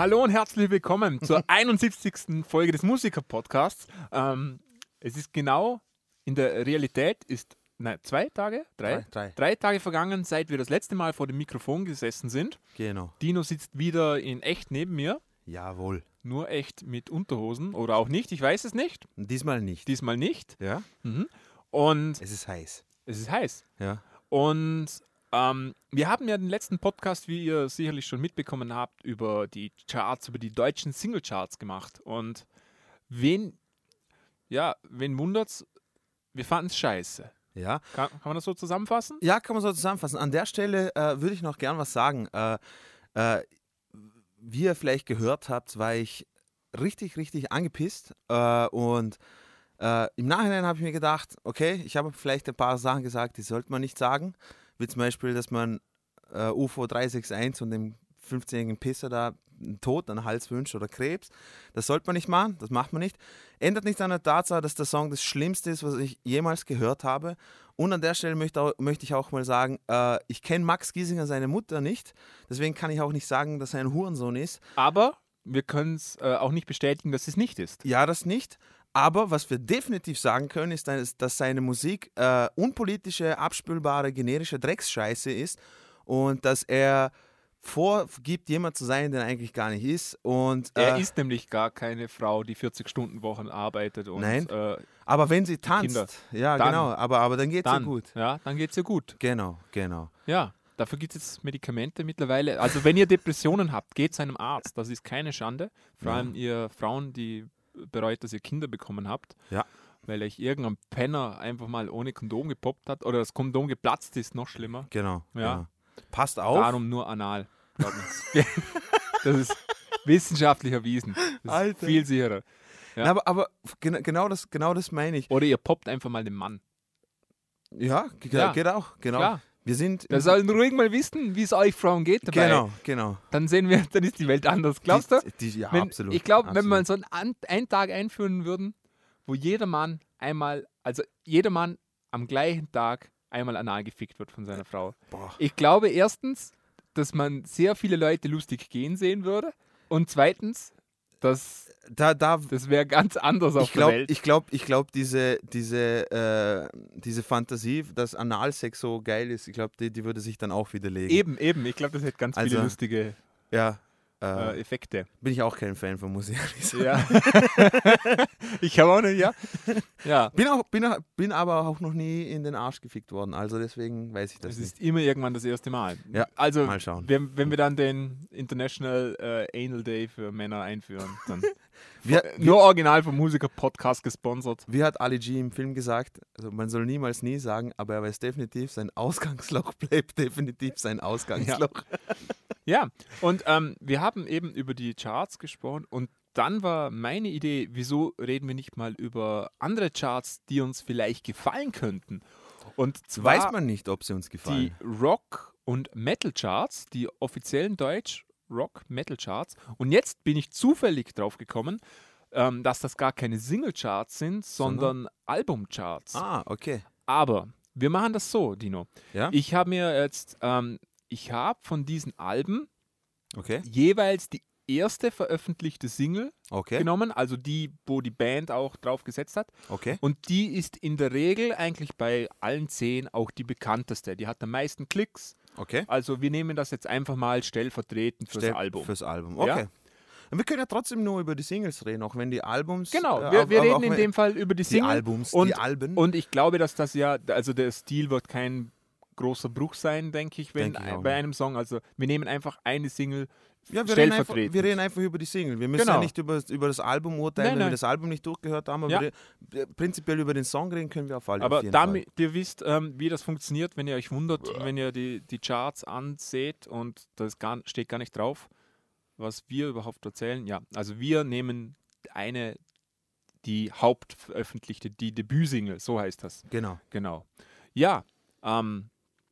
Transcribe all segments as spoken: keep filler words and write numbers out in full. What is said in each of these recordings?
Hallo und herzlich willkommen zur einundsiebzigsten Folge des Musiker-Podcasts. Ähm, es ist genau, in der Realität ist, nein, zwei Tage? Drei? Drei, drei. Drei Tage vergangen, seit wir das letzte Mal vor dem Mikrofon gesessen sind. Genau. Dino sitzt wieder in echt neben mir. Jawohl. Nur echt mit Unterhosen oder auch nicht, ich weiß es nicht. Diesmal nicht. Diesmal nicht. Ja? Mhm. Und Es ist heiß. es ist heiß. Ja. Und ähm, wir haben ja den letzten Podcast, wie ihr sicherlich schon mitbekommen habt, über die Charts, über die deutschen Singlecharts gemacht. Und wen, ja, wen wundert's? Wir fanden es scheiße. Ja. Kann, kann man das so zusammenfassen? Ja, kann man so zusammenfassen. An der Stelle äh, würde ich noch gern was sagen. Äh, äh, wie ihr vielleicht gehört habt, war ich richtig, richtig angepisst. Äh, und äh, im Nachhinein habe ich mir gedacht, okay, ich habe vielleicht ein paar Sachen gesagt, die sollte man nicht sagen. Wie zum Beispiel, dass man äh, U F O drei sechs eins und dem fünfzehnjährigen Pisser da einen Tod an den Hals wünscht oder Krebs. Das sollte man nicht machen, das macht man nicht. Ändert nichts an der Tatsache, dass der Song das Schlimmste ist, was ich jemals gehört habe. Und an der Stelle möchte, auch, möchte ich auch mal sagen, äh, ich kenne Max Giesinger, seine Mutter, nicht. Deswegen kann ich auch nicht sagen, dass er ein Hurensohn ist. Aber wir können es äh, auch nicht bestätigen, dass es nicht ist. Ja, das nicht. Aber was wir definitiv sagen können, ist, dass seine Musik äh, unpolitische, abspülbare, generische Drecksscheiße ist und dass er vorgibt, jemand zu sein, der er eigentlich gar nicht ist. Und, äh, Er ist nämlich gar keine Frau, die vierzig-Stunden-Wochen arbeitet. Und, Nein, äh, aber wenn sie tanzt, Kinder. ja Dann- genau, aber, aber dann geht es ihr dann, gut. ja, dann geht es ihr gut. Genau, genau. Ja, dafür gibt es jetzt Medikamente mittlerweile. Also wenn ihr Depressionen habt, geht zu einem Arzt. Das ist keine Schande. Vor Ja. allem ihr Frauen, die bereut, dass ihr Kinder bekommen habt. Ja. Weil euch irgendein Penner einfach mal ohne Kondom gepoppt hat. Oder das Kondom geplatzt ist, noch schlimmer. Genau, Ja. genau. Passt auf. Darum nur anal. Glaub mir. Das ist wissenschaftlich erwiesen. Das ist Alter. viel sicherer. Ja. Na, aber aber gen genau, das, genau das meine ich. Oder ihr poppt einfach mal den Mann. Ja, ge- Ja. geht auch. Genau. Klar. Wir sind. Der soll ruhig mal wissen, wie es euch Frauen geht dabei. Genau, genau. Dann sehen wir, dann ist die Welt anders. Glaubst du? Die, die, ja, Wenn, absolut. Ich glaube, wenn absolut. wir so einen, An- einen Tag einführen würden, wo jeder Mann einmal, also jeder Mann am gleichen Tag einmal anal gefickt wird von seiner Frau. Boah. Ich glaube erstens, dass man sehr viele Leute lustig gehen sehen würde und zweitens, dass Da, da, das wäre ganz anders auf ich glaube, der Welt. ich glaube, ich glaube, diese, diese, äh, diese Fantasie, dass Analsex so geil ist, ich glaube, die, die würde sich dann auch widerlegen. Eben, eben. Ich glaube, das hätte ganz viele Also, lustige Ja. Äh, äh, Effekte. bin ich auch kein Fan von, muss ich ehrlich sagen. Ja. Ich habe auch nicht, ja. Ja. Bin, auch, bin, auch- bin aber auch noch nie in den Arsch gefickt worden, also deswegen weiß ich das Es nicht. ist immer irgendwann das erste Mal. Ja, also, mal schauen. Wenn, wenn wir dann den International äh, Anal Day für Männer einführen, dann Wir, nur original vom Musiker-Podcast gesponsert. Wie hat Ali G im Film gesagt, also man soll niemals nie sagen, aber er weiß definitiv, sein Ausgangsloch bleibt definitiv sein Ausgangsloch. Ja, und ähm, wir haben eben über die Charts gesprochen und dann war meine Idee, wieso reden wir nicht mal über andere Charts, die uns vielleicht gefallen könnten. Und zwar Weiß man nicht, ob sie uns gefallen. die Rock- und Metal-Charts, die offiziellen Deutsch Rock-Metal-Charts. Und jetzt bin ich zufällig drauf gekommen, ähm, dass das gar keine Single-Charts sind, sondern, Sondern? Album-Charts. Ah, okay. Aber wir machen das so, Dino. Ja? Ich habe mir jetzt, ähm, ich habe von diesen Alben Okay. jeweils die erste veröffentlichte Single Okay. genommen, also die, wo die Band auch drauf gesetzt hat. Okay. Und die ist in der Regel eigentlich bei allen zehn auch die bekannteste. Die hat am meisten Klicks. Okay. Also wir nehmen das jetzt einfach mal stellvertretend fürs Stell- Album. Fürs Album. Ja? Okay. Und wir können ja trotzdem nur über die Singles reden, auch wenn die Albums. Genau, äh, wir, auch- wir aber reden auch in wenn- dem Fall über die die Single. Albums, und, die Alben. Und ich glaube, dass das ja, also der Stil wird kein großer Bruch sein, denke ich, wenn Denke ich auch bei nicht. einem Song. Also wir nehmen einfach eine Single ja, wir reden, einfach, stellvertretend. wir reden einfach über die Single. Wir müssen Genau. ja nicht über, über das Album urteilen, Nein, wenn nein. wir das Album nicht durchgehört haben. Aber Ja. wir, re- prinzipiell über den Song reden können wir auf alle Aber auf jeden damit ihr wisst, ähm, wie das funktioniert, wenn ihr euch wundert, wenn ihr die, die Charts anseht und das gar, steht gar nicht drauf, was wir überhaupt erzählen. Ja, also wir nehmen eine, die hauptveröffentlichte, die Debütsingle, so heißt das. Fall. Genau. Genau. Ja, ähm,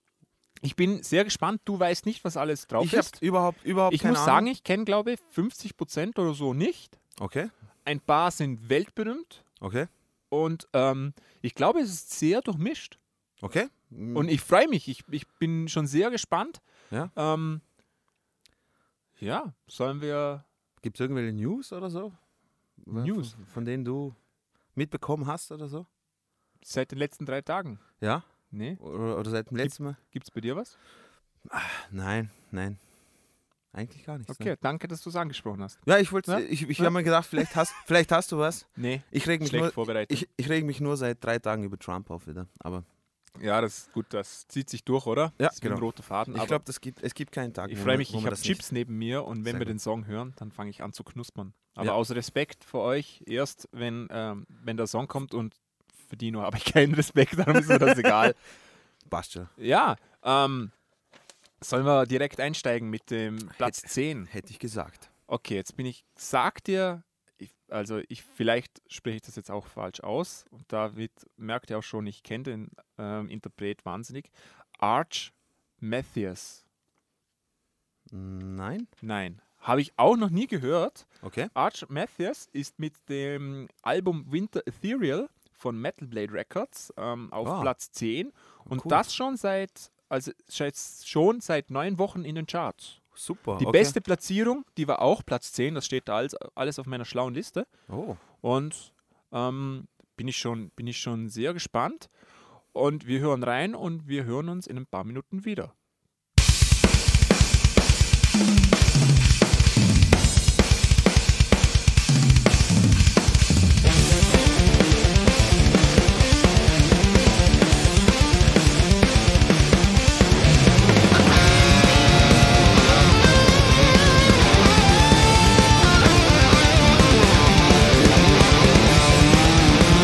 ich bin sehr gespannt. Du weißt nicht, was alles drauf Ich habe ist. überhaupt, überhaupt Ich keine muss Ahnung. sagen, ich kenne, glaube ich, fünfzig Prozent oder so nicht. Okay. Ein paar sind weltberühmt Okay. und ähm, ich glaube, es ist sehr durchmischt. Okay. Mm, Und ich freue mich. Ich, ich bin schon sehr gespannt. Ja. Ähm, ja, sollen wir Gibt es irgendwelche News oder so? News? Von, von denen du mitbekommen hast oder so? Seit den letzten drei Tagen? Ja? Nee. Oder, oder seit dem letzten Mal? Gibt es bei dir was? Nein, nein. Eigentlich gar nichts. Okay, Ne? danke, dass du es angesprochen hast. Ja, ich wollte, Ja? ich, ich Ja? habe mir gedacht, vielleicht hast, vielleicht hast du was. Nee, Ich reg mich schlecht nur, vorbereitet. ich, ich reg mich nur seit drei Tagen über Trump auf wieder. Aber ja, das ist gut, das zieht sich durch, oder? Ja, das ist wie ein genau. roter Faden. ich aber glaube, gibt, es gibt keinen Tag, ich wo freue man- mich, wo ich man habe das Chips neben mir und wenn Sehr wir gut. den Song hören, dann fange ich an zu knuspern. Aber Ja. aus Respekt für euch, erst wenn, ähm, wenn der Song kommt und für Dino habe ich keinen Respekt, darum ist mir das egal. Nicht passt schon. Ja, ähm, sollen wir direkt einsteigen mit dem Platz Hätte- zehn? Hätte ich gesagt. Okay, jetzt bin ich, sag dir, ich, also ich, vielleicht spreche ich das jetzt auch falsch aus und David merkt ja auch schon, ich kenne den ähm, Interpret wahnsinnig. Arch Matthews. Nein? Nein, habe ich auch noch nie gehört. Okay. Arch Matthews ist mit dem Album Winter Ethereal von Metal Blade Records ähm, auf Ah. Platz zehn und Cool. das schon seit, also jetzt schon seit neun Wochen in den Charts. Super. Die okay. beste Platzierung, die war auch Platz zehn, das steht da alles, alles auf meiner schlauen Liste. Oh. Und ähm, bin, ich schon, bin ich schon sehr gespannt. Und wir hören rein und wir hören uns in ein paar Minuten wieder.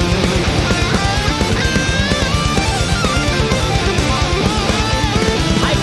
I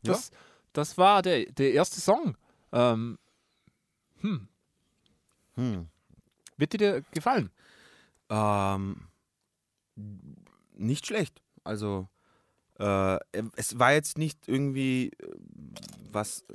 das, das war der, der erste Song. Ähm, hm. Hm. Wird dir gefallen? Ähm, nicht schlecht. Also, äh, es war jetzt nicht irgendwie äh, was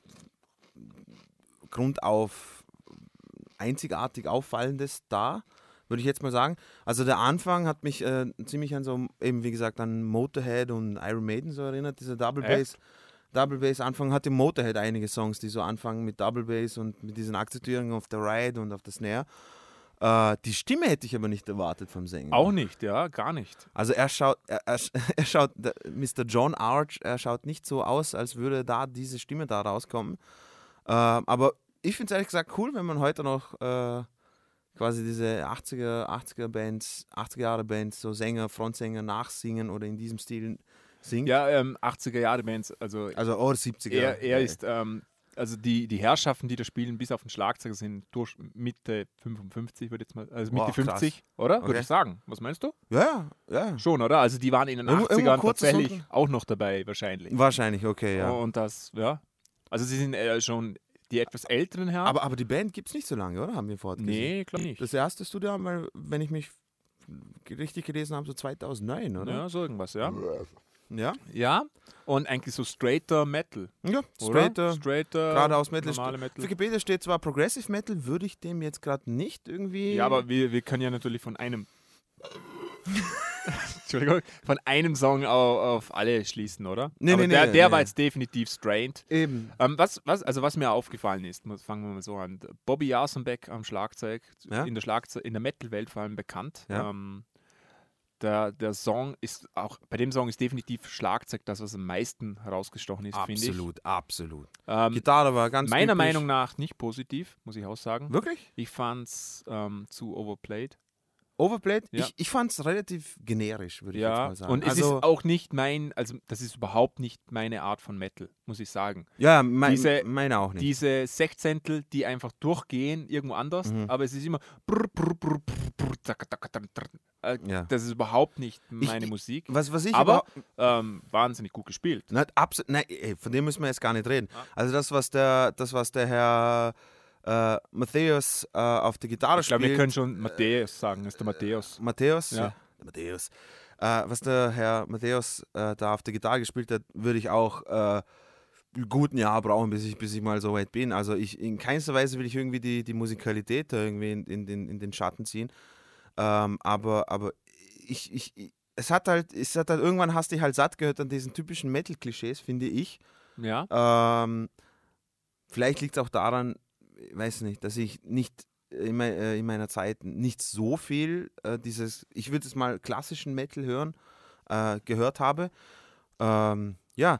grundauf einzigartig Auffallendes da, würde ich jetzt mal sagen. Also der Anfang hat mich äh, ziemlich an so, eben wie gesagt, an Motorhead und Iron Maiden so erinnert, dieser Double Bass. Double Bass Anfang hatte Motorhead einige Songs, die so anfangen mit Double Bass und mit diesen Akzentuierungen auf der Ride und auf der Snare. Äh, die Stimme hätte ich aber nicht erwartet vom Sänger. Auch nicht, ja, gar nicht. Also er schaut, er, er, er schaut, der, Mister John Arch, er schaut nicht so aus, als würde da diese Stimme da rauskommen. Äh, aber ich finde es ehrlich gesagt cool, wenn man heute noch äh, quasi diese achtziger, achtziger Bands, achtziger Jahre Bands, so Sänger, Frontsänger nachsingen oder in diesem Stil singt. Ja, ähm, achtziger Jahre Bands, also, Also oder siebziger. er, er ist, ähm, also die, die Herrschaften, die da spielen, bis auf den Schlagzeuger sind durch Mitte fünfundfünfzig, würde jetzt mal, also Mitte Wow, fünfzig, krass. oder? Okay. Würde ich sagen. Was meinst du? Ja, ja. Schon, oder? Also die waren in den Irgendwo- irgendwo achtzigern kurz tatsächlich drunter. auch noch dabei, wahrscheinlich. Wahrscheinlich, okay, ja. Und das, ja. Also sie sind äh, schon die etwas älteren Herren. Aber, aber die Band gibt es nicht so lange, oder? Haben wir vorhin gesehen. nee, glaube nicht. Das erste Studio, mal, wenn ich mich richtig gelesen habe, so zweitausendneun, oder? Ja, so irgendwas, ja. Ja, Ja, und eigentlich so straighter Metal. ja Oder? straighter, Straighter, geradeaus Metal. normale Metal. Wikipedia steht zwar Progressive Metal, würde ich dem jetzt gerade nicht irgendwie... Ja, aber wir, wir können ja natürlich von einem Entschuldigung, von einem Song auf, auf alle schließen, oder? Nee, aber nee, der, nee, der nee. war jetzt definitiv strained. Eben. Ähm, was, was, also was mir aufgefallen ist, muss- fangen wir mal so an. Bobby Jasenbeck am Schlagzeug, Ja. in der Schlagzeug, in der Metal-Welt vor allem bekannt. Ja. Ähm, der, der Song ist auch, bei dem Song ist definitiv Schlagzeug das, was am meisten herausgestochen ist, finde ich. Absolut, absolut. Ähm, Gitarre war ganz meiner typisch. Meinung nach nicht positiv, muss ich auch sagen. Wirklich? Ich fand es ähm, zu overplayed. Overplayed? Ja. Ich, ich fand es relativ generisch, würde ich jetzt Ja, mal sagen. und es also, ist auch nicht mein, also das ist überhaupt nicht meine Art von Metal, muss ich sagen. ja, mein, diese- meine auch nicht. Diese Sechzehntel, die einfach durchgehen irgendwo anders, Mhm. aber es ist immer brr, brr, brr, brr, brr, zacka, zacka, zacka, zacka. Äh, Ja. Das ist überhaupt nicht Ich- meine ich- Musik, Was, was ich aber überhaupt- ähm, wahnsinnig gut gespielt. Nein, abso- nein, ey, von dem müssen wir jetzt gar nicht reden. Ah. Also das, was der, das, was der Herr äh, Matthäus äh, auf der Gitarre Ich glaube, spielt. wir können schon Matthäus sagen, das ist der Matthäus. Matthäus? Ja. Der Matthäus. Äh, was der Herr Matthäus äh, da auf der Gitarre gespielt hat, würde ich auch äh, einen guten Jahr brauchen, bis ich, bis ich mal so weit bin. Also ich, in keinster Weise will ich irgendwie die, die Musikalität da irgendwie in, in, den, in den Schatten ziehen. Ähm, aber aber ich, ich, ich, es hat halt, es hat halt, irgendwann hast du dich halt satt gehört an diesen typischen Metal-Klischees, finde ich. Ja, Ähm, vielleicht liegt es auch daran, ich weiß nicht, dass ich nicht in, mei- äh, in meiner Zeit nicht so viel äh, dieses, ich würde es mal klassischen Metal hören, äh, gehört habe. Ähm, ja.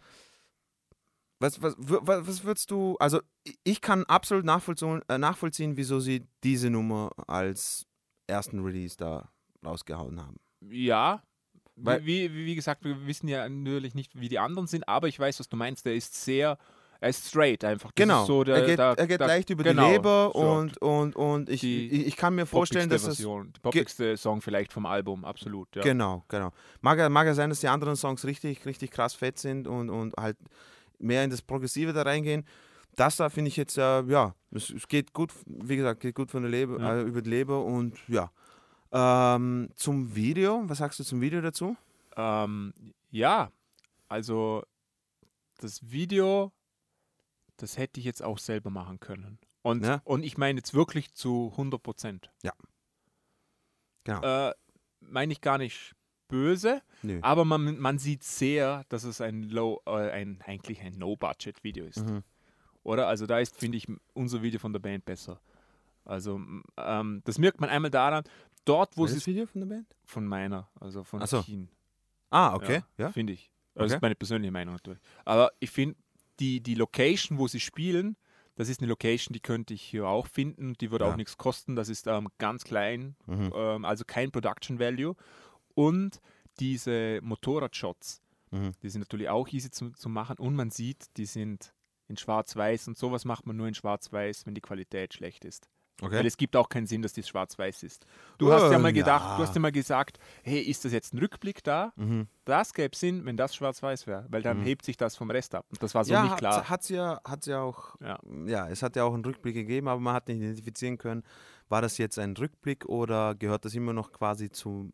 Was, was, w- wa- was würdest du, also ich- ich kann absolut nachvollziehen, äh, nachvollziehen, wieso sie diese Nummer als ersten Release da rausgehauen haben. ja. Weil- wie, wie, wie gesagt, wir wissen ja natürlich nicht, wie die anderen sind, aber ich weiß, was du meinst. Der ist sehr, er ist straight einfach. Das Genau, ist so der, er geht, der, er geht der, leicht über genau, die Leber so. und, und, und ich, Die ich, ich kann mir vorstellen, dass poppigste es... Version, die poppigste Song vielleicht vom Album, absolut. Ja. Genau, genau. Mag ja, mag ja sein, dass die anderen Songs richtig, richtig krass fett sind und, und halt mehr in das Progressive da reingehen. Das da finde ich jetzt, äh, ja, es, es geht gut, wie gesagt, geht gut von der Leber, Ja. äh, über die Leber und ja. Ähm, zum Video, was sagst du zum Video dazu? Ähm, ja, also das Video, das hätte ich jetzt auch selber machen können. Und, Ja. und ich meine jetzt wirklich zu hundert Prozent. Ja. Genau. Äh, meine ich gar nicht böse, Nö. aber man, man sieht sehr, dass es ein Low, äh, ein, eigentlich ein No-Budget-Video ist. Mhm. Oder? Also da ist, finde ich, unser Video von der Band besser. Also m- ähm, das merkt man einmal daran, dort, wo Welches sie es Video von der Band? von meiner, also von Ach so. Keen. Ah, okay. Ja. Finde ich. Das Okay. ist meine persönliche Meinung natürlich. Aber ich finde, die, die Location, wo sie spielen, das ist eine Location, die könnte ich hier auch finden. Die würde Ja. auch nichts kosten. Das ist ähm, ganz klein, Mhm. ähm, also kein Production Value. Und diese Motorradshots, Mhm. die sind natürlich auch easy zu, zu machen. Und man sieht, die sind in Schwarz-Weiß. Und sowas macht man nur in Schwarz-Weiß, wenn die Qualität schlecht ist. Okay. Weil es gibt auch keinen Sinn, dass das schwarz-weiß ist. Du hast ja mal Ähm, gedacht, ja. du hast ja mal gesagt, hey, ist das jetzt ein Rückblick da? Mhm. Das gäbe Sinn, wenn das schwarz-weiß wäre, weil dann Mhm. hebt sich das vom Rest ab. Und das war so ja, nicht klar. hat es ja, hat's ja auch, Ja. ja, es hat ja auch einen Rückblick gegeben, aber man hat nicht identifizieren können, war das jetzt ein Rückblick oder gehört das immer noch quasi zu,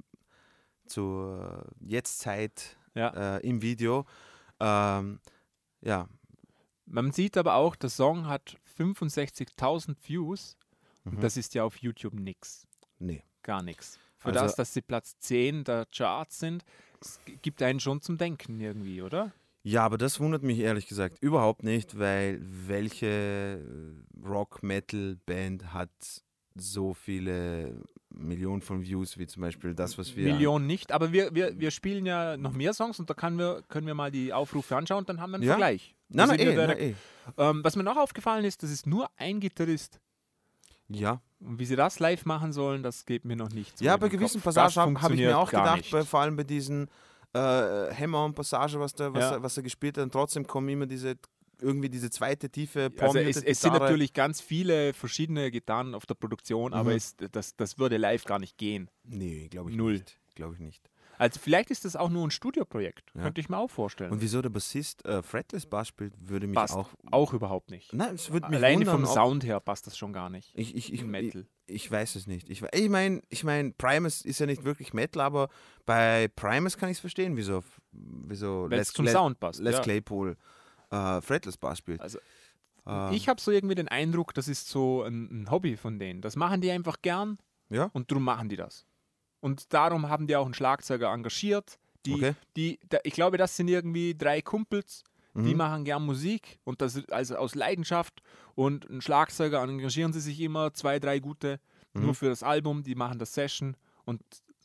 zur Jetztzeit Ja. äh, im Video. Ähm, ja. Man sieht aber auch, der Song hat fünfundsechzigtausend Views Mhm. und das ist ja auf YouTube nix. Nee. Gar nichts. Für Also- das, dass sie Platz zehn der Charts sind, es g- gibt einen schon zum Denken irgendwie, oder? Ja, aber das wundert mich ehrlich gesagt überhaupt nicht, weil welche Rock-Metal-Band hat so viele Millionen von Views wie zum Beispiel das, was wir... Millionen nicht, aber wir, wir, wir spielen ja noch mehr Songs und da kann wir, können wir mal die Aufrufe anschauen und dann haben wir einen Ja. Vergleich. Da Nein, nein, sind wir eh, nein, direkt- eh. ähm, was mir noch aufgefallen ist, das ist nur ein Gitarrist. Ja. Und wie sie das live machen sollen, das geht mir noch nicht so Ja, in bei den gewissen Kopf. Passagen Das habe hab ich mir funktioniert auch gar gedacht, nicht. bei, vor allem bei diesen äh, Hammer und Passage, was, der, was, Ja. er, was er gespielt hat, und trotzdem kommen immer diese irgendwie diese zweite tiefe Also es, es sind Gitarre. natürlich ganz viele verschiedene Gitarren auf der Produktion, aber Mhm. es, das, das würde live gar nicht gehen. Nee, glaube ich Null. nicht. Glaube ich nicht. Also vielleicht ist das auch nur ein Studioprojekt, Ja. könnte ich mir auch vorstellen. Und wieso der Bassist äh, Fretless Bass spielt, würde mich passt auch... auch, überhaupt nicht. Nein, es würde mich Alleine wundern, vom ob- Sound her passt das schon gar nicht. Ich, ich, ich, in Metal. Ich, ich weiß es nicht. Ich, we- ich meine, ich mein, Primus ist ja nicht wirklich Metal, aber bei Primus kann ich es verstehen, wieso, wieso Weil es zum Sound passt. Les ja. Claypool äh, Fretless Bass spielt. Also, Ähm, Ich habe so irgendwie den Eindruck, das ist so ein, ein Hobby von denen. Das machen die einfach gern Ja, und darum machen die das. Und darum haben die auch einen Schlagzeuger engagiert. Die, okay. die, da, ich glaube, das sind irgendwie drei Kumpels, die Mhm. machen gern Musik und das also aus Leidenschaft. Und einen Schlagzeuger engagieren sie sich immer, zwei, drei gute, Mhm. nur für das Album, die machen das Session. Und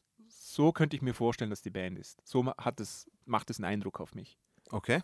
so könnte ich mir vorstellen, dass die Band ist. So ma- hat es, macht es einen Eindruck auf mich. Okay.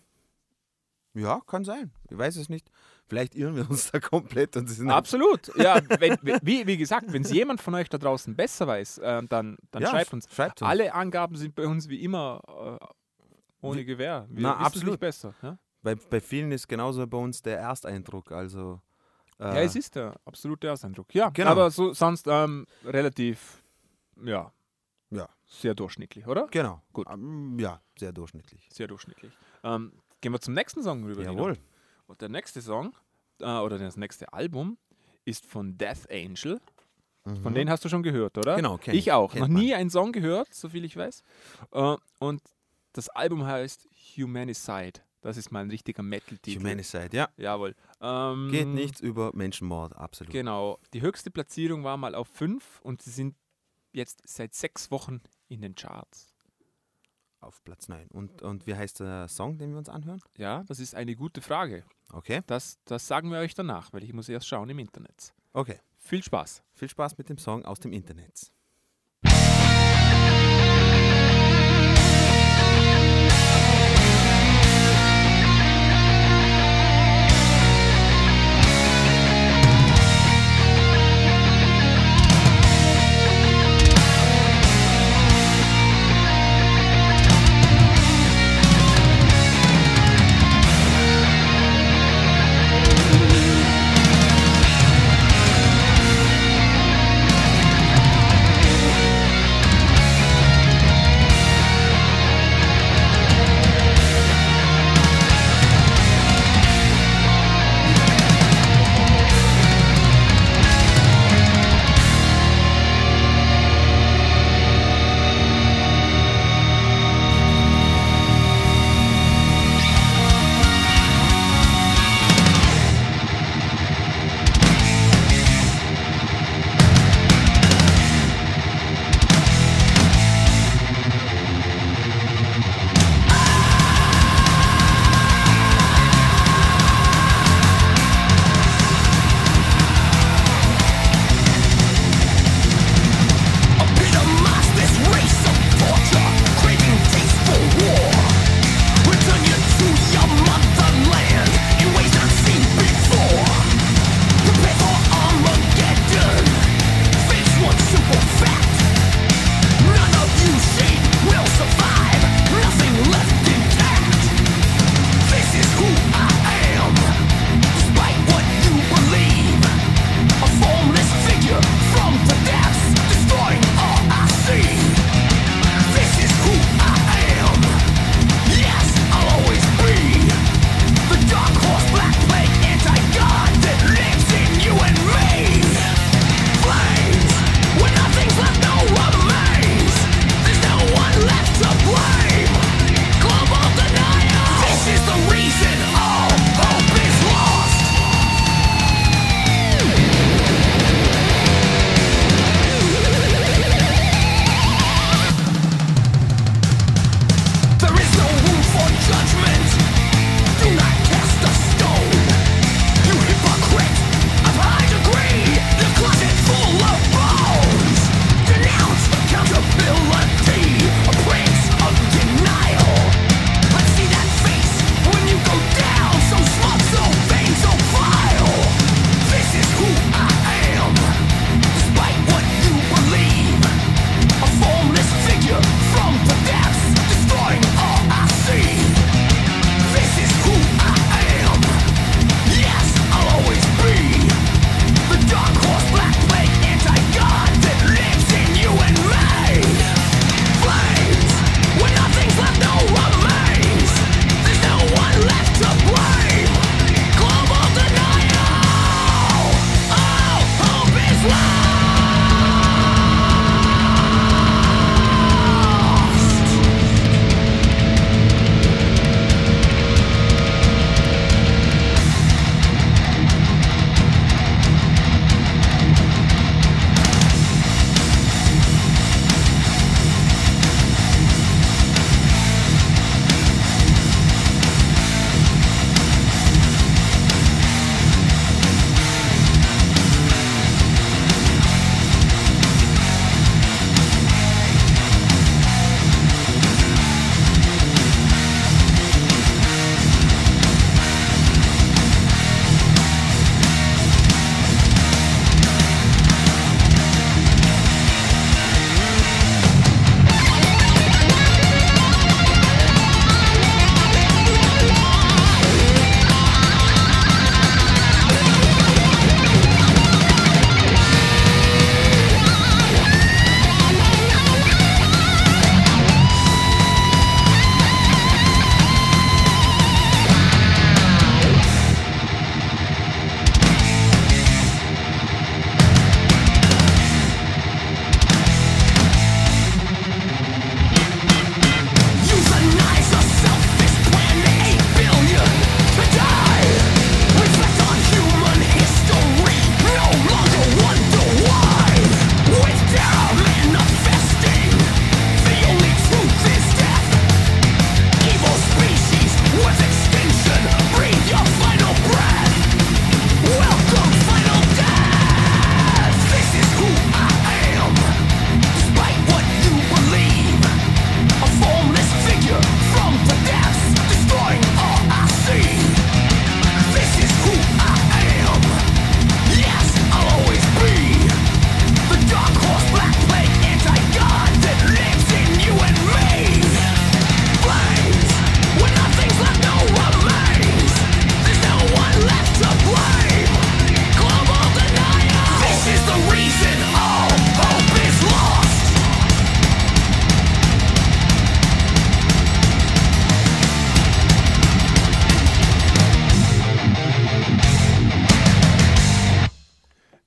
Ja, kann sein. Ich weiß es nicht. Vielleicht irren wir uns da komplett und sie sind Absolut. Ja, wenn, wie, wie gesagt, wenn es jemand von euch da draußen besser weiß, äh, dann, dann ja, schreibt uns. Schreibt uns. Alle Angaben sind bei uns wie immer äh, ohne Wie- Gewähr. Wir Na, wissen es absolut. nicht besser. Ja? Bei, bei vielen ist genauso bei uns der Ersteindruck. Also, äh, ja, es ist der absolute Ersteindruck. Ja, Genau. aber so, sonst ähm, relativ, ja, Ja. sehr durchschnittlich, oder? Genau. Gut. Ähm, ja, sehr durchschnittlich. Sehr durchschnittlich. Ähm, gehen wir zum nächsten Song rüber. Nino. Jawohl. Und der nächste Song, äh, oder das nächste Album, ist von Death Angel. Von denen hast du schon gehört, oder? Mhm. Genau, kenn ich ich. auch. Kennt Noch man. nie einen Song gehört, soviel ich weiß. Äh, und das Album heißt Humanicide. Das ist mal ein richtiger Metal-Titel. Humanicide, ja. Jawohl. Ähm, Geht nichts über Menschenmord, absolut. Genau. Die höchste Platzierung war mal auf fünf und sie sind jetzt seit sechs Wochen in den Charts. Auf Platz neun. Und, und wie heißt der Song, den wir uns anhören? Ja, das ist eine gute Frage. Okay. Das, das sagen wir euch danach, weil ich muss erst schauen im Internet. Okay. Viel Spaß. Viel Spaß mit dem Song aus dem Internet. Humanicide.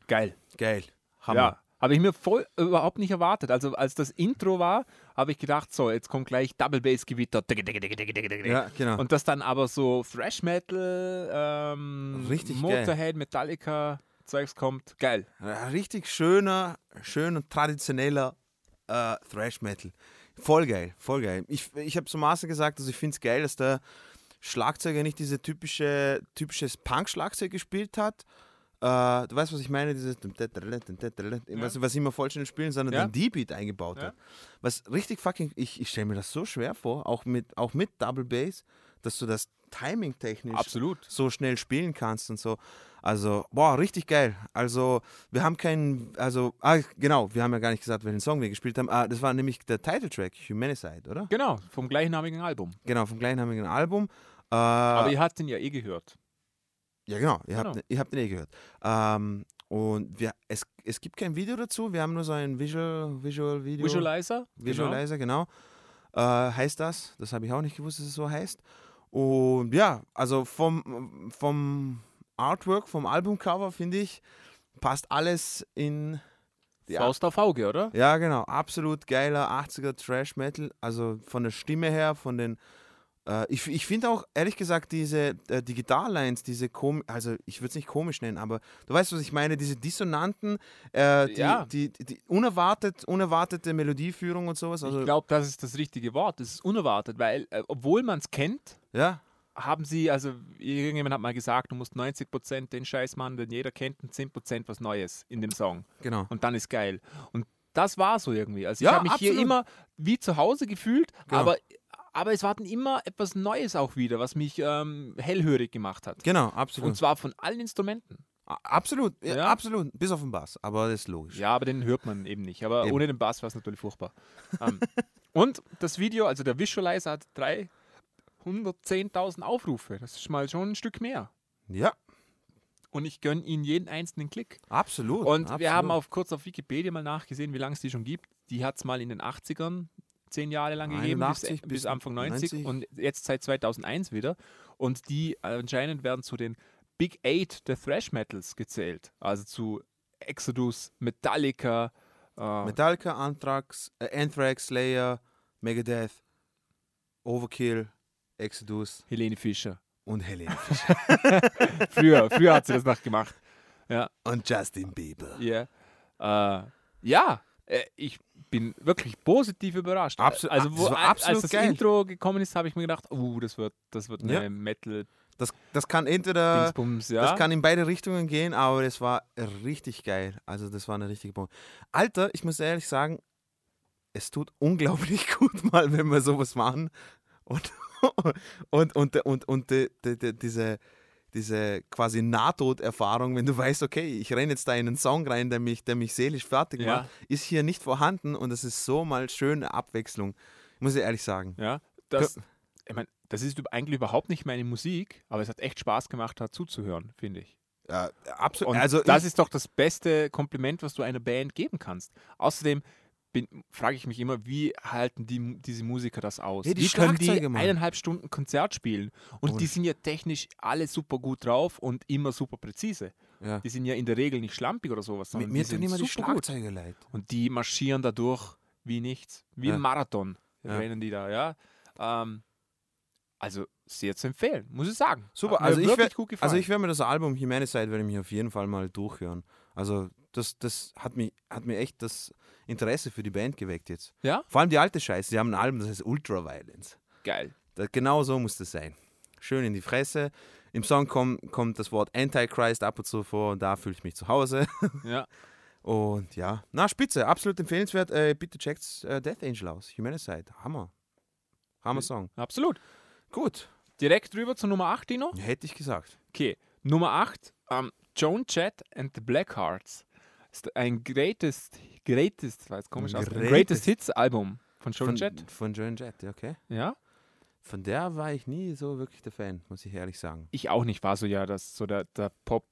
Geil. Geil. Hammer. Ja, habe ich mir voll überhaupt nicht erwartet. Also als das Intro war, habe ich gedacht, so, jetzt kommt gleich Double Bass Gewitter. Ja, genau. Und das dann aber so Thrash Metal, ähm, Richtig Motorhead, geil. Metallica, Zeugs kommt. Geil. Ja, richtig schöner, schöner, traditioneller äh, Thrash Metal. Voll geil, voll geil. Ich, ich habe zum Master gesagt, also ich finde es geil, dass der Schlagzeuger nicht diese typische, typisches Punk-Schlagzeug gespielt hat. Äh, du weißt, was ich meine? Dieses, was, was immer voll schnell spielen, sondern Ja. den D-Beat eingebaut Ja. hat. Was richtig fucking, ich, ich stelle mir das so schwer vor, auch mit, auch mit Double Bass, dass du das timing-technisch Absolut. so schnell spielen kannst und so. Also, boah, richtig geil. Also, wir haben keinen, also, ah, genau, wir haben ja gar nicht gesagt, welchen Song wir gespielt haben. Ah, das war nämlich der Titeltrack, Humanicide, oder? Genau, vom gleichnamigen Album. Genau, vom gleichnamigen Album. Äh, Aber ihr habt den ja eh gehört. ja, genau, ihr, Genau. Habt, ihr habt den eh gehört. Ähm, und wir, es, es gibt kein Video dazu, wir haben nur so ein Visual, Visual Video. Visualizer. Visualizer, genau. Äh, heißt das. Das habe ich auch nicht gewusst, dass es so heißt. Und ja, also vom, vom Artwork, vom Albumcover, finde ich, passt alles in die Genau. Faust auf Auge, oder? Ja, genau. Absolut geiler achtziger Trash Metal. Also von der Stimme her, von den. Äh, ich ich finde auch, ehrlich gesagt, diese äh, die Gitarlines, diese kom also ich würde es nicht komisch nennen, aber du weißt, was ich meine, diese dissonanten, äh, die, Ja. die, die, die unerwartet, unerwartete Melodieführung und sowas. Also, Ich glaube, das ist das richtige Wort. Das ist unerwartet, weil, äh, obwohl man es kennt, ja, haben sie, also irgendjemand hat mal gesagt, du musst neunzig Prozent den Scheiß machen, denn jeder kennt und zehn Prozent was Neues in dem Song. genau. Und dann ist geil. Und das war so irgendwie. Also ich Ja, habe mich hier absolut. immer wie zu Hause gefühlt, Genau. aber, aber es war dann immer etwas Neues auch wieder, was mich ähm, hellhörig gemacht hat. Genau, absolut. Und zwar von allen Instrumenten. A- absolut, ja, Ja. absolut. Bis auf den Bass, aber das ist logisch. Ja, aber den hört man eben nicht. Aber Eben. ohne den Bass war es natürlich furchtbar. ähm, und das Video, also der Visualizer hat dreihundertzehntausend Aufrufe. Das ist mal schon ein Stück mehr. Ja, Und ich gönne ihnen jeden einzelnen Klick. absolut. Und absolut. wir haben auf, kurz auf Wikipedia mal nachgesehen, wie lange es die schon gibt. Die hat es mal in den achtzigern zehn Jahre lang gegeben, bis, einundachtzig bis bis Anfang neunzig, neunzig. und jetzt seit zweitausendeins wieder. Und die äh, anscheinend werden zu den Big Eight der Thrash Metals gezählt. Also zu Exodus, Metallica, äh, Metallica, Anthrax, äh, Anthrax, Slayer, Megadeth, Overkill, Exodus Helene Fischer. und Helene Fischer. Früher, früher hat sie das noch gemacht. Ja, und Justin Bieber. yeah. äh, ja, äh, ich bin wirklich positiv überrascht. Absu- also wo, das war als absolut das geil. Intro gekommen ist, habe ich mir gedacht, oh, das wird, das wird eine Ja. Metal Das, das kann entweder, Dingsbums, ja. das kann in beide Richtungen gehen, aber das war richtig geil. Also das war eine richtige Bombe. Alter, ich muss ehrlich sagen, es tut unglaublich gut mal, wenn wir sowas machen. Und, und, und, und, und die, die, die, diese, diese quasi Nahtoderfahrung, wenn du weißt, okay, ich renne jetzt da in einen Song rein, der mich, der mich seelisch fertig Ja. macht, ist hier nicht vorhanden und das ist so mal schöne Abwechslung. Muss ich ehrlich sagen. Ja, das, ich mein, das ist eigentlich überhaupt nicht meine Musik, aber es hat echt Spaß gemacht, da zuzuhören, finde ich. Ja, absolut. Und Also das ich, ist doch das beste Kompliment, was du einer Band geben kannst. Außerdem frage ich mich immer, wie halten die, diese Musiker das aus? Ja, die wie können die Schlagzeuge, Mann. eineinhalb Stunden Konzert spielen? Und Und- die sind ja technisch alle super gut drauf und immer super präzise. ja. Die sind ja in der Regel nicht schlampig oder sowas, Mir, sondern mir die tun sind immer die super gut. Schlagzeuge leid. Und die marschieren dadurch wie nichts. Wie Ja. ein Marathon Ja. rennen die da, ja. Ähm, also sehr zu empfehlen, muss ich sagen. Super, Hat mir also ich, wirklich werd, gut gefallen. also ich werde mir das Album Humanicide werde ich mir auf jeden Fall mal durchhören. Also das, das hat, mich, hat mir echt das Interesse für die Band geweckt jetzt. Ja? Vor allem die alte Scheiße. Sie haben ein Album, das heißt Ultraviolence. Geil. Da, genau so muss das sein. Schön in die Fresse. Im Song komm, kommt das Wort Antichrist ab und zu vor und da fühle ich mich zu Hause. Ja. Und ja, na spitze, absolut empfehlenswert. Äh, bitte checkt äh, Death Angel aus. Humanicide, Hammer. Hammer Song. Absolut. Gut, Direkt rüber zu Nummer acht, Dino. hätte ich gesagt. Okay, Nummer acht, ähm, Joan Jett and the Blackhearts. Ist ein greatest, greatest, war jetzt komisch aus, ein Greatest. greatest Hits Album von Joan Von, Jett. von Joan Jett, ja, okay. Ja, Von der war ich nie so wirklich der Fan, muss ich ehrlich sagen. ich auch nicht, war so ja das so der, der Pop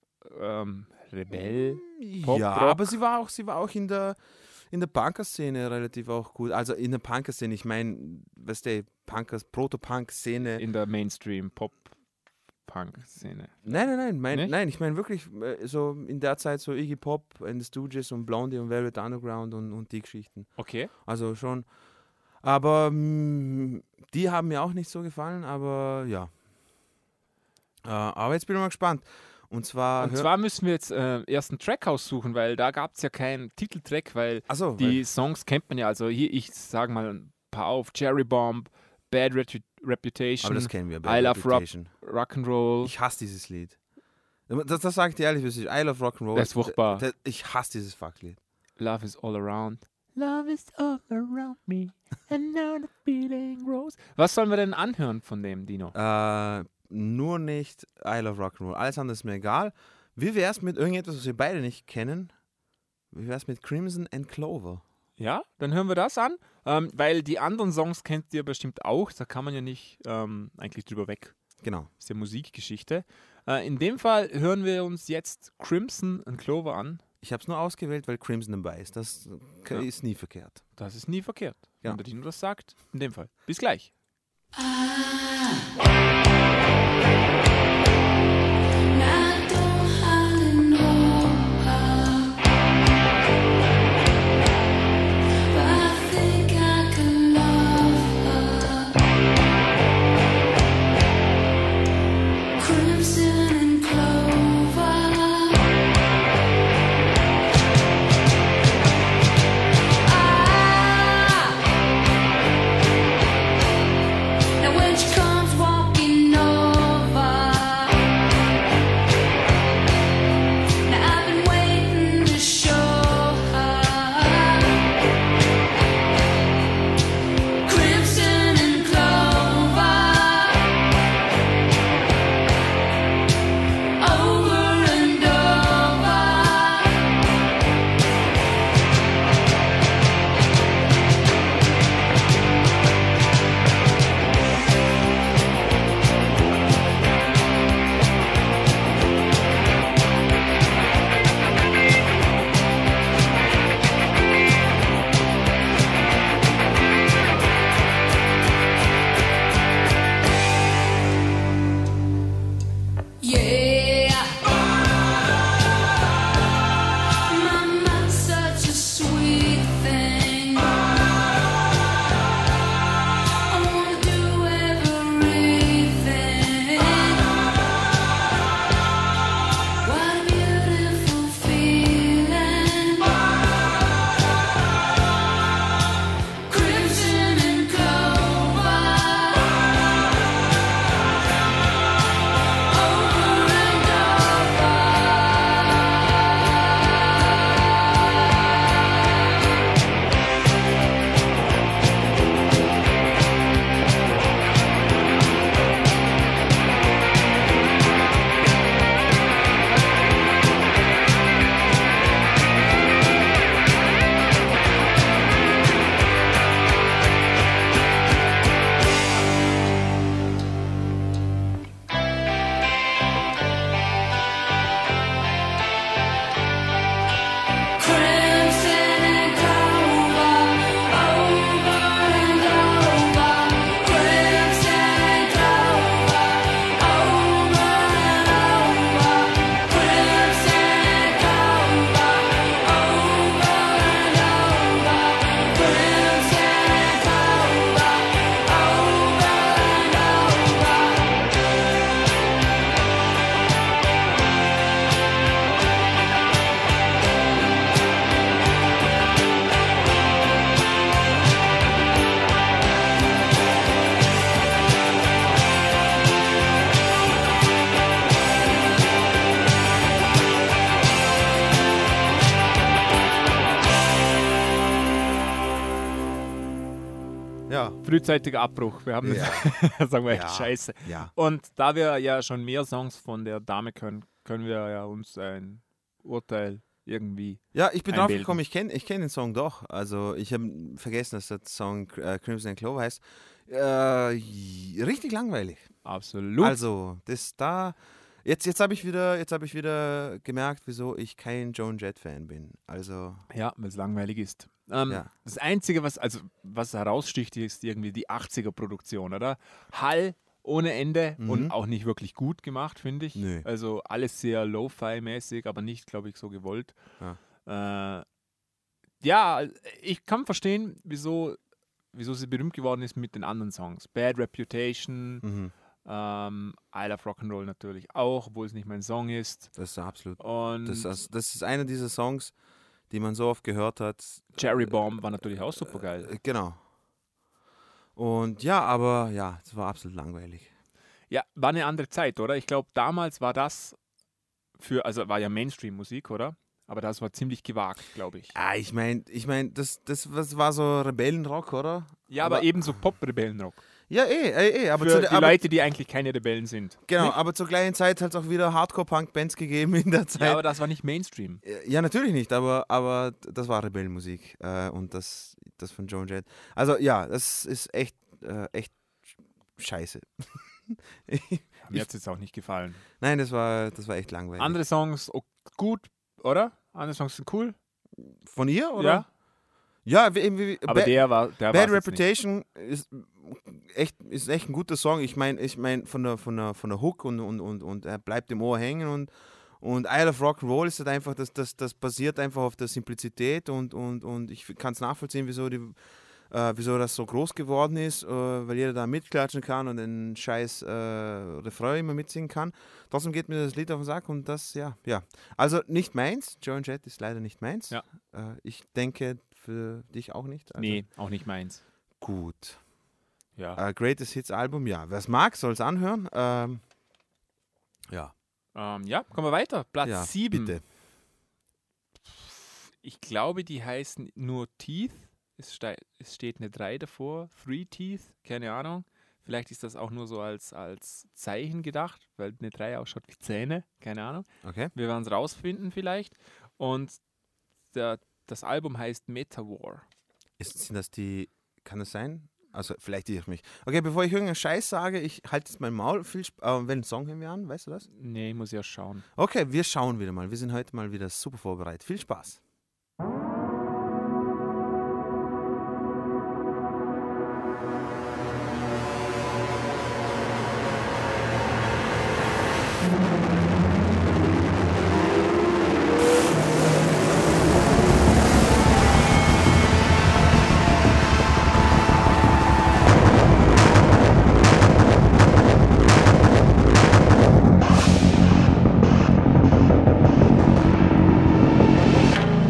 ähm, Rebell. Pop, ja, Rock. aber sie war auch, sie war auch in der, in der Punker-Szene relativ auch gut. Also in der Punker-Szene, ich meine, weißt du, Punkers, Proto-Punk-Szene. In der Mainstream Pop Punk-Szene. Nein, nein, nein, mein, Nicht? nein, ich meine wirklich äh, so in der Zeit so Iggy Pop and the Stooges und Blondie und Velvet Underground und, und die Geschichten. Okay. Also schon. Aber mh, die haben mir auch nicht so gefallen, aber ja. Äh, aber jetzt bin ich mal gespannt. Und zwar. Und zwar müssen wir jetzt äh, erst einen Track aussuchen, weil da gab es ja keinen Titeltrack, weil Achso, die Songs kennt man ja. Also hier, ich sage mal ein paar auf. Cherry Bomb, Bad Repu- Reputation, aber das kennen wir. I Bad Love Rock, Reputation. Rock'n'Roll. Ich hasse dieses Lied. Das, das sage ich dir ehrlich, das ist I Love Rock'n'Roll. Das ist furchtbar. D- d- Ich hasse dieses Fucklied. Love is all around. Love is all around me and now the feeling grows. Was sollen wir denn anhören von dem, Dino? Äh, nur nicht I Love Rock'n'Roll. Alles andere ist mir egal. Wie wär's mit irgendetwas, was wir beide nicht kennen? Wie wär's mit Crimson and Clover? Ja, dann hören wir das an, ähm, weil die anderen Songs kennt ihr bestimmt auch. Da kann man ja nicht ähm, eigentlich drüber weg. Genau. Das ist ja Musikgeschichte. Äh, in dem Fall hören wir uns jetzt Crimson and Clover an. Ich habe es nur ausgewählt, weil Crimson dabei ist. Das k- Ja. ist nie verkehrt. Das ist nie verkehrt, Ja. wenn der Dino das sagt. In dem Fall. Bis gleich. Now when she comes walking over, now I've been waiting to show her crimson and clover, over and over. Yeah, Mama's such a sweet thing. I wanna do everything. What a beautiful feeling. Crimson and clover. Over and over. Crimson and clover, over and over. Crimson and clover, over and over. Crimson and clover, over and over. Crimson and clover, over and over. Ja. Frühzeitiger Abbruch. Wir haben Ja. das, sagen wir echt Ja. scheiße. Ja. Und da wir ja schon mehr Songs von der Dame können, können wir ja uns ein Urteil irgendwie. Ja, ich bin drauf Einbilden. gekommen, ich kenne ich kenn den Song doch. Also ich habe vergessen, dass der Song äh, Crimson and Clover heißt. Äh, j- richtig langweilig. Absolut. Also, das da. Jetzt, jetzt habe ich wieder, jetzt habe ich wieder gemerkt, wieso ich kein Joan Jett-Fan bin. Also, Ja, weil es langweilig ist. Ähm, Ja. Das Einzige, was, also, was heraussticht, ist irgendwie die achtziger-Produktion, oder? Hall ohne Ende Mhm. und auch nicht wirklich gut gemacht, finde ich. Nö. Also alles sehr Lo-Fi-mäßig, aber nicht, glaube ich, so gewollt. Ja. Äh, ja, ich kann verstehen, wieso, wieso sie berühmt geworden ist mit den anderen Songs. Bad Reputation, Mhm. ähm, I Love Rock'n'Roll natürlich auch, obwohl es nicht mein Song ist. Das ist absolut. Und Das, das, das ist einer dieser Songs, die man so oft gehört hat. Cherry Bomb war natürlich auch super geil. Äh, Genau. Und ja, aber ja, es war absolut langweilig. Ja, war eine andere Zeit, oder? Ich glaube, damals war das für, also war ja Mainstream-Musik, oder? Aber das war ziemlich gewagt, glaube ich. Ah, ich meine, ich mein, das, das was war so Rebellenrock, oder? Ja, aber, aber- ebenso Pop-Rebellenrock. Ja, eh, eh, eh. Aber, Für zu, die der- aber, Leute, die eigentlich keine Rebellen sind. genau, Nicht? aber zur gleichen Zeit hat es auch wieder Hardcore-Punk-Bands gegeben in der Zeit. Ja, aber das war nicht Mainstream. Ja, natürlich nicht, aber, aber das war Rebellenmusik äh, und das, das von Joan Jett. Also ja, das ist echt, äh, echt scheiße. Mir hat es jetzt auch nicht gefallen. Nein, das war, das war echt langweilig. Andere Songs oh, gut, oder? Andere Songs sind cool. Von ihr, oder? Ja, Ja, wie, wie, aber Ba- der war der Bad war's jetzt nicht. Reputation ist echt, ist echt ein guter Song. Ich meine, ich mein, von, der, von, der, von der Hook und, und, und, und er bleibt im Ohr hängen und, und I Love Rock'n'Roll ist halt einfach, das, das, das basiert einfach auf der Simplizität und, und, und ich kann es nachvollziehen, wieso, die, äh, wieso das so groß geworden ist, äh, weil jeder da mitklatschen kann und den scheiß äh, Refrain immer mitsingen kann. Trotzdem geht mir das Lied auf den Sack und das, ja, ja. Also nicht meins, Joan Jett ist leider nicht meins. Ja. Äh, ich denke, für dich auch nicht. Also, Nee, auch nicht meins. Gut. Ja. Äh, Greatest Hits Album, ja. Wer es mag, soll es anhören. Ähm, ja. Ähm, ja, kommen wir weiter. Platz ja, sieben. Bitte. Ich glaube, die heißen nur Teeth. Es, stei- es steht eine drei davor. Three Teeth, keine Ahnung. Vielleicht ist das auch nur so als, als Zeichen gedacht, weil eine drei ausschaut wie Zähne. Keine Ahnung. Okay. Wir werden es rausfinden vielleicht. Und der, das Album heißt Meta War. Ist, sind das die, kann das sein? Also vielleicht irre ich mich. Okay, bevor ich irgendeinen Scheiß sage, ich halte jetzt mein Maul. Viel Sp äh, welchen Song hören wir an? Weißt du das? Nee, muss ja schauen. Okay, wir schauen wieder mal. Wir sind heute mal wieder super vorbereitet. Viel Spaß. Thank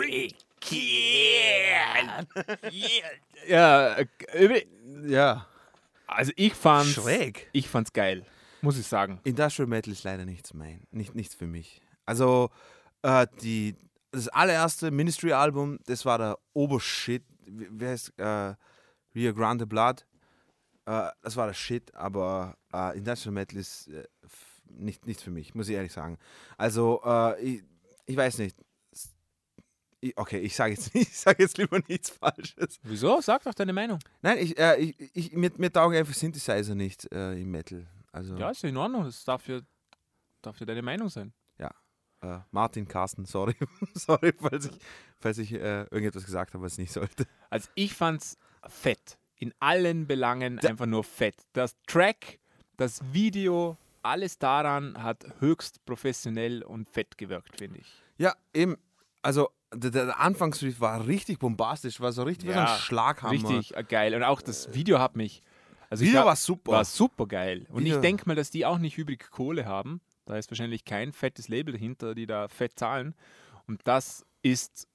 Freak. Yeah. Ja, äh, Ja, also ich fand's, schräg. ich fand's geil, muss ich sagen. Industrial Metal ist leider nichts mein, nicht, nichts für mich. Also äh, die, das allererste Ministry-Album, das war der Obershit. Wie wie heißt äh, Rio Grande Blood? Äh, das war der Shit, aber äh, Industrial Metal ist äh, f- nicht, nichts für mich, muss ich ehrlich sagen. Also äh, ich, ich weiß nicht. Ich, okay, ich sage jetzt, ich sag jetzt lieber nichts Falsches. Wieso? Sag doch deine Meinung. Nein, ich, äh, ich, ich, mir, mir taugen einfach Synthesizer nicht äh, im Metal. Also Ja, ist in Ordnung. Das darf ja, darf ja deine Meinung sein. äh, Martin, Carsten, sorry, sorry, falls ich, falls ich äh, irgendetwas gesagt habe, was ich nicht sollte. Also ich fand's fett. In allen Belangen einfach nur fett. Das Track, das Video, alles daran hat höchst professionell und fett gewirkt, finde ich. Ja, eben, also der, der Anfangsriff war richtig bombastisch, war so richtig wie so Ja, ein Schlaghammer. Richtig äh, geil. Und auch das Video hat mich. Also ich Video hab- war super. War super geil. Und Video- ich denke mal, dass die auch nicht übrig Kohle haben. Da ist wahrscheinlich kein fettes Label dahinter, die da fett zahlen. Und das ist,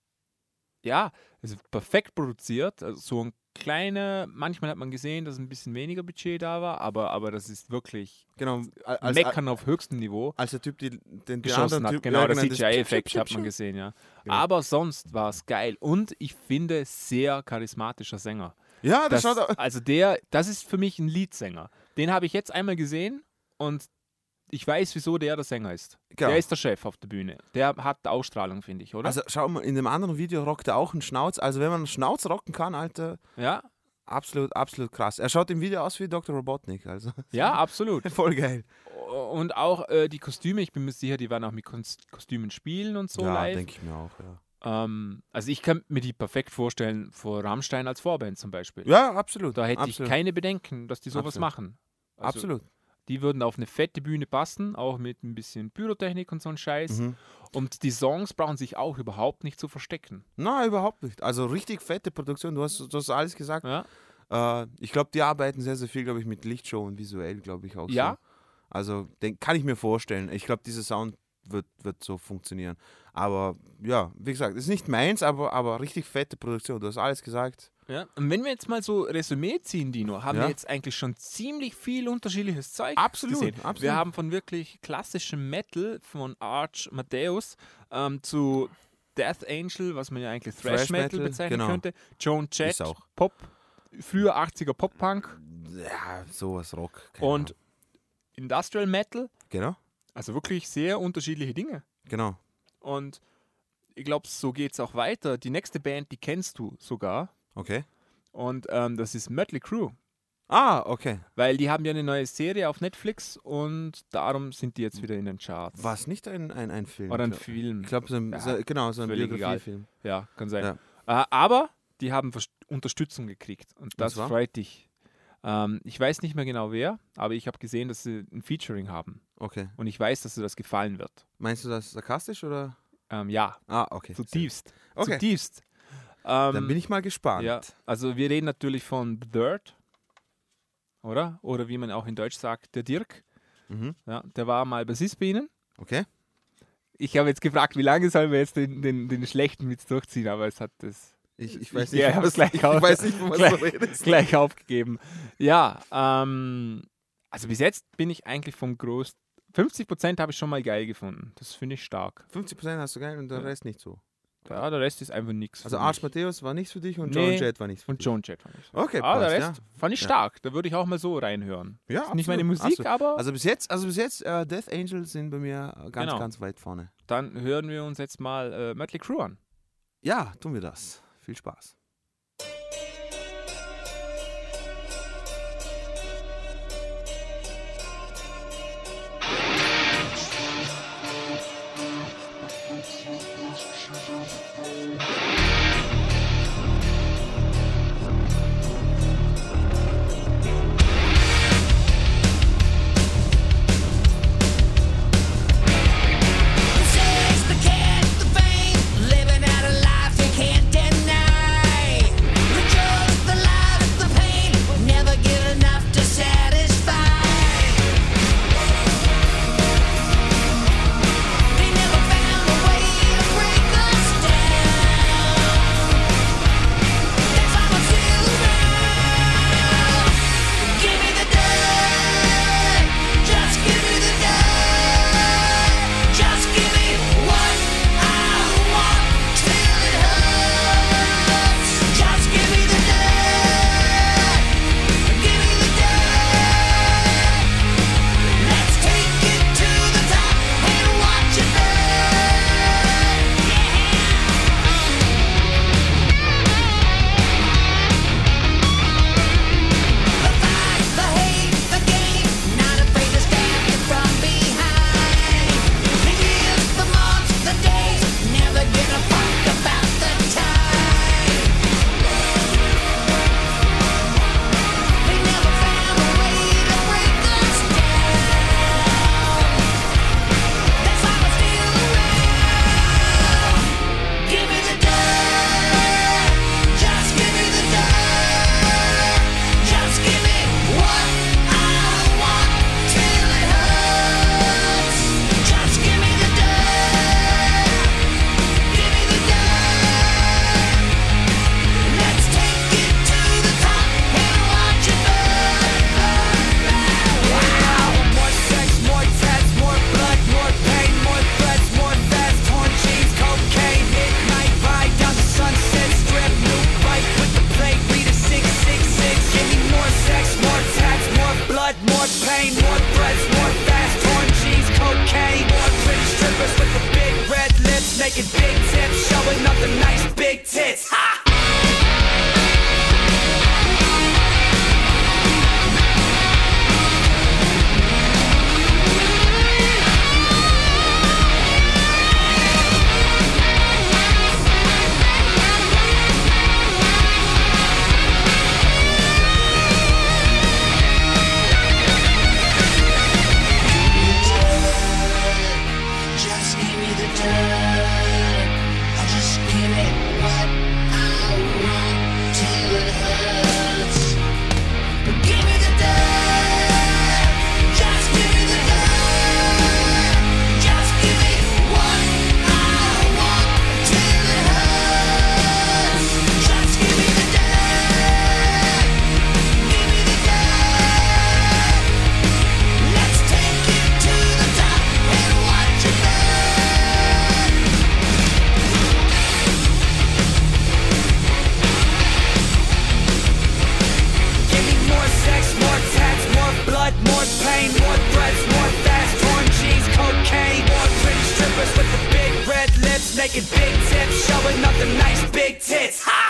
ja, es ist perfekt produziert. Also so ein kleiner, manchmal hat man gesehen, dass ein bisschen weniger Budget da war, aber, aber das ist wirklich Genau, als, Meckern auf höchstem Niveau. als der Typ die, den, den geschossen anderen hat. Typ, Genau, ja, der genau, das C G I-Effekt Chip, hat man Chip, gesehen, ja. Genau. Aber sonst war es geil. Und ich finde, sehr charismatischer Sänger. Ja, das, Das, schaut auch. also der, das ist für mich ein Leadsänger. Den habe ich jetzt einmal gesehen und ich weiß, wieso der der Sänger ist. Genau. Der ist der Chef auf der Bühne. Der hat Ausstrahlung, finde ich, oder? Also schau mal, in dem anderen Video rockt er auch einen Schnauz. Also wenn man einen Schnauz rocken kann, Alter, ja, absolut, absolut krass. Er schaut im Video aus wie Doktor Robotnik, also ja, absolut. voll geil. Und auch äh, die Kostüme, ich bin mir sicher, die werden auch mit Kons- Kostümen spielen und so ja, live. denke ich mir auch, ja. Ähm, also ich kann mir die perfekt vorstellen vor Rammstein als Vorband zum Beispiel. Ja, absolut. Da hätte absolut. ich keine Bedenken, dass die sowas Absolut. machen. Also Absolut. Die würden auf eine fette Bühne passen, auch mit ein bisschen Pyrotechnik und so ein Scheiß. Mhm. Und die Songs brauchen sich auch überhaupt nicht zu verstecken. Nein, überhaupt nicht. Also richtig fette Produktion, du hast, du hast alles gesagt. Ja, Äh, ich glaube, die arbeiten sehr, sehr viel, glaube ich, mit Lichtshow und visuell, glaube ich auch Ja. so. Also den kann ich mir vorstellen. Ich glaube, dieser Sound wird, wird so funktionieren. Aber ja, wie gesagt, ist nicht meins, aber, aber richtig fette Produktion. Du hast alles gesagt. ja. Und wenn wir jetzt mal so Resümee ziehen, Dino, haben Ja. wir jetzt eigentlich schon ziemlich viel unterschiedliches Zeug Absolut, gesehen. absolut. Wir haben von wirklich klassischem Metal von Arch Matthäus ähm, zu Death Angel, was man ja eigentlich Thrash, Thrash Metal Metal, bezeichnen genau. könnte. Joan Jett, Ist auch. Pop, früher achtziger Pop-Punk Ja, sowas Rock. keine und Industrial Metal. Ahnung. Genau, Also wirklich sehr unterschiedliche Dinge. genau. Und ich glaube, so geht es auch weiter. Die nächste Band, die kennst du sogar. Okay. Und ähm, das ist Mötley Crüe. Ah, okay. Weil die haben ja eine neue Serie auf Netflix und darum sind die jetzt wieder in den Charts. War es nicht ein, ein, ein Film? Oder ein Ich glaub- Film. Ich glaube, so ein, Ja, so, genau, so ein völlig egal. Biografiefilm. Ja, kann sein. Ja. Äh, aber die haben Vers- Unterstützung gekriegt und das zwar? freut dich. Ähm, ich weiß nicht mehr genau wer, aber ich habe gesehen, dass sie ein Featuring haben. Okay. Und ich weiß, dass dir das gefallen wird. Meinst du das sarkastisch oder? Ähm, ja, Ah, okay. zutiefst. Okay. Zutiefst. Ähm, Dann bin ich mal gespannt. Ja, also wir reden natürlich von The Dirt, oder? Oder wie man auch in Deutsch sagt, der Dirk. Mhm. Ja, der war mal Bassist bei Ihnen. Okay. Ich habe jetzt gefragt, wie lange sollen wir jetzt den, den, den schlechten Witz durchziehen, aber es hat das Ich, ich weiß Ich- ja, nicht, ich hab's was, gleich ich auf- weiß nicht, von was gleich- du redest. gleich aufgegeben. Ja, ähm, also bis jetzt bin ich eigentlich vom Groß... fünfzig Prozent habe ich schon mal geil gefunden. Das finde ich stark. fünfzig Prozent hast du geil und der Ja. Rest nicht so. Ja, der Rest ist einfach nichts. Also für Arch mich. Matthäus war nichts für dich und Nee. Joan Jett war nichts für Und dich. Joan Jett fand ich. Okay, Ah, der passt, Rest fand ich Ja. stark. Da würde ich auch mal so reinhören. Ja, Ist nicht meine absolut, Musik, absolut. aber Also bis jetzt, also bis jetzt äh, Death Angels sind bei mir äh, ganz, Genau. ganz weit vorne. dann hören wir uns jetzt mal äh, Mötley Crüe an. Ja, tun wir das. Viel Spaß. Says the cat, the fame, living out a life you can't deny. The drugs, the lies, the pain, never get enough to satisfy. They never found a way to break us down. naked big tips, showing up the nice big tits. Ha!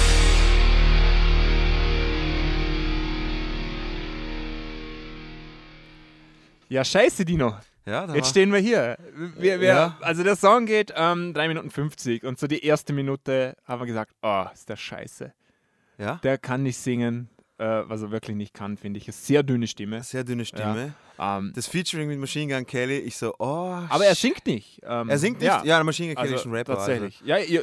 Ja, scheiße, Dino. Ja, da Jetzt war- stehen wir hier. Wir, wir, Ja. Also der Song geht ähm, drei Minuten fünfzig und so die erste Minute haben wir gesagt, oh, ist der scheiße. Ja? Der kann nicht singen, äh, was er wirklich nicht kann, finde ich. Ist sehr dünne Stimme. Sehr dünne Stimme. Ähm, Das Featuring mit Machine Gun Kelly, ich so, oh. aber er singt nicht. Ähm, Er singt nicht? Ja, Ja, der Machine Gun Kelly also, ist ein Rapper. tatsächlich. Ja, ja,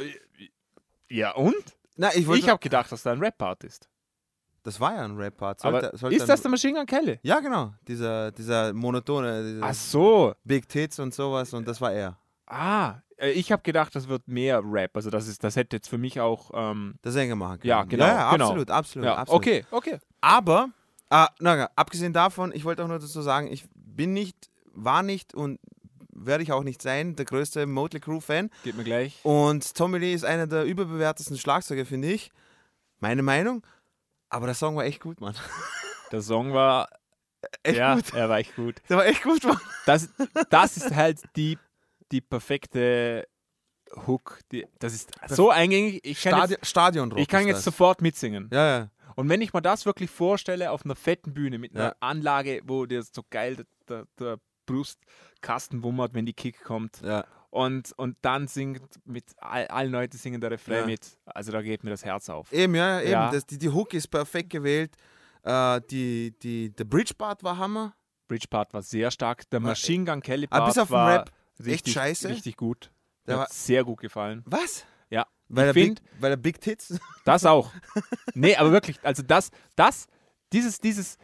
ja, und? Also. Na, ich wollte. Ich habe gedacht, dass da ein Rap-Part ist. Das war ja ein Rap-Part. Aber Sollte- sollte ist ein- das der Machine Gun Kelly? Ja, genau. Dieser, dieser monotone, dieser Ach so. Big Tits und sowas und das war er. Ah, äh, ich habe gedacht, das wird mehr Rap. Also das ist, das hätte jetzt für mich auch. Ähm, Das Sänger machen können. Ja, genau, Ja, ja, genau. absolut, absolut, ja, absolut. okay, okay. Aber, ah, na, abgesehen davon, ich wollte auch nur dazu sagen, ich bin nicht, war nicht und werde ich auch nicht sein, der größte Motley Crue-Fan. Geht mir gleich. Und Tommy Lee ist einer der überbewertesten Schlagzeuger, finde ich. Meine Meinung. Aber der Song war echt gut, Mann. Der Song war. Echt ja, gut. er war echt gut. Der war echt gut, Mann. Das, das ist halt die, die perfekte Hook. Die, das ist so eingängig. Ich kann, Stadi jetzt, Stadionrock ich kann ist jetzt das. sofort mitsingen. Ja, ja. Und wenn ich mir das wirklich vorstelle auf einer fetten Bühne mit einer Ja. Anlage, wo dir so geil der, der, der Brustkasten wummert, wenn die Kick kommt. ja. Und, und dann singt mit all, allen Leuten singen der Refrain Ja. mit. Also da geht mir das Herz auf. Eben, ja, eben. Ja. Das, die, die Hook ist perfekt gewählt. Äh, die, die, der Bridge-Part war Hammer. Bridge Part war sehr stark. Der Machine Gun Kelly Ah, Part bis auf den war Rap richtig, echt scheiße. richtig gut. Der Der war- hat sehr gut gefallen. Was? Ja, Weil, ich er finde, Big, weil er Big Tits. das auch. Nee, aber wirklich, also das, das, dieses, dieses,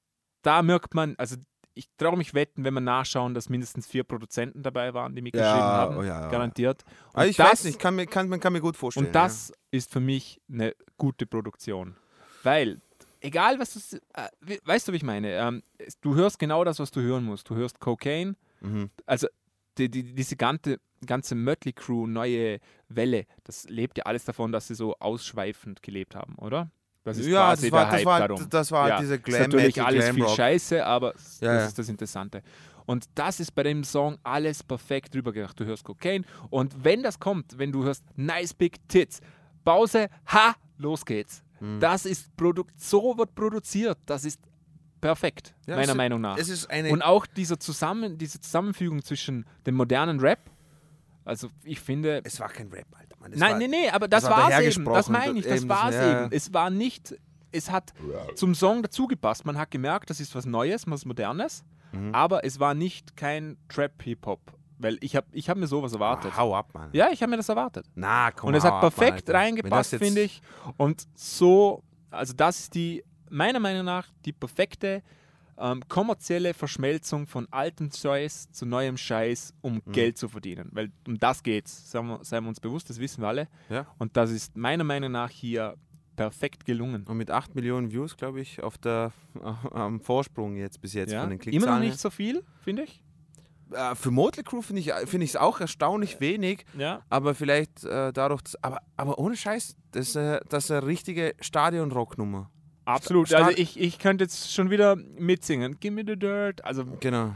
da merkt man, also ich traue mich wetten, wenn wir nachschauen, dass mindestens vier Produzenten dabei waren, die mitgeschrieben Ja, haben. oh ja, ja. Garantiert. Und Aber ich das, weiß nicht, kann mir, kann, man kann mir gut vorstellen. Und das ist für mich eine gute Produktion. Weil, egal was du, s- äh, we- weißt du, wie ich meine? Ähm, es- du hörst genau das, was du hören musst. Du hörst Cocaine, ja. Mhm. also die, die, diese ganze, ganze Mötley Crew, neue Welle, das lebt ja alles davon, dass sie so ausschweifend gelebt haben, oder? Das ist Ja, quasi das war, der das Hype war, darum. das war Ja, diese ist Glam natürlich Metal, alles Glam viel Rock. Scheiße, aber s- Ja, das ja. ist das Interessante. Und das ist bei dem Song alles perfekt drüber gedacht. Du hörst Cocaine und wenn das kommt, wenn du hörst Nice Big Tits, Pause, ha, los geht's. Hm. Das ist Produkt, so wird produziert. Das ist perfekt, Ja, meiner es, Meinung nach. Es ist eine. Und auch dieser Zusammen, diese Zusammenfügung zwischen dem modernen Rap, also ich finde, es war kein Rap, Alter. Mann. Es nein, war, nee, nee, aber das, das war war es eben. dahergesprochen. Das meine ich, das Eben, war es ja, ja. eben. Es war nicht, es hat zum Song dazugepasst. Man hat gemerkt, das ist was Neues, was Modernes, Mhm. aber es war nicht kein Trap-Hip-Hop, weil ich habe ich hab mir sowas erwartet. Ah, hau ab, Mann. Ja, ich habe mir das erwartet. Na, komm Und es hau hat ab, Mann, perfekt Alter. Wenn reingepasst, das jetzt- finde ich. Und so, also das ist die, meiner Meinung nach, die perfekte ähm, kommerzielle Verschmelzung von altem Scheiß zu neuem Scheiß, um Mhm. Geld zu verdienen. Weil um das geht's, seien wir, seien wir uns bewusst, das wissen wir alle. Ja. Und das ist meiner Meinung nach hier perfekt gelungen. Und mit acht Millionen Views, glaube ich, auf der, am Vorsprung jetzt bis jetzt Ja? von den Immer noch Klickzahlen. nicht so viel, finde ich. Äh, für Motley Crue finde ich es find auch erstaunlich wenig, Ja. aber vielleicht äh, dadurch, dass- aber, aber ohne Scheiß, das, ist, äh, das ist eine richtige Stadion-Rocknummer. Absolut. Stark- Also ich, ich könnte jetzt schon wieder mitsingen. Give me the dirt. Also Genau.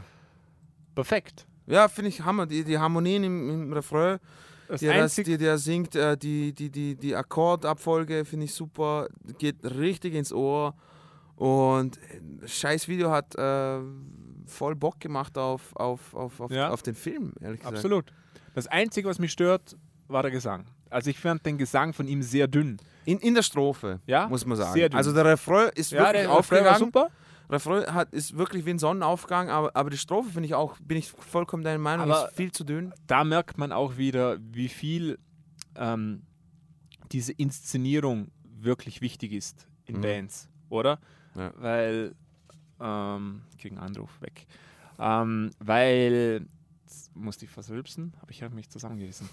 perfekt. Ja, finde ich Hammer. Die, die Harmonien im, im Refrain, Das die, er das, einzige, die der singt, äh, die, die, die, die Akkordabfolge finde ich super, geht richtig ins Ohr. Und äh, scheiß Video hat äh, voll Bock gemacht auf, auf, auf, auf, Ja. auf den Film, ehrlich gesagt. absolut. Das Einzige, was mich stört, war der Gesang. Also ich fand den Gesang von ihm sehr dünn. In, in der Strophe, Ja, muss man sagen. sehr dünn. Also der Refrain ist Ja, wirklich der Refrain war aufgegangen. super. Refrain hat, ist wirklich wie ein Sonnenaufgang, aber, aber die Strophe finde ich auch, bin ich vollkommen deiner Meinung, Aber- ist viel zu dünn. Da merkt man auch wieder, wie viel ähm, diese Inszenierung wirklich wichtig ist in Mhm. Bands, oder? Ja. Weil, ähm, ich krieg einen Anruf weg. Ähm, weil, jetzt musste ich versilbsen, aber ich habe mich zusammengerissen.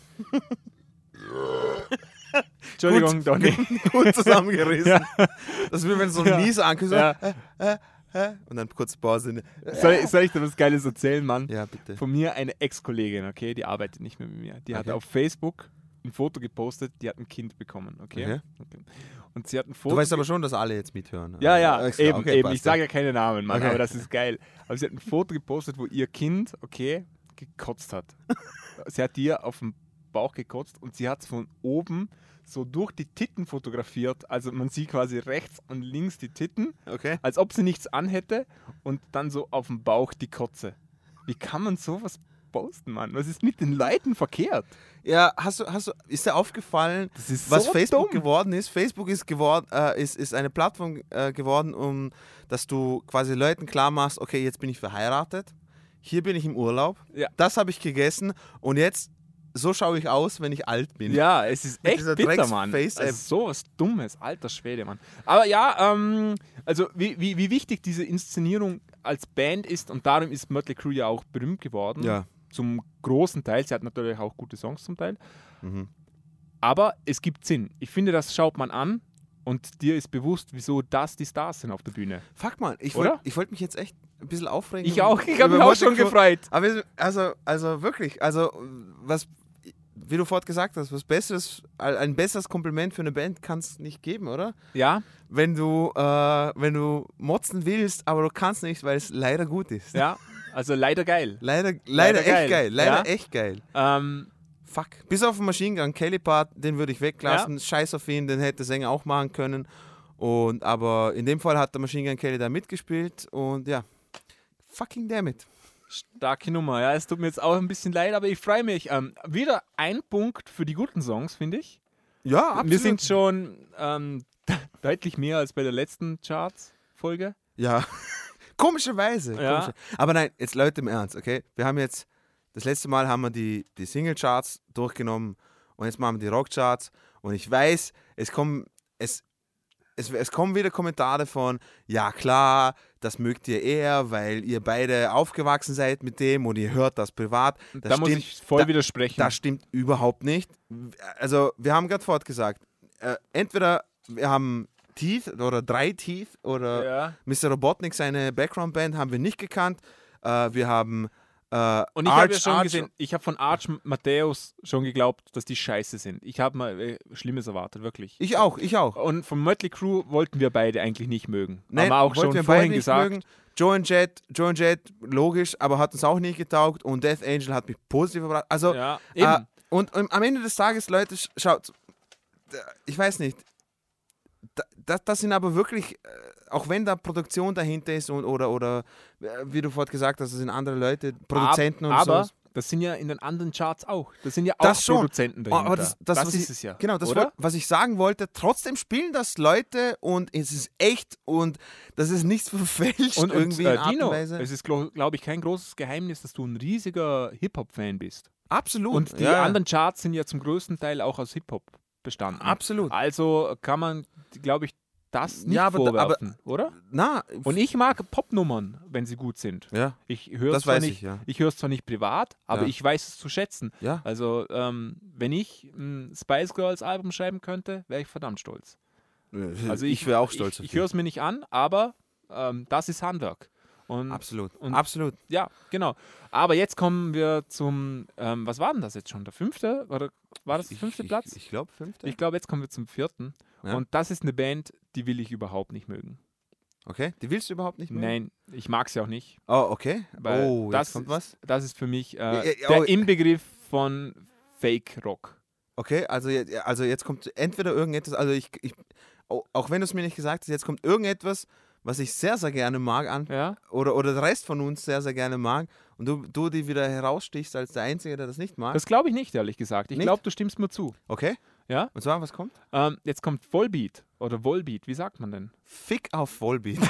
Entschuldigung, Donny. Gut zusammengerissen. Ja. Das ist wie wenn so ein Ja. Nies ankündigt. Ja. Äh, äh, äh, und dann kurz Pause. Soll, ich- soll ich dir was Geiles erzählen, Mann? Ja, bitte. Von mir eine Ex-Kollegin, okay, die arbeitet nicht mehr mit mir. Die hat Okay. auf Facebook ein Foto gepostet, die hat ein Kind bekommen, okay? Okay. okay. Und sie hat ein Foto. Du weißt aber ge- schon, dass alle jetzt mithören. Ja, ja, Also, extra. eben, Okay, eben. passt, Ich sage ja keine Namen, Mann, Okay. aber das ist geil. Aber sie hat ein Foto gepostet, wo ihr Kind, okay, gekotzt hat. Sie hat dir auf dem Bauch gekotzt und sie hat es von oben so durch die Titten fotografiert. Also man sieht quasi rechts und links die Titten, Okay. als ob sie nichts anhätte und dann so auf dem Bauch die Kotze. Wie kann man sowas posten, Mann? Was ist mit den Leuten verkehrt? Ja, hast du, hast du, ist dir aufgefallen, Das ist was so Facebook dumm. geworden ist? Facebook ist geworden, äh, ist, ist eine Plattform äh, geworden, um dass du quasi Leuten klar machst, okay, jetzt bin ich verheiratet, hier bin ich im Urlaub, Ja. das habe ich gegessen und jetzt so schaue ich aus, wenn ich alt bin. Ja, es ist Mit echt dieser bitter, Drecks- Mann. Face-App. Also sowas Dummes, alter Schwede, Mann. Aber ja, ähm, also wie, wie, wie wichtig diese Inszenierung als Band ist und darum ist Mötley Crüe ja auch berühmt geworden. Ja. Zum großen Teil. Sie hat natürlich auch gute Songs zum Teil. Mhm. Aber es gibt Sinn. Ich finde, das schaut man an und dir ist bewusst, wieso das die Stars sind auf der Bühne. Fuck mal, ich Oder? wollte ich wollt mich jetzt echt ein bisschen aufregen. Ich auch, ich habe über mich auch Mötley schon Crüe. gefreut. Aber es- also, also wirklich, also was, wie du vorhin gesagt hast, was Besseres, ein besseres Kompliment für eine Band kann es nicht geben, oder? Ja, Wenn du, äh, wenn du motzen willst, aber du kannst nicht, weil es leider gut ist. ja, also leider geil. Leider, leider, Leider echt geil. geil. Leider Ja. echt geil. Ähm, Fuck. Bis auf den Machine Gun Kelly Part, den würde ich weglassen. Scheiß auf ihn, den hätte der Sänger auch machen können. Und, aber in dem Fall hat der Machine Gun Kelly da mitgespielt und ja. Fucking damn it. Starke Nummer, ja. Es tut mir jetzt auch ein bisschen leid, aber ich freue mich. Ähm, wieder ein Punkt für die guten Songs, finde ich. Ja, absolut. Wir sind schon ähm, deutlich mehr als bei der letzten Charts-Folge. Ja. Komischerweise. Ja. Komische. Aber nein, jetzt Leute im Ernst, okay? Wir haben jetzt, das letzte Mal haben wir die, die Single-Charts durchgenommen und jetzt machen wir die Rock-Charts und ich weiß, es kommen, es, es, es kommen wieder Kommentare von, ja klar, das mögt ihr eher, weil ihr beide aufgewachsen seid mit dem und ihr hört das privat. Das da muss stimmt, ich voll da- widersprechen. Das stimmt überhaupt nicht. Also, wir haben gerade fortgesagt, äh, entweder wir haben Teeth oder drei Teeth oder ja. Mister Robotnik, seine Background-Band, haben wir nicht gekannt. Äh, wir haben äh, Und ich habe ja Arch- schon Arch- gesehen, ich habe von Arch Matthäus schon geglaubt, dass die scheiße sind. Ich habe mal äh, Schlimmes erwartet, wirklich. Ich auch, ich auch. Und von Mötley Crüe wollten wir beide eigentlich nicht mögen. Nein, haben wir auch wollten schon wir vorhin beide nicht gesagt. mögen. Joe and Jet, Joe and Jet, logisch, aber hat uns auch nicht getaugt und Death Angel hat mich positiv überrascht. Also, Ja, äh, eben. und, und am Ende des Tages, Leute, sch- schaut, ich weiß nicht, da- das, das sind aber wirklich, äh, auch wenn da Produktion dahinter ist und, oder, oder äh, wie du vorhin gesagt hast, das sind andere Leute, Produzenten Ab, und aber so. das sind ja in den anderen Charts auch. Das sind ja auch Das schon. Produzenten dahinter. Aber das, das, was ist ich, es ja. Genau, das, oder? woll- was ich sagen wollte, trotzdem spielen das Leute und es ist echt und das ist nichts verfälscht Und, und irgendwie äh, in Art Dino, und Weise. es ist, glaube ich, kein großes Geheimnis, dass du ein riesiger Hip-Hop-Fan bist. Absolut. Und die ja, anderen Charts sind ja zum größten Teil auch aus Hip-Hop bestanden. Absolut. Also kann man, glaube ich, das nicht Ja, aber- vorwerfen, oder? Na, Und ich mag Popnummern, wenn sie gut sind. ja, Ich höre es das zwar, weiß nicht- ich, ja. ich hör's zwar nicht privat, aber Ja. ich weiß es zu schätzen. Ja. Also, ähm, wenn ich ein Spice Girls Album schreiben könnte, wäre ich verdammt stolz. Also ich wäre auch stolz Ich, auf ich dich. höre es mir nicht an, aber ähm, das ist Handwerk. Und Absolut. und- Absolut. ja, genau. Aber jetzt kommen wir zum, ähm, was war denn das jetzt schon? Der fünfte? Oder war das der fünfte ich, Platz? Ich, ich glaube, fünfte. Ich glaube, jetzt kommen wir zum vierten. Ja. Und das ist eine Band, die will ich überhaupt nicht mögen. Okay, die willst du überhaupt nicht mehr? Nein, ich mag sie auch nicht. Oh, okay. Weil oh, das jetzt kommt ist, was. Das ist für mich äh, Ja, ja, der oh. Inbegriff von Fake Rock. Okay, also jetzt, also jetzt kommt entweder irgendetwas, also ich, ich au- auch wenn du es mir nicht gesagt hast, jetzt kommt irgendetwas, was ich sehr, sehr gerne mag an, Ja? oder, oder der Rest von uns sehr, sehr gerne mag und du, du die wieder herausstichst als der Einzige, der das nicht mag. Das glaube ich nicht, ehrlich gesagt. Ich Nicht? glaube, du stimmst mir zu. Okay, Ja? und zwar, was kommt? Ähm, jetzt kommt Vollbeat oder Volbeat. Wie sagt man denn? Fick auf Vollbeat.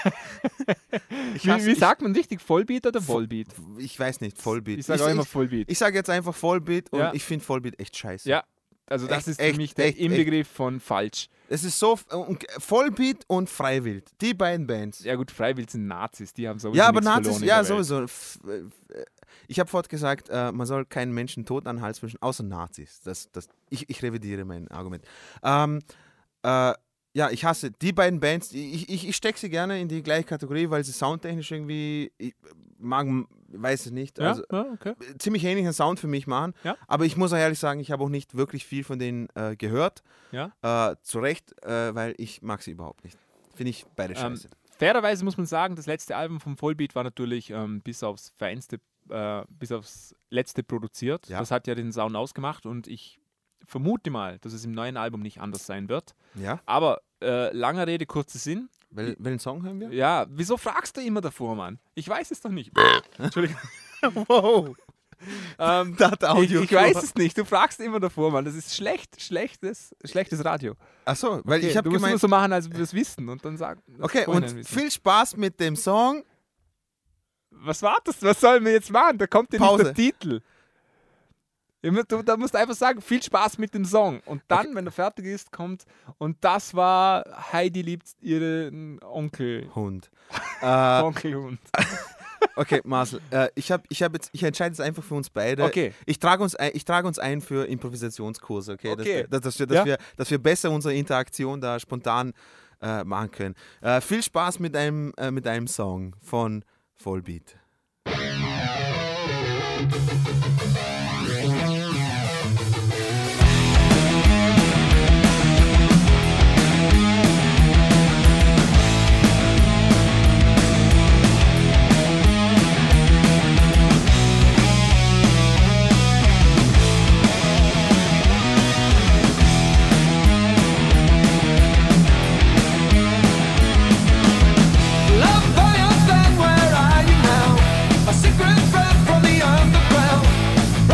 ich, Wie, hasse- wie ich, sagt man richtig? Vollbeat oder Volbeat? ich weiß nicht, Vollbeat. Ich sage auch immer ich, Vollbeat. ich sage jetzt einfach Vollbeat und Ja. ich finde Vollbeat echt scheiße. Ja, also das Echt, ist echt, für mich der echt, Inbegriff von falsch. Es ist so, und Vollbeat und Freiwild, die beiden Bands. Ja gut, Freiwild sind Nazis, die haben sowieso Ja, aber nichts Nazis, verloren in ja, der Welt. sowieso. F- äh, Ich habe vorhin gesagt, äh, man soll keinen Menschen tot an den Hals wischen, außer Nazis. Das, das, ich, ich revidiere mein Argument. Ähm, äh, ja, ich hasse die beiden Bands. Ich, ich, ich stecke sie gerne in die gleiche Kategorie, weil sie soundtechnisch irgendwie, ich mag, weiß es nicht, Ja, also ja, okay. ziemlich ähnlichen Sound für mich machen. Ja. Aber ich muss auch ehrlich sagen, ich habe auch nicht wirklich viel von denen äh, gehört. Ja. Äh, zu Recht, äh, weil ich mag sie überhaupt nicht. Finde ich beide Ähm, scheiße. Fairerweise muss man sagen, das letzte Album vom Vollbeat war natürlich ähm, bis aufs Feinste äh, bis aufs Letzte produziert. Ja. Das hat ja den Sound ausgemacht und ich vermute mal, dass es im neuen Album nicht anders sein wird. Ja. Aber äh, langer Rede, kurzer Sinn. Wel welchen Song hören wir? Ja, wieso fragst du immer davor, Mann? Ich weiß es doch nicht. Entschuldigung. Wow. Ähm, Da hat der ich, Audio ich weiß es nicht. Du fragst immer davor, Mann. Das ist schlecht, schlechtes, schlechtes Radio. Achso, weil Okay, ich habe du musst immer gemeint. so machen, als wir es wissen und dann sagen. Okay, vorhin und wissen. viel Spaß mit dem Song. Was wartest du? Was sollen wir jetzt machen? Da kommt ja nicht Pause. der Titel. Ihr müsst- Du, da musst du einfach sagen, viel Spaß mit dem Song. Und dann, wenn er fertig ist, kommt. Und das war Heidi liebt ihren Onkel. Hund. äh, Onkelhund. okay, Marcel, äh, ich, hab, ich, hab jetzt, ich entscheide jetzt einfach für uns beide. Okay. Ich trage uns, ein, ich trage uns ein für Improvisationskurse, okay? Okay. Dass, dass, dass, wir, dass, Ja. wir, dass wir besser unsere Interaktion da spontan äh, machen können. Äh, viel Spaß mit einem, äh, mit einem Song von Vollbeat. Love for your fan, where are you now? A secret friend from the underground.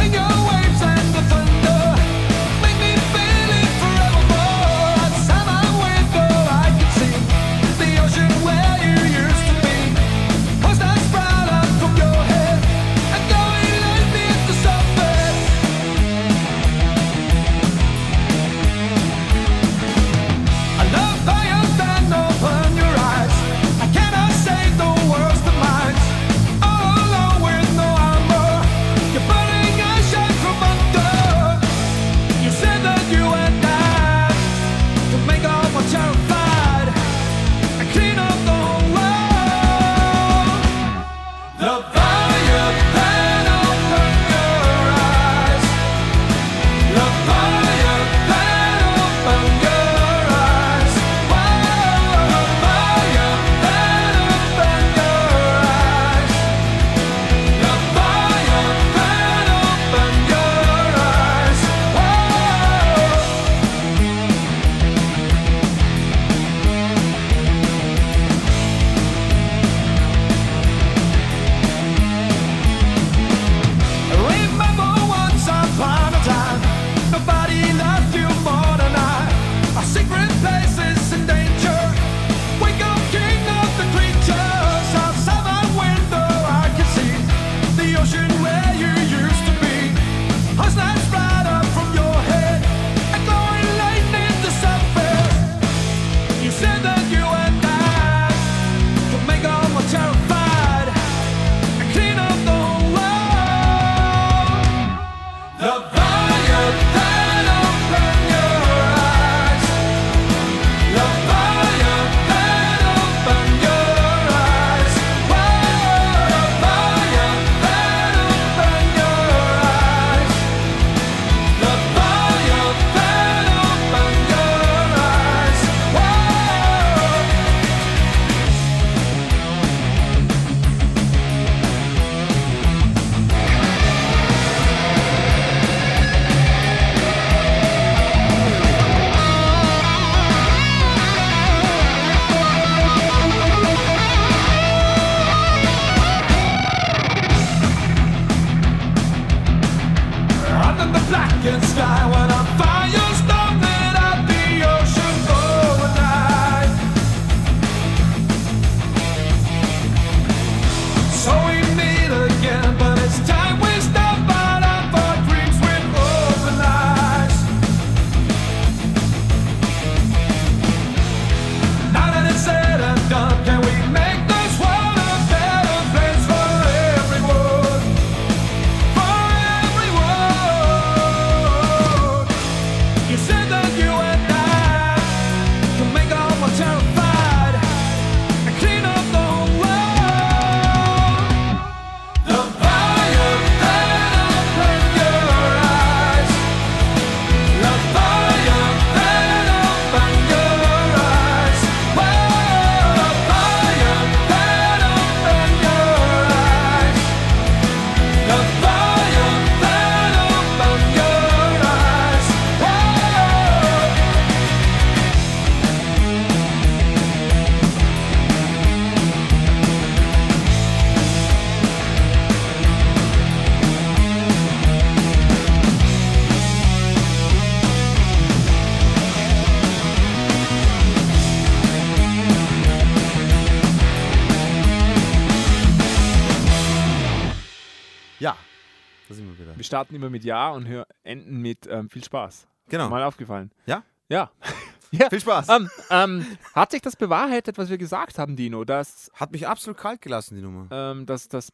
Wir starten immer mit Ja und hör, enden mit ähm, viel Spaß. Genau. Mal aufgefallen. Ja? Ja. ja. Viel Spaß. Ähm, ähm, hat sich das bewahrheitet, was wir gesagt haben, Dino, dass, Hat mich absolut kalt gelassen, die Nummer. ähm, dass das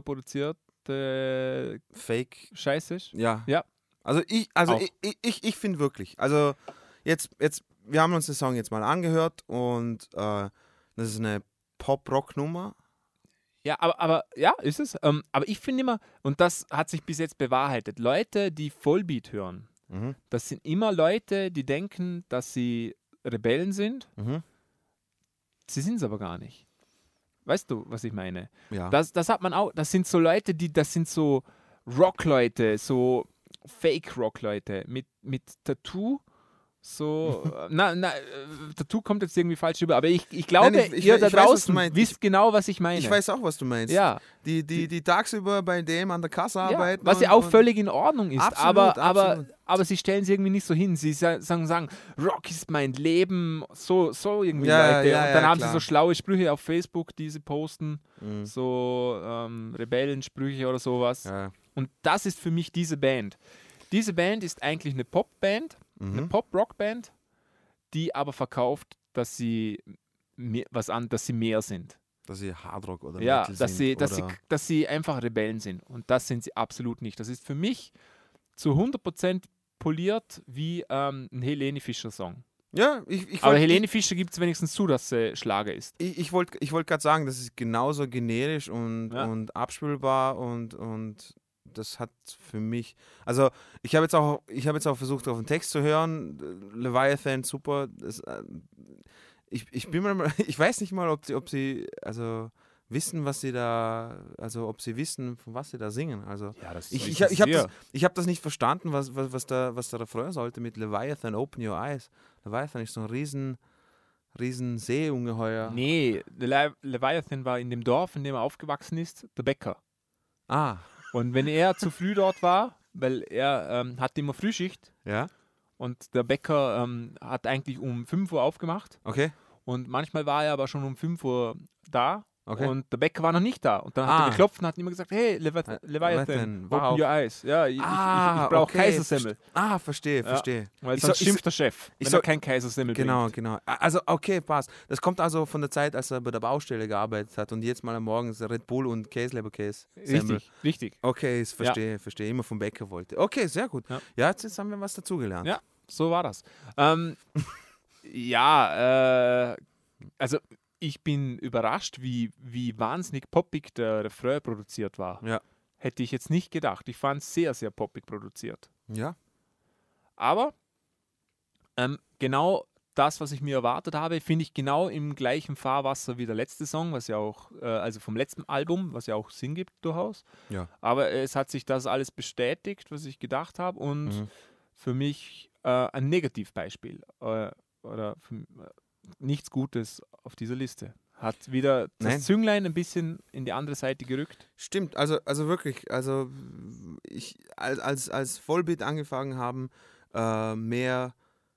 überproduzierte Fake. Scheiß ist? Ja. Ja. Also ich, also Auch. ich, ich, ich, ich finde wirklich, also jetzt, jetzt, wir haben uns den Song jetzt mal angehört und äh, das ist eine Pop-Rock-Nummer. Ja, aber, aber ja, ist es. Ähm, aber ich finde immer, und das hat sich bis jetzt bewahrheitet, Leute, die Vollbeat hören, Mhm. das sind immer Leute, die denken, dass sie Rebellen sind. Mhm. Sie sind es aber gar nicht. Weißt du, was ich meine? Ja. Das, das hat man auch, das sind so Leute, die, das sind so Rock-Leute, so Fake-Rock-Leute mit, mit Tattoo. So, äh, na, na, äh, Tattoo kommt jetzt irgendwie falsch rüber, aber ich, ich glaube, Nein, ich- ich- ihr ich da weiß, was du draußen meinst. wisst genau, was ich meine. Ich weiß auch, was du meinst. Ja, Die, die, die tagsüber bei dem an der Kasse ja, arbeiten. was ja und- auch und- völlig in Ordnung ist, Absolut, aber, aber, absolut. aber sie stellen sie irgendwie nicht so hin. Sie sa- sagen, sagen Rock ist mein Leben, so, so irgendwie Ja, Leute. ja, und dann ja, haben klar. sie so schlaue Sprüche auf Facebook, die sie posten, Mhm. so ähm, Rebellensprüche oder sowas. Ja. Und das ist für mich diese Band. Diese Band ist eigentlich eine Popband, eine Mhm. Pop-Rock-Band, die aber verkauft, dass sie mehr, was an, dass sie mehr sind. Dass sie Hardrock oder Ja, Metal dass sind. sie, dass, sie, oder dass sie einfach Rebellen sind. Und das sind sie absolut nicht. Das ist für mich zu hundert Prozent poliert wie ähm, ein Helene Fischer-Song. ja, ich, ich Aber wollt- Helene Fischer gibt es wenigstens zu, dass sie Schlager ist. Ich, ich wollte ich wollt gerade sagen, das ist genauso generisch und, Ja. und abspielbar und, und das hat für mich, also ich habe jetzt auch, ich habe jetzt auch versucht, auf den Text zu hören. Leviathan, super. Das, äh, ich, ich bin mal, ich weiß nicht mal, ob sie, ob sie, also wissen, was sie da, also ob sie wissen, von was sie da singen. Also Ja, das ich, ich, ich habe das, ich hab das nicht verstanden, was, was, was, da, was der Refrain sollte mit Leviathan, open your eyes. Leviathan ist so ein riesen, riesen Seeungeheuer. Nee, Le Leviathan war in dem Dorf, in dem er aufgewachsen ist, der Bäcker. Ah, Und wenn er zu früh dort war, weil er ähm, hatte immer Frühschicht ja, und der Bäcker ähm, hat eigentlich um fünf Uhr aufgemacht okay. und manchmal war er aber schon um fünf Uhr da. Okay. Und der Bäcker war noch nicht da. Und dann hat Ah. er geklopft und hat immer gesagt, hey, Leviath Äh, Leviathan, Leviathan, open war auf. your eyes. Ja, ich, Ah, ich, ich, ich brauche okay, Kaisersemmel. Ah, verstehe, Ja. verstehe. Weil Ich sonst soll- ich schimpft der Chef, wenn soll- er kein Kaisersemmel Genau, bringt. genau. Also, okay, passt. Das kommt also von der Zeit, als er bei der Baustelle gearbeitet hat und jetzt mal am Morgen ist Red Bull und Käseleberkäse. Semmel. Richtig, richtig. Okay, ich verstehe, verstehe. Immer vom Bäcker wollte. Okay, sehr gut. Ja. Ja, jetzt, jetzt haben wir was dazugelernt. Ja. So war das. Ähm, ja, äh, also ich bin überrascht, wie, wie wahnsinnig poppig der Refrain produziert war. Ja. Hätte ich jetzt nicht gedacht. Ich fand es sehr, sehr poppig produziert. Ja. Aber ähm, genau das, was ich mir erwartet habe, finde ich genau im gleichen Fahrwasser wie der letzte Song, was ja auch, äh, also vom letzten Album, was ja auch Sinn gibt durchaus. Ja. Aber es hat sich das alles bestätigt, was ich gedacht habe und Mhm. für mich äh, ein Negativbeispiel äh, oder für, äh, nichts Gutes auf dieser Liste. Hat wieder das Nein. Zünglein ein bisschen in die andere Seite gerückt. Stimmt, also, also wirklich, also ich, als, als, als Vollbeat angefangen haben, äh, mehr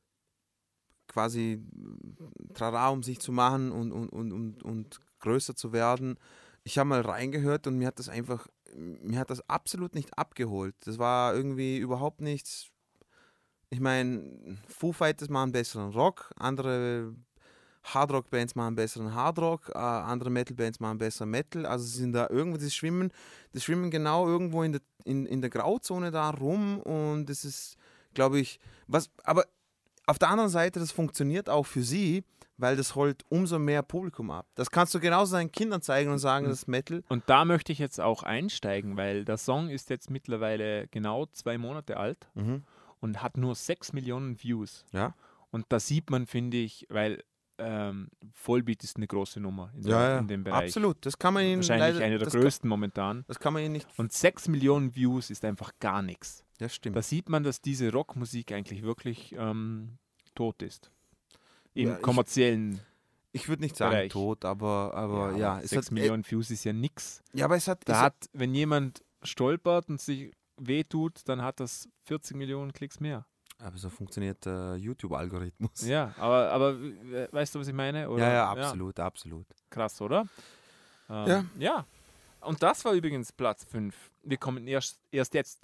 quasi Trara um sich zu machen und, und, und, und, und größer zu werden. Ich habe mal reingehört und mir hat das einfach, mir hat das absolut nicht abgeholt. Das war irgendwie überhaupt nichts. Ich meine, Foo Fighters machen besseren Rock, andere Hardrock-Bands machen besseren Hardrock, äh, andere Metal-Bands machen besseren Metal. Also sie sind da irgendwo, die schwimmen, die schwimmen genau irgendwo in der, in, in der Grauzone da rum und das ist, glaube ich, was, aber auf der anderen Seite, das funktioniert auch für sie, weil das holt umso mehr Publikum ab. Das kannst du genauso deinen Kindern zeigen und sagen, das ist Metal. Und da möchte ich jetzt auch einsteigen, weil der Song ist jetzt mittlerweile genau zwei Monate alt Mhm. und hat nur sechs Millionen Views. Ja. Und da sieht man, finde ich, weil ähm, Vollbeat ist eine große Nummer in, Ja, der, ja, in dem Bereich. absolut. Das kann man ihnen Wahrscheinlich leider, eine der das kann, größten momentan. das kann man ihnen nicht. Und sechs Millionen Views ist einfach gar nichts. Ja, stimmt. Da sieht man, dass diese Rockmusik eigentlich wirklich ähm, tot ist. Im Ja, ich- kommerziellen Ich würde nicht sagen Bereich. tot, aber, aber ja. aber es sechs hat, Millionen Views ist ja nix. Äh, ja, aber es hat. Da es hat, wenn jemand stolpert und sich wehtut, dann hat das vierzig Millionen Klicks mehr. aber so funktioniert der YouTube-Algorithmus. Ja, aber, aber äh, weißt du, was ich meine? Oder? Ja, ja, absolut, absolut. Krass, oder? Ähm, Ja. Ja. Und das war übrigens Platz fünf. Wir kommen erst, erst jetzt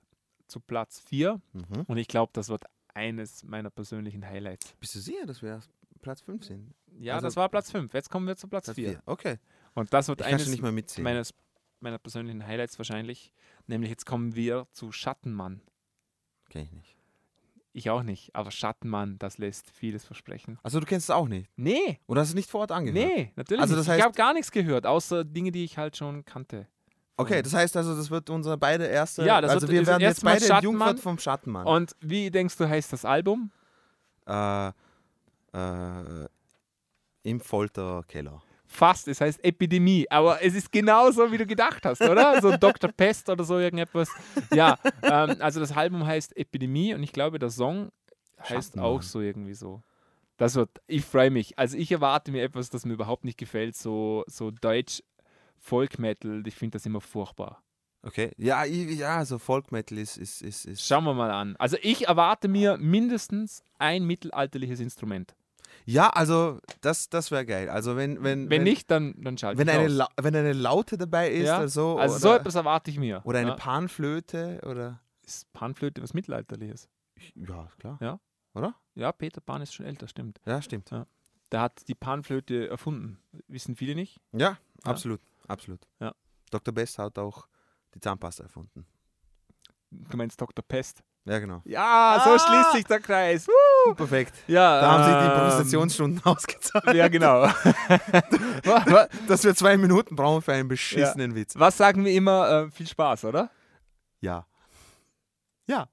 zu Platz vier Mhm. und ich glaube, das wird eines meiner persönlichen Highlights. Bist du sicher, dass wir Platz fünf sind? Ja, Also- das war Platz fünf. Jetzt kommen wir zu Platz Platz vier. vier. Okay. Und das wird Ich kann schon eines nicht mal mitzählen. meines, meiner persönlichen Highlights wahrscheinlich. Nämlich jetzt kommen wir zu Schattenmann. Kenn ich nicht. Ich auch nicht, aber Schattenmann, das lässt vieles versprechen. Also du kennst es auch nicht? Nee, Oder hast du es nicht vor Ort angehört? nee, natürlich Also nicht. das heißt- ich habe gar nichts gehört, außer Dinge, die ich halt schon kannte. Okay, das heißt also, das wird unsere beide erste... Ja, das also wird- wir das werden jetzt erste Mal beide Schattenmann. Jungwort vom Schattenmann. Und wie denkst du, heißt das Album? Äh, äh, Im Folterkeller. Fast, es heißt Epidemie, aber es ist genauso, wie du gedacht hast, oder? So Doktor Pest oder so irgendetwas. Ja, ähm, also das Album heißt Epidemie und ich glaube, der Song heißt Schattenmann. auch so irgendwie so. Das wird, ich freue mich. Also ich erwarte mir etwas, das mir überhaupt nicht gefällt, so, so Deutsch Folk Metal, ich finde das immer furchtbar. Okay. Ja, ich- ja, so Folk Metal ist... ist, ist, ist Schauen wir mal an. Also ich erwarte mir mindestens ein mittelalterliches Instrument. ja, also das, das wäre geil. Also wenn... Wenn, Wenn, nicht, dann, dann schalte Wenn ich eine, aus. La wenn eine Laute dabei ist Ja, oder so. Also oder, so etwas erwarte ich mir. oder eine ja. Panflöte oder... Ist Panflöte was Mittelalterliches? Ja, klar. Ja. Oder? Ja, Peter Pan ist schon älter, stimmt. Ja, stimmt. Der hat die Panflöte erfunden. Wissen viele nicht. Ja, absolut. Absolut. Ja. Doktor Best hat auch die Zahnpasta erfunden. Du meinst Doktor Pest. Ja, genau. Ja, so Ah! schließt sich der Kreis. Perfekt. Ja, Da haben sich die ähm, Improvisationsstunden ausgezahlt. Ja, genau. Wa- wa- Dass wir zwei Minuten brauchen für einen beschissenen Witz. Was sagen wir immer? Äh, viel Spaß, oder? Ja. Ja.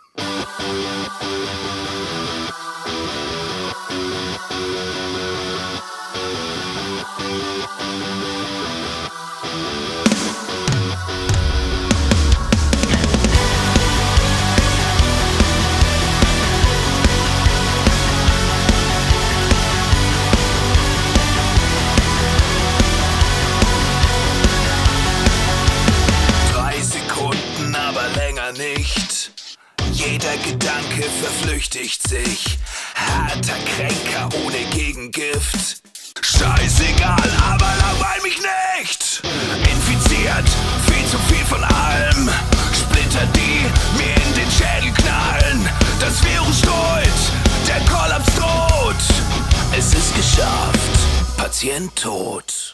Drei Sekunden, aber länger nicht. Jeder Gedanke verflüchtigt sich. Harter Kränker ohne Gegengift. Scheißegal, aber langweil mich nicht. Infiziert, viel zu viel von allem. Splitter, die mir in den Schädel knallen. Das Virus streut, der Kollaps droht. Es ist geschafft, Patient tot.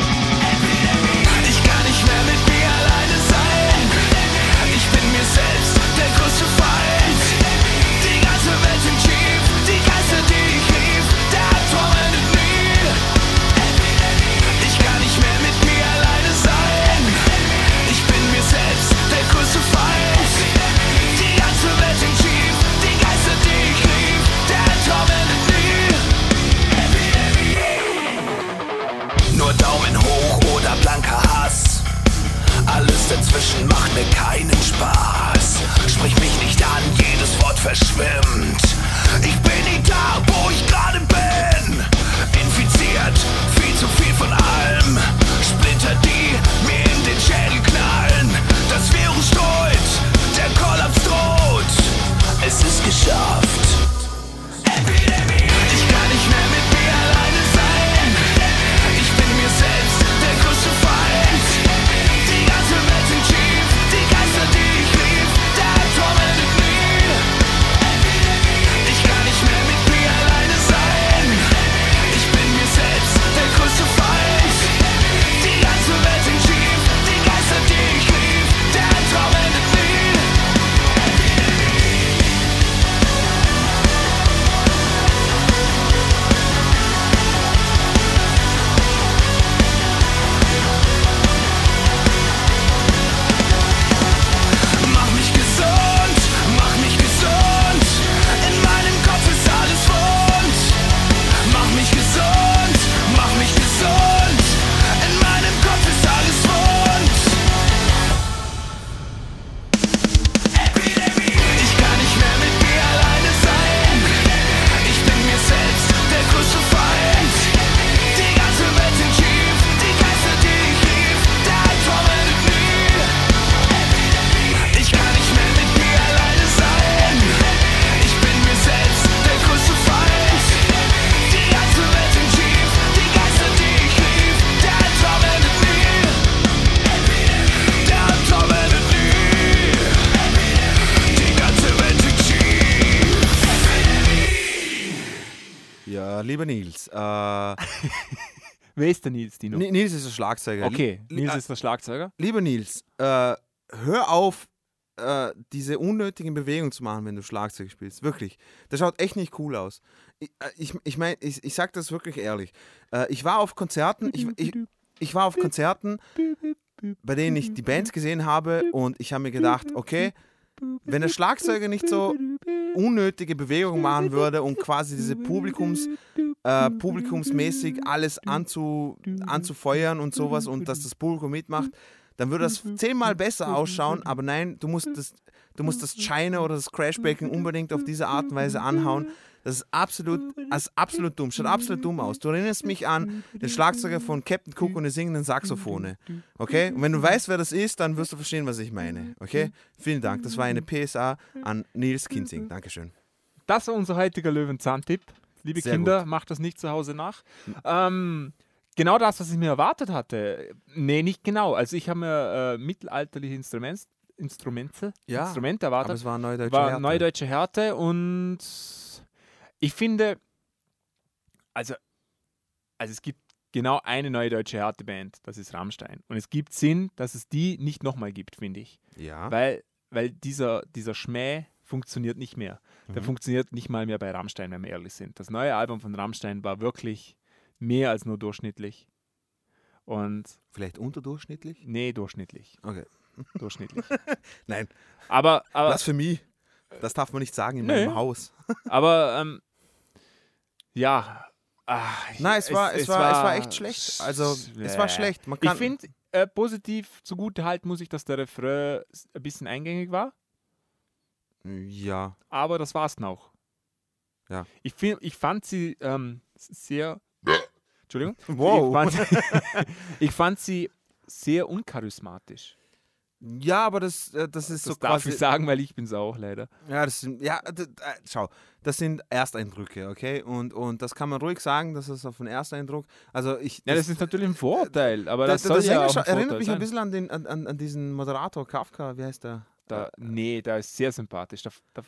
Ich kann nicht mehr mit mir alleine sein. Ich bin mir selbst der größte Feind. Die ganze Welt im Schief, die Geister, die ich rief, der Turm endet nie. Ich kann nicht mehr mit mir alleine sein. Ich bin mir selbst der größte Feind. Die ganze Welt im Schief, die Geister, die ich rief, der Turm endet nie. Nur Ja, lieber Nils. Äh, Wer ist der Nils, Dino? Ni- Nils ist der Schlagzeuger. Okay, Li- Nils äh, ist der Schlagzeuger. Lieber Nils, äh, hör auf, äh, diese unnötigen Bewegungen zu machen, wenn du Schlagzeug spielst. Wirklich. Das schaut echt nicht cool aus. Ich, äh, ich, ich meine, ich, ich sag das wirklich ehrlich. Äh, ich war auf Konzerten, ich, ich, ich war auf Konzerten, bei denen ich die Bands gesehen habe und ich habe mir gedacht, okay, wenn der Schlagzeuger nicht so unnötige Bewegungen machen würde, um quasi diese Publikums, äh, publikumsmäßig alles anzu, anzufeuern und sowas und dass das Publikum mitmacht, dann würde das zehnmal besser ausschauen, aber nein, du musst das, du musst das China oder das Crashbacking unbedingt auf diese Art und Weise anhauen. Das ist absolut, das ist absolut dumm, schaut absolut dumm aus. Du erinnerst mich an den Schlagzeuger von Captain Cook und die singenden Saxophone. Okay? Und wenn du weißt, wer das ist, dann wirst du verstehen, was ich meine. Okay? Vielen Dank. Das war eine P S A an Nils Kinzing. Dankeschön. Das war unser heutiger Löwenzahn-Tipp. Liebe Sehr Kinder, gut. macht das nicht zu Hause nach. Ähm, genau das, was ich mir erwartet hatte. Nee, nicht genau. Also ich habe mir äh, mittelalterliche Instrumente, Instrumente, Ja, Instrumente Aber erwartet. es war neudeutsche war Härte. neudeutsche Härte und ich finde, also, also es gibt genau eine neue deutsche Härteband, das ist Rammstein. Und es gibt Sinn, dass es die nicht nochmal gibt, finde ich. Ja. Weil, weil dieser, dieser Schmäh funktioniert nicht mehr. Der Mhm. funktioniert nicht mal mehr bei Rammstein, wenn wir ehrlich sind. Das neue Album von Rammstein war wirklich mehr als nur durchschnittlich. Und, Vielleicht unterdurchschnittlich? nee, durchschnittlich. Okay. Durchschnittlich. Nein, Aber, aber, Blasphemie. Das darf man nicht sagen in Nee. meinem Haus. aber ähm, ja. ach, Nein, es war, es, war, es war echt schlecht. Also, es war Äh. schlecht. Man Ich kann, finde, äh, positiv zugute halten muss ich, dass der Refrain s- ein bisschen eingängig war, Ja. aber das war's dann auch. Ja. Ich, find, ich fand sie ähm, sehr. Entschuldigung. Wow. Ich fand, ich fand sie sehr uncharismatisch. Ja, aber das, äh, das ist Das so darf quasi. ich sagen, weil ich bin's auch leider. Ja, das sind, ja, d- d- äh, schau, das sind Ersteindrücke, okay? Und, und das kann man ruhig sagen, das ist auf den Ersteindruck. Also ich. Ja, das ist natürlich ein Vorteil, aber der, das der, soll der ja Sänger auch scha- ein Vorteil erinnert mich sein. ein bisschen an, den, an, an, an diesen Moderator Kafka, wie heißt der? Da, nee, der ist sehr sympathisch. Der, der,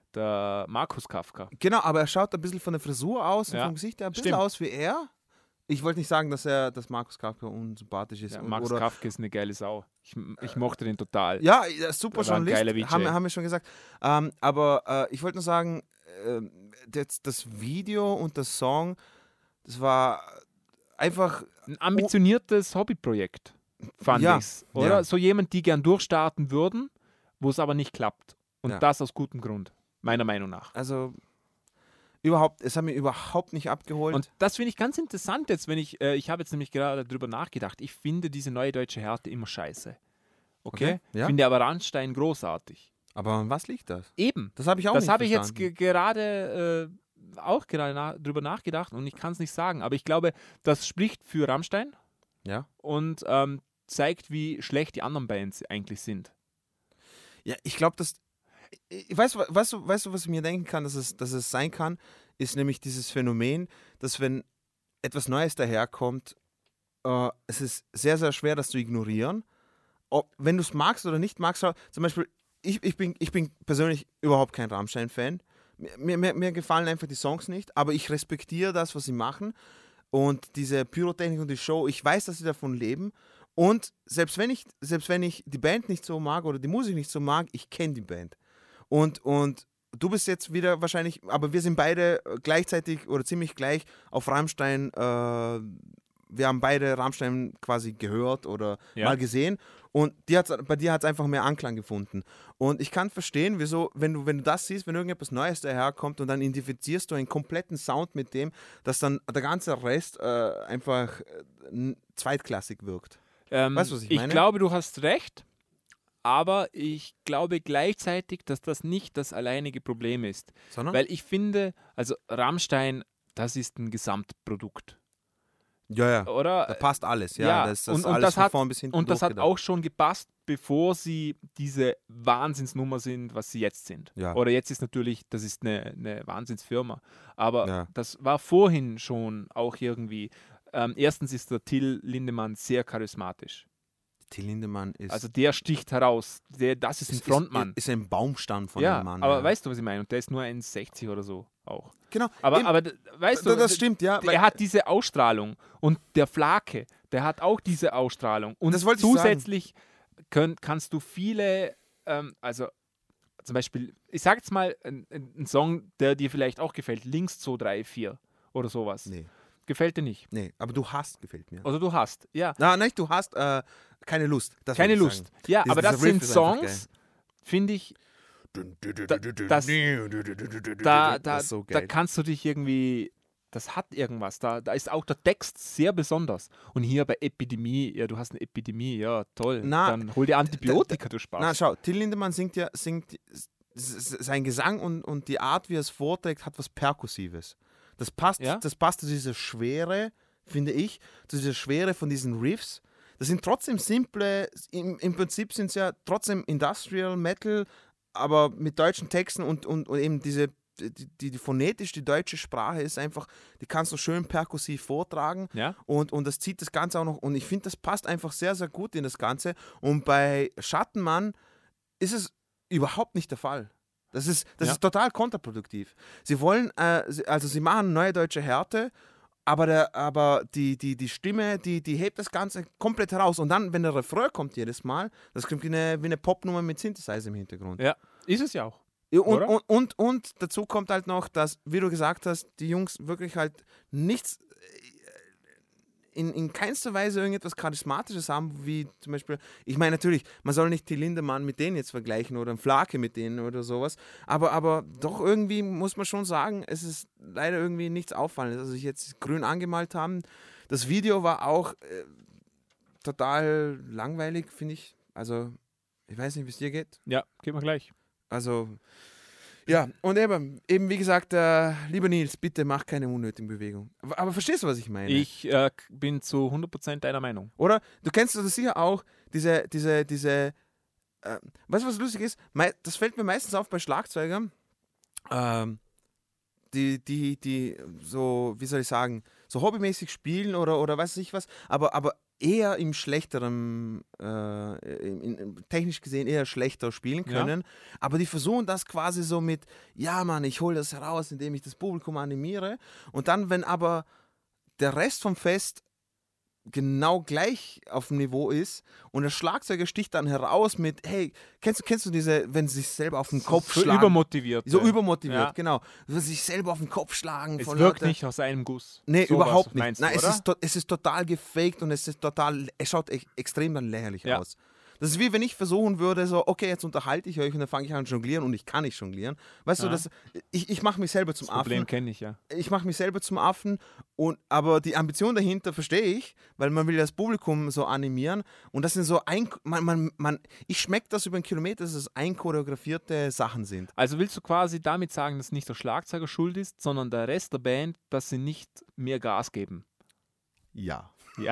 der Markus Kafka. Genau, aber er schaut ein bisschen von der Frisur aus und Ja, vom Gesicht her ein bisschen stimmt. aus wie er. Ich wollte nicht sagen, dass er, dass Markus Kafka unsympathisch ist. Ja, und- Max oder, Kafka ist eine geile Sau. Ich, ich mochte den total. Ja, ja, super Der war ein Journalist, geiler V J. haben, wir- haben wir schon gesagt. Ähm, aber äh, ich wollte nur sagen, ähm, das, das Video und das Song, das war einfach, Ein ambitioniertes Hobbyprojekt, fand Ja, ich's. Oder? ja. So jemand, die gern durchstarten würden, wo es aber nicht klappt. Und Ja. das aus gutem Grund, meiner Meinung nach. also überhaupt, es hat mich überhaupt nicht abgeholt. Und das finde ich ganz interessant jetzt, wenn ich, äh, ich habe jetzt nämlich gerade darüber nachgedacht, ich finde diese neue deutsche Härte immer scheiße. Okay? Okay, ja. Finde aber Rammstein großartig. aber an was liegt das? Eben. Das habe ich auch Das nicht habe ich jetzt verstanden. ge gerade äh, auch gerade na drüber nachgedacht und ich kann es nicht sagen. Aber ich glaube, das spricht für Rammstein Ja. und ähm, zeigt, wie schlecht die anderen Bands eigentlich sind. Ja, ich glaube, dass. Ich weiß, weißt du, weißt du, was ich mir denken kann, dass es, dass es sein kann, ist nämlich dieses Phänomen, dass wenn etwas Neues daherkommt, äh, es ist sehr, sehr schwer, das zu ignorieren. Ob, wenn du es magst oder nicht magst, schau, zum Beispiel, ich, ich, bin, ich bin persönlich überhaupt kein Rammstein-Fan. Mir, mir, mir gefallen einfach die Songs nicht, aber ich respektiere das, was sie machen. Und diese Pyrotechnik und die Show, ich weiß, dass sie davon leben. Und selbst wenn ich, selbst wenn ich die Band nicht so mag oder die Musik nicht so mag, ich kenne die Band. Und, und du bist jetzt wieder wahrscheinlich, aber wir sind beide gleichzeitig oder ziemlich gleich auf Rammstein, äh, wir haben beide Rammstein quasi gehört oder Ja. mal gesehen. Und die hat's, bei dir hat es einfach mehr Anklang gefunden. Und ich kann verstehen, wieso, wenn du, wenn du das siehst, wenn irgendetwas Neues daherkommt und dann identifizierst du einen kompletten Sound mit dem, dass dann der ganze Rest äh, einfach äh, n- zweitklassig wirkt. Ähm, Weißt du, was ich ich meine? glaube, du hast recht, aber ich glaube gleichzeitig, dass das nicht das alleinige Problem ist. Sondern? Weil ich finde, also Rammstein, das ist ein Gesamtprodukt, ja, ja. oder? Da passt alles, ja. Ja, das, das und- und alles das von hat- vorn bis hinten Und das hat durchgedacht. auch schon gepasst, bevor sie diese Wahnsinnsnummer sind, was sie jetzt sind. Ja. Oder jetzt ist natürlich, das ist eine, eine Wahnsinnsfirma. Aber Ja. das war vorhin schon auch irgendwie. Ähm, erstens ist der Till Lindemann sehr charismatisch. Till Lindemann ist, Also der sticht heraus. Der, das ist ein ist, Frontmann. Ist, ist ein Baumstamm von ja, einem Mann. aber ja. weißt du, was ich meine? Und der ist nur eins sechzig oder so. auch. Genau. Aber, Eben, aber d- weißt du, d- das d- stimmt, ja. weil- er hat diese Ausstrahlung. Und der Flake, der hat auch diese Ausstrahlung. Und Das wollte ich sagen. zusätzlich können, kannst du viele, ähm, also zum Beispiel, ich sag jetzt mal, ein, ein Song, der dir vielleicht auch gefällt, Links zwei, drei, vier oder sowas. Nee, Gefällt dir nicht. nee, aber du hast, gefällt mir. Oder du hast, ja. Na, nicht, du hast äh, keine Lust. Das Keine wollte ich Lust. sagen. Ja, Dieser- aber das dieser Riff sind ist einfach Songs, finde ich, das, das, da, da, das ist so da geil. kannst du dich irgendwie, das hat irgendwas. Da, da ist auch der Text sehr besonders. Und hier bei Epidemie, ja, du hast eine Epidemie, ja, toll. Na, Dann hol dir Antibiotika, du Spaß. Na, schau, Till Lindemann singt ja, singt, s- s- sein Gesang und, und die Art, wie er es vorträgt, hat was Perkussives. Das passt, Ja? das passt zu dieser Schwere, finde ich, zu dieser Schwere von diesen Riffs. Das sind trotzdem simple, im, im Prinzip sind es ja trotzdem Industrial Metal, aber mit deutschen Texten und, und, und eben diese, die, die, die phonetisch, die deutsche Sprache ist einfach, die kannst du schön perkussiv vortragen. Ja? Und, und das zieht das Ganze auch noch, und ich finde, das passt einfach sehr, sehr gut in das Ganze. Und bei Schattenmann ist es überhaupt nicht der Fall. Das ist, das Ja. ist total kontraproduktiv. Sie wollen, äh, sie- also sie machen neue deutsche Härte, aber, der, aber die, die, die Stimme, die, die hebt das Ganze komplett heraus. Und dann, wenn der Refrain kommt jedes Mal, das klingt wie eine, wie eine Popnummer mit Synthesizer im Hintergrund. Ja, ist es ja auch. Ja, und, Oder? und, und, und dazu kommt halt noch, dass, wie du gesagt hast, die Jungs wirklich halt nichts, in, in keinster Weise irgendetwas Charismatisches haben, wie zum Beispiel, ich meine natürlich, man soll nicht Till Lindemann mit denen jetzt vergleichen oder einen Flake mit denen oder sowas, aber, aber doch irgendwie muss man schon sagen, es ist leider irgendwie nichts Auffallendes. Also ich jetzt grün angemalt haben, das Video war auch äh, total langweilig, finde ich. Also, ich weiß nicht, wie es dir geht. Ja, geht mal gleich. Also, ja, und eben, eben wie gesagt, äh, lieber Nils, bitte mach keine unnötigen Bewegungen. Aber, aber verstehst du, was ich meine? Ich äh, k- bin zu hundert Prozent deiner Meinung. Oder? Du kennst das sicher auch, diese, diese, diese, äh, weißt du, was lustig ist? Mei das fällt mir meistens auf bei Schlagzeugern, ähm, die, die, die so, wie soll ich sagen, so hobbymäßig spielen oder, oder weiß ich was, aber, aber eher im schlechteren, äh, in, in, technisch gesehen eher schlechter spielen Ja. können, aber die versuchen das quasi so mit, ja Mann, ich hole das heraus, indem ich das Publikum animiere, und dann, wenn aber der Rest vom Fest genau gleich auf dem Niveau ist und der Schlagzeuger sticht dann heraus mit, hey, kennst du, kennst du diese, wenn sie sich selber auf den Kopf so schlagen? übermotiviert. So übermotiviert, Ja. genau. Wenn sie sich selber auf den Kopf schlagen. Es von wirkt lauter- nicht aus einem Guss. Nee, Sowas überhaupt nicht. meinst Nein, du, es, oder? ist to- es ist total gefaked und es ist total, es schaut e extrem dann lächerlich Ja. aus. Das ist wie wenn ich versuchen würde, so, okay, jetzt unterhalte ich euch und dann fange ich an zu jonglieren und ich kann nicht jonglieren. Weißt du, Ja. das, ich, ich mache mich selber zum Das Problem Affen. kenne ich ja. Ich mache mich selber zum Affen, und, aber die Ambition dahinter verstehe ich, weil man will das Publikum so animieren, und das sind so ein, man, man, man, ich schmecke das über einen Kilometer, dass es einchoreografierte Sachen sind. Also willst du quasi damit sagen, dass nicht der Schlagzeuger schuld ist, sondern der Rest der Band, dass sie nicht mehr Gas geben? Ja. Ja,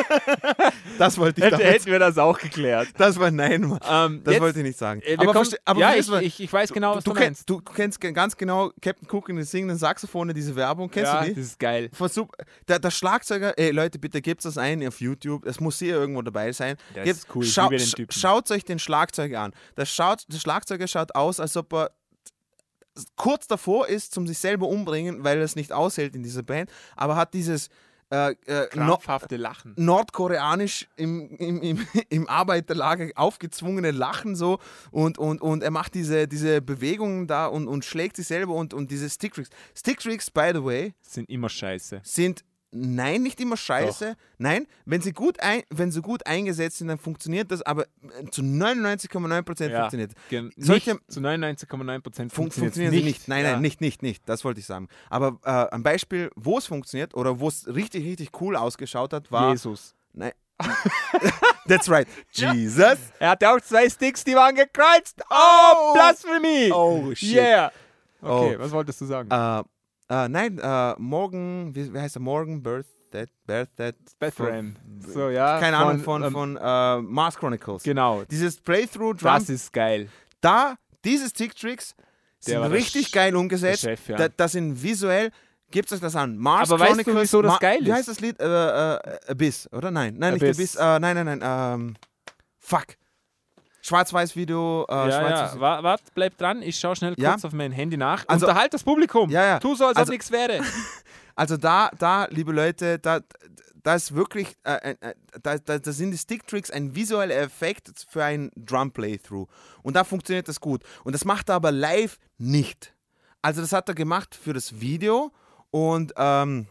Das wollte ich hätte, damit hätten wir das auch geklärt. Das war nein, Mann. Ähm, Das jetzt, wollte ich nicht sagen. äh, wir aber kommen- verste- aber ja, verstehst ich, du, ich, ich weiß genau, was du, du, kenn- meinst. du kennst g- ganz genau Captain Cook in den singenden Saxophone, diese Werbung. Kennst ja, du die? das ist geil. Versuch, der, der Schlagzeuger, ey Leute, bitte gebt das ein auf YouTube, es muss hier irgendwo dabei sein. Der Gebt- ist cool, ich schau, liebe den sch- Typen. Schaut euch den Schlagzeuger an. Der, schaut, der Schlagzeuger schaut aus, als ob er kurz davor ist, zum sich selber umbringen, weil er es nicht aushält in dieser Band, aber hat dieses äh, äh, no, Krampfhafte Lachen. nordkoreanisch im, im, im, im Arbeiterlager aufgezwungene Lachen so, und, und, und er macht diese, diese Bewegungen da und, und schlägt sich selber, und, und diese Stick-Tricks. Stick-Tricks, by the way, Sind immer scheiße. sind, nein, nicht immer scheiße. Nein, wenn sie, gut ein, wenn sie gut eingesetzt sind, dann funktioniert das, aber äh, zu neunundneunzig Komma neun Prozent Ja, funktioniert. gen- Solche- nicht, zu neunundneunzig Komma neun Prozent Fun funktioniert funktionieren nicht. sie nicht. Nein, ja. nein, nicht, nicht, nicht. Das wollte ich sagen. Aber äh, ein Beispiel, wo es funktioniert oder wo es richtig, richtig cool ausgeschaut hat, war. Jesus. Nein. That's right. Jesus. Er hatte auch zwei Sticks, die waren gekreuzt. Oh, Blasphemie. Oh, shit. Yeah. Okay, Oh. was wolltest du sagen? Äh, äh, nein, äh, Morgan, wie, wie heißt er? Morgan Birthday? Birthday? Bethlehem. So, ja. Keine Ahnung, von, ähm, von äh, Mars Chronicles. Genau. Dieses Playthrough-Drum, Das ist geil. da, diese Stick-Tricks sind Der war der richtig Sch- geil umgesetzt. der Chef, ja. da, das sind visuell, gebt euch das an. Mars Aber weißt du, Chronicles. wieso das Ma- geil Wie ist? heißt das Lied? Äh, äh, Abyss, oder? Nein, nein, Abyss. nicht Abyss. Äh, nein, nein, nein. Ähm, fuck. Schwarz-Weiß-Video. Äh, Ja, Schwarz ja, warte, wart, bleib dran. Ich schaue schnell Ja. kurz auf mein Handy nach. Also- Unterhalt das Publikum. Ja, ja. Tu so, als ob Also- nichts wäre. Also da, da, liebe Leute, da, da ist wirklich, äh, äh, da, da, da sind die Sticktricks ein visueller Effekt für ein Drum-Playthrough. Und da funktioniert das gut. Und das macht er aber live nicht. Also das hat er gemacht für das Video und ähm,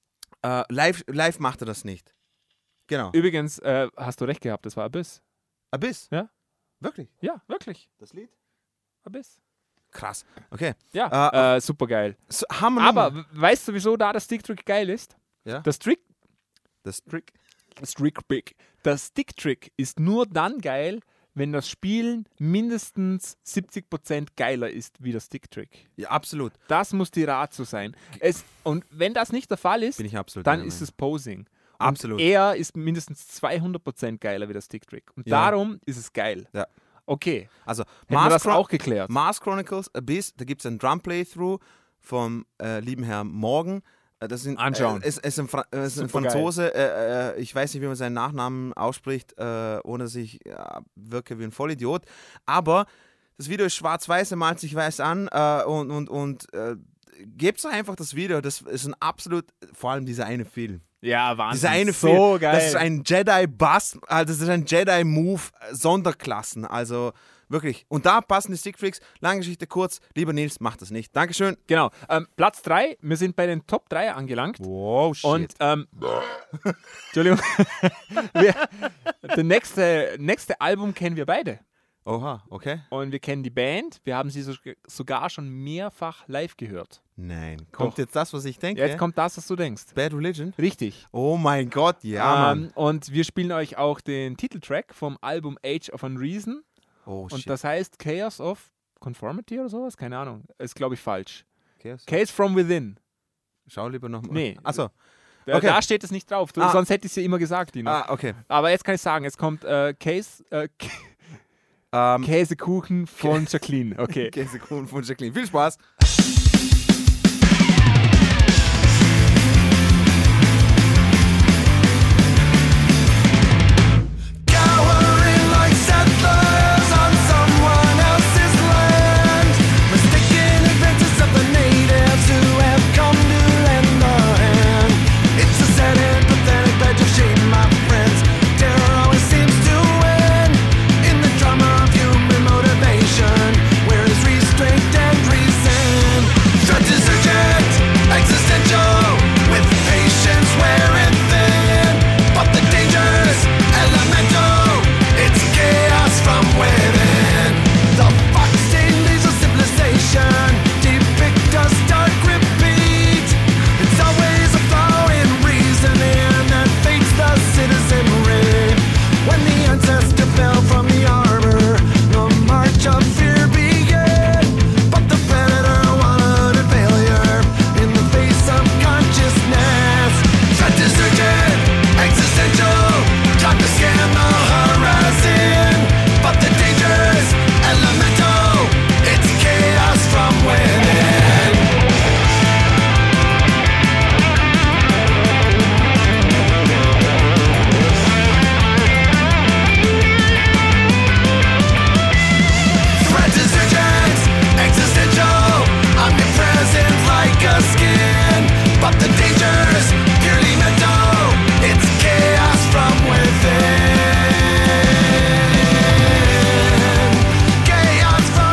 äh, live, live macht er das nicht. Genau. Übrigens, äh, hast du recht gehabt, das war Abyss. Abyss? Ja. Wirklich? Ja, wirklich. Das Lied? Abyss. Krass. Okay. Ja, Äh, äh, super geil. So, haben wir Aber noch mal- w- weißt du, wieso da der Stick-Trick geil ist? Ja. Das Trick, das Trick. Trick Der Stick-Trick ist nur dann geil, wenn das Spielen mindestens siebzig Prozent geiler ist wie der Stick-Trick. Ja, absolut. Das muss die Ratio sein. Es, und wenn das nicht der Fall ist, Bin ich absolut. dann deiner ist Meinung. es Posing. Und Absolut. er ist mindestens zweihundert Prozent geiler wie der Stick-Trick. Und Ja. darum ist es geil. Ja. Okay, Also, hätten wir das Chron- auch geklärt. Mars Chronicles Abyss, da gibt es ein Drum-Playthrough vom äh, lieben Herrn Morgan. Äh, Das sind, Anschauen. Äh, es, es ist ein, Fra äh, es ist ein Supergeil. Franzose, äh, äh, ich weiß nicht, wie man seinen Nachnamen ausspricht, äh, ohne dass ich ja, wirke wie ein Vollidiot. Aber das Video ist schwarz-weiß, er malt sich weiß an äh, und, und, und äh, gebt doch einfach das Video. Das ist ein absolut, vor allem dieser eine Film. Ja, Wahnsinn. Dieser eine so Film, geil. das ist ein Jedi-Bass, also das ist ein Jedi-Move, äh, Sonderklassen, also wirklich. Und da passen die Sticktricks. Lange Geschichte kurz, lieber Nils, mach das nicht. Dankeschön. Genau. Ähm, Platz drei, wir sind bei den Top drei angelangt. Wow, shit. Und, ähm, Entschuldigung, wir, das nächste, nächste Album kennen wir beide. Oha, okay. Und wir kennen die Band. Wir haben sie so, sogar schon mehrfach live gehört. Nein, kommt Doch. jetzt das, was ich denke? Jetzt kommt das, was du denkst. Bad Religion? Richtig. Oh mein Gott, ja, Mann. ähm, und wir spielen euch auch den Titeltrack vom Album Age of Unreason. Oh, Und shit. das heißt Chaos of Conformity oder sowas? Keine Ahnung. Ist, glaube ich, falsch. Chaos. Chaos from Within. Schau lieber nochmal. Nee. Achso. Da, Okay. da steht es nicht drauf. Du, Ah. Sonst hätte ich es ja immer gesagt, Dino. Ah, okay. Aber jetzt kann ich sagen, es kommt äh, Case, äh, K- Ähm, Käsekuchen von Jacqueline. Okay. Käsekuchen von Jacqueline. Viel Spaß. Cowering like settlers on someone else's land, mistaken adventures of the natives who have come to lend a hand. It's a sad and pathetic badge of shame, my friends. Terror always seems to win in the drama of human motivation. Where is restraint and reason? Threat is urgent, existential, with patience wearing thin. But the danger's elemental, it's chaos from within. The fox-stained days of civilization depict a stark repeat. It's always a flaw in reasoning that fates the citizenry. When the ancestor fell from the armor, the march of fear began. But the predator wanted failure in the face of consciousness. Threat is urgent, existential, time to scan the horizon. But the danger's elemental, it's chaos from within. Threat is urgent, existential, omnipresent like a skin. But the danger's purely mental, it's chaos from within. Chaos from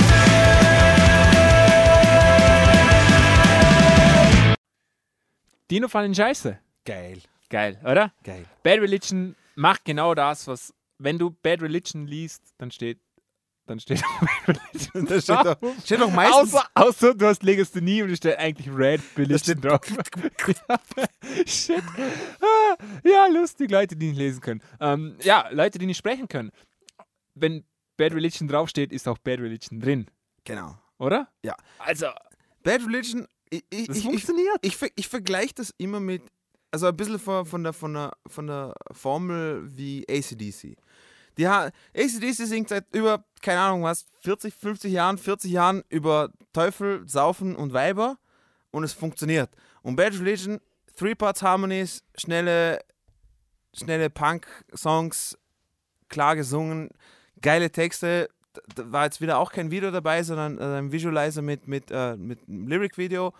within. Dino fanden Scheiße. Geil. Geil, oder? Geil. Bad Religion macht genau das, was, wenn du Bad Religion liest, dann steht, dann steht Bad Religion. Da steht doch, steht doch meistens. Außer, außer du hast Legasthenie und es steht eigentlich Red Religion drauf. Ja, shit. Ah, ja, lustig, Leute, die nicht lesen können. Ähm, ja, Leute, die nicht sprechen können. Wenn Bad Religion draufsteht, ist auch Bad Religion drin, Genau. oder? Ja. Also, Bad Religion, ich, ich, das ich, ich, funktioniert. ich, ver- ich vergleiche das immer mit, also ein bisschen von, von, der, von, der, von der Formel wie A C D C. Die ha- A C D C singt seit über, keine Ahnung was, vierzig, fünfzig Jahren, vierzig Jahren über Teufel, Saufen und Weiber und es funktioniert. Und Bad Religion, Three-Parts-Harmonies, schnelle, schnelle Punk-Songs, klar gesungen, geile Texte. Da war jetzt wieder auch kein Video dabei, sondern äh, ein Visualizer mit, mit, äh, mit einem Lyric-Video.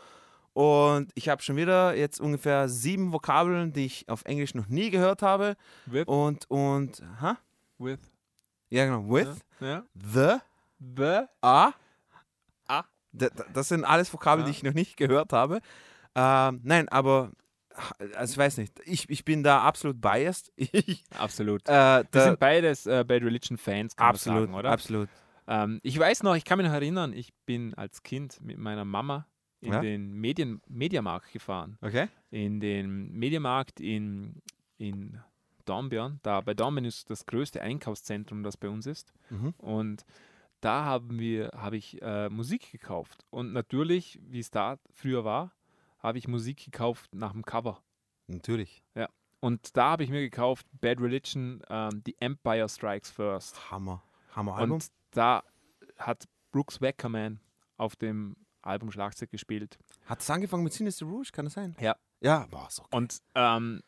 Und ich habe schon wieder jetzt ungefähr sieben Vokabeln, die ich auf Englisch noch nie gehört habe. With, Und, und, ha? with, Ja, genau. With, ja. the, The, a. A. D- d- Das sind alles Vokabeln, Ja. die ich noch nicht gehört habe. Ähm, nein, aber, also ich weiß nicht, ich, ich bin da absolut biased. Ich, absolut. äh, Wir da, sind beides äh, Bad Religion Fans, kann absolut, man sagen, oder? absolut. Ähm, ich weiß noch, ich kann mich noch erinnern, ich bin als Kind mit meiner Mama in Ja? den Medien, Mediamarkt gefahren. Okay. In den Mediamarkt in, in Dornbirn. Da bei Dornbirn ist das größte Einkaufszentrum, das bei uns ist. Mhm. Und da haben wir, habe ich äh, Musik gekauft. Und natürlich, wie es da früher war, habe ich Musik gekauft nach dem Cover. Natürlich. Und da habe ich mir gekauft Bad Religion, ähm, The Empire Strikes First. Hammer. Hammer Album. Und da hat Brooks Wackerman auf dem Album Schlagzeug gespielt. Hat es angefangen mit Sinister Rouge, kann das sein? Ja. Ja, boah, so. Und ähm,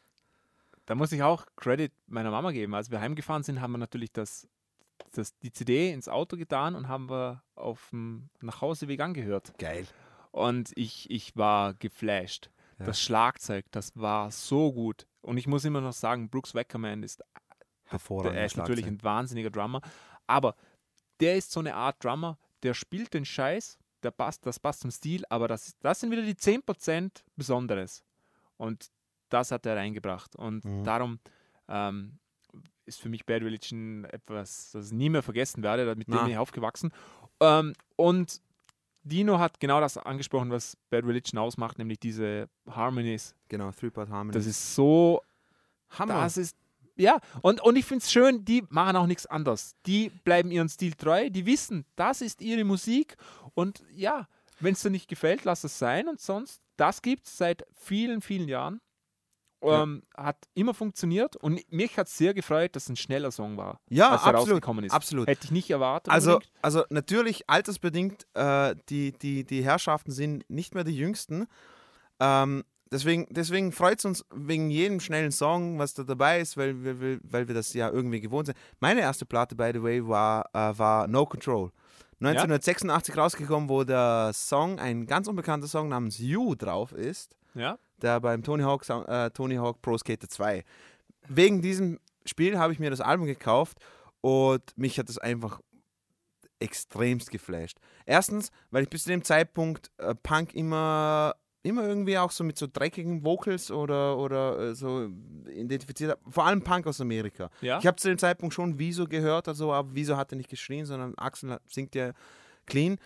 da muss ich auch Credit meiner Mama geben. Als wir heimgefahren sind, haben wir natürlich das, das, die C D ins Auto getan und haben wir auf dem Nachhauseweg angehört. Geil. Und ich, ich war geflasht. Ja. Das Schlagzeug, das war so gut. Und ich muss immer noch sagen, Brooks Wackerman ist, Hervorragend. er ist natürlich ein wahnsinniger Drummer, aber der ist so eine Art Drummer, der spielt den Scheiß, der passt, das passt zum Stil, aber das, das sind wieder die zehn Prozent Besonderes. Und das hat er reingebracht. Und Mhm. darum ähm, ist für mich Bad Religion etwas, das ich nie mehr vergessen werde, mit dem Na. bin ich aufgewachsen. Ähm, und Dino hat genau das angesprochen, was Bad Religion ausmacht, nämlich diese Harmonies. Genau, Three-Part Harmony. Das ist so, Hammer. das ist, ja, und, und ich finde es schön, die machen auch nichts anderes. Die bleiben ihren Stil treu, die wissen, das ist ihre Musik und ja, wenn es dir nicht gefällt, lass es sein und sonst, das gibt es seit vielen, vielen Jahren. Ähm, hat immer funktioniert und mich hat es sehr gefreut, dass es ein schneller Song war, ja, als er absolut. rausgekommen ist. Absolut. Hätte ich nicht erwartet. Also, unbedingt. also natürlich altersbedingt, äh, die, die, die Herrschaften sind nicht mehr die Jüngsten. Ähm, deswegen deswegen freut es uns wegen jedem schnellen Song, was da dabei ist, weil wir, weil- weil wir das ja irgendwie gewohnt sind. Meine erste Platte, by the way, war, äh, war No Control. neunzehnhundertsechsundachtzig rausgekommen, wo der Song, ein ganz unbekannter Song namens You drauf ist, Ja, der beim Tony Hawk, Song- äh, Tony Hawk Pro Skater zwei. Wegen diesem Spiel habe ich mir das Album gekauft und mich hat das einfach extremst geflasht. Erstens, weil ich bis zu dem Zeitpunkt äh, Punk immer, immer irgendwie auch so mit so dreckigen Vocals oder, oder äh, so identifiziert habe. Vor allem Punk aus Amerika. ja. Ich habe zu dem Zeitpunkt schon Wieso gehört, also, aber Wieso hat er nicht geschrien, sondern Axel hat- singt ja clean.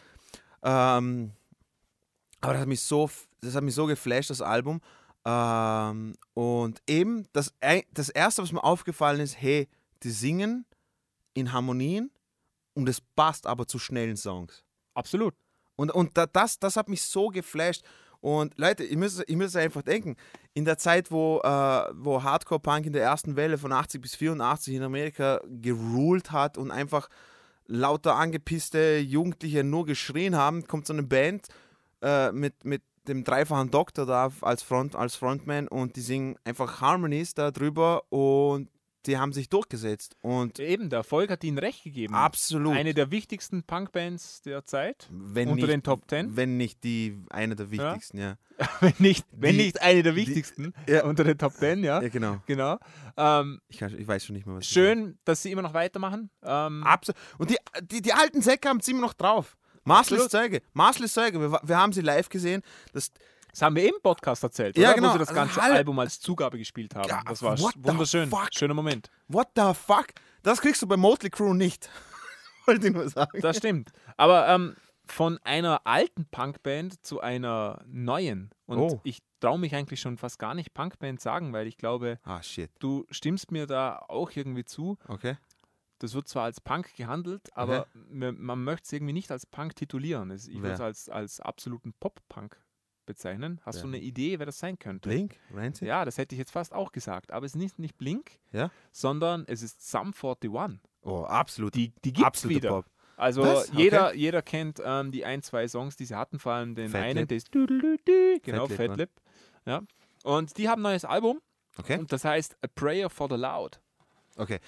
Ähm, aber das hat mich so, das hat mich so geflasht, das Album. Ähm, und eben das, ei- das Erste, was mir aufgefallen ist, hey, die singen in Harmonien und es passt aber zu schnellen Songs. Absolut. Und, und da, das, das hat mich so geflasht. Und Leute, ihr müsst, ihr müsst einfach denken, in der Zeit, wo, äh, wo Hardcore-Punk in der ersten Welle von achtzig bis vierundachtzig in Amerika geruled hat und einfach lauter angepisste Jugendliche nur geschrien haben, kommt so eine Band äh, mit, mit dem dreifachen Doktor da als, Front, als Frontman und die singen einfach Harmonies da drüber und die haben sich durchgesetzt. Und Eben, der Erfolg hat ihnen recht gegeben. absolut, Eine der wichtigsten Punkbands der Zeit. wenn unter nicht, den Top Ten? Wenn nicht die, eine der wichtigsten, ja. wenn nicht, wenn Die- nicht eine der die- wichtigsten ja. unter den Top Ten, ja. Ja, genau. Genau. Ähm, Ich, kann, ich weiß schon nicht mehr, was ich schön, dass sie immer noch weitermachen. Ähm, Absolut. Und die, die, die alten Säcke haben es immer noch drauf. Maßless Absolut. Zeuge. Maßless Zeuge. Wir, wa- wir haben sie live gesehen. Das, Das haben wir eben im Podcast erzählt, Ja, oder? genau. Wo sie das ganze Alle- Album als Zugabe gespielt haben. Ja, das war what the wunderschön. fuck? Schöner Moment. what the fuck? Das kriegst du bei Motley Crue nicht. Wollte ich nur sagen. Das stimmt. Aber ähm, von einer alten Punkband zu einer neuen. Und Oh. ich traue mich eigentlich schon fast gar nicht Punkband sagen, weil ich glaube, Ah, shit. du stimmst mir da auch irgendwie zu. Okay. Das wird zwar als Punk gehandelt, aber man, man möchte es irgendwie nicht als Punk titulieren. Es- Ich würde Wer? es als, als absoluten Pop-Punk bezeichnen. Hast Wer? du eine Idee, wer das sein könnte? Blink? Rancid? Ja, das hätte ich jetzt fast auch gesagt. Aber es ist nicht, nicht Blink, Ja? sondern es ist Sum forty-one. Oh, absolut. Die, die gibt es Absoluter wieder. Pop. Also Was? jeder, jeder kennt ähm, die ein, zwei Songs, die sie hatten, vor allem den Fat einen, Lip. der ist Dudeludi, genau, Fat Lip, Fat ne? Lip. Ja. Und die haben ein neues Album Okay. und das heißt A Prayer for the Loud. Okay.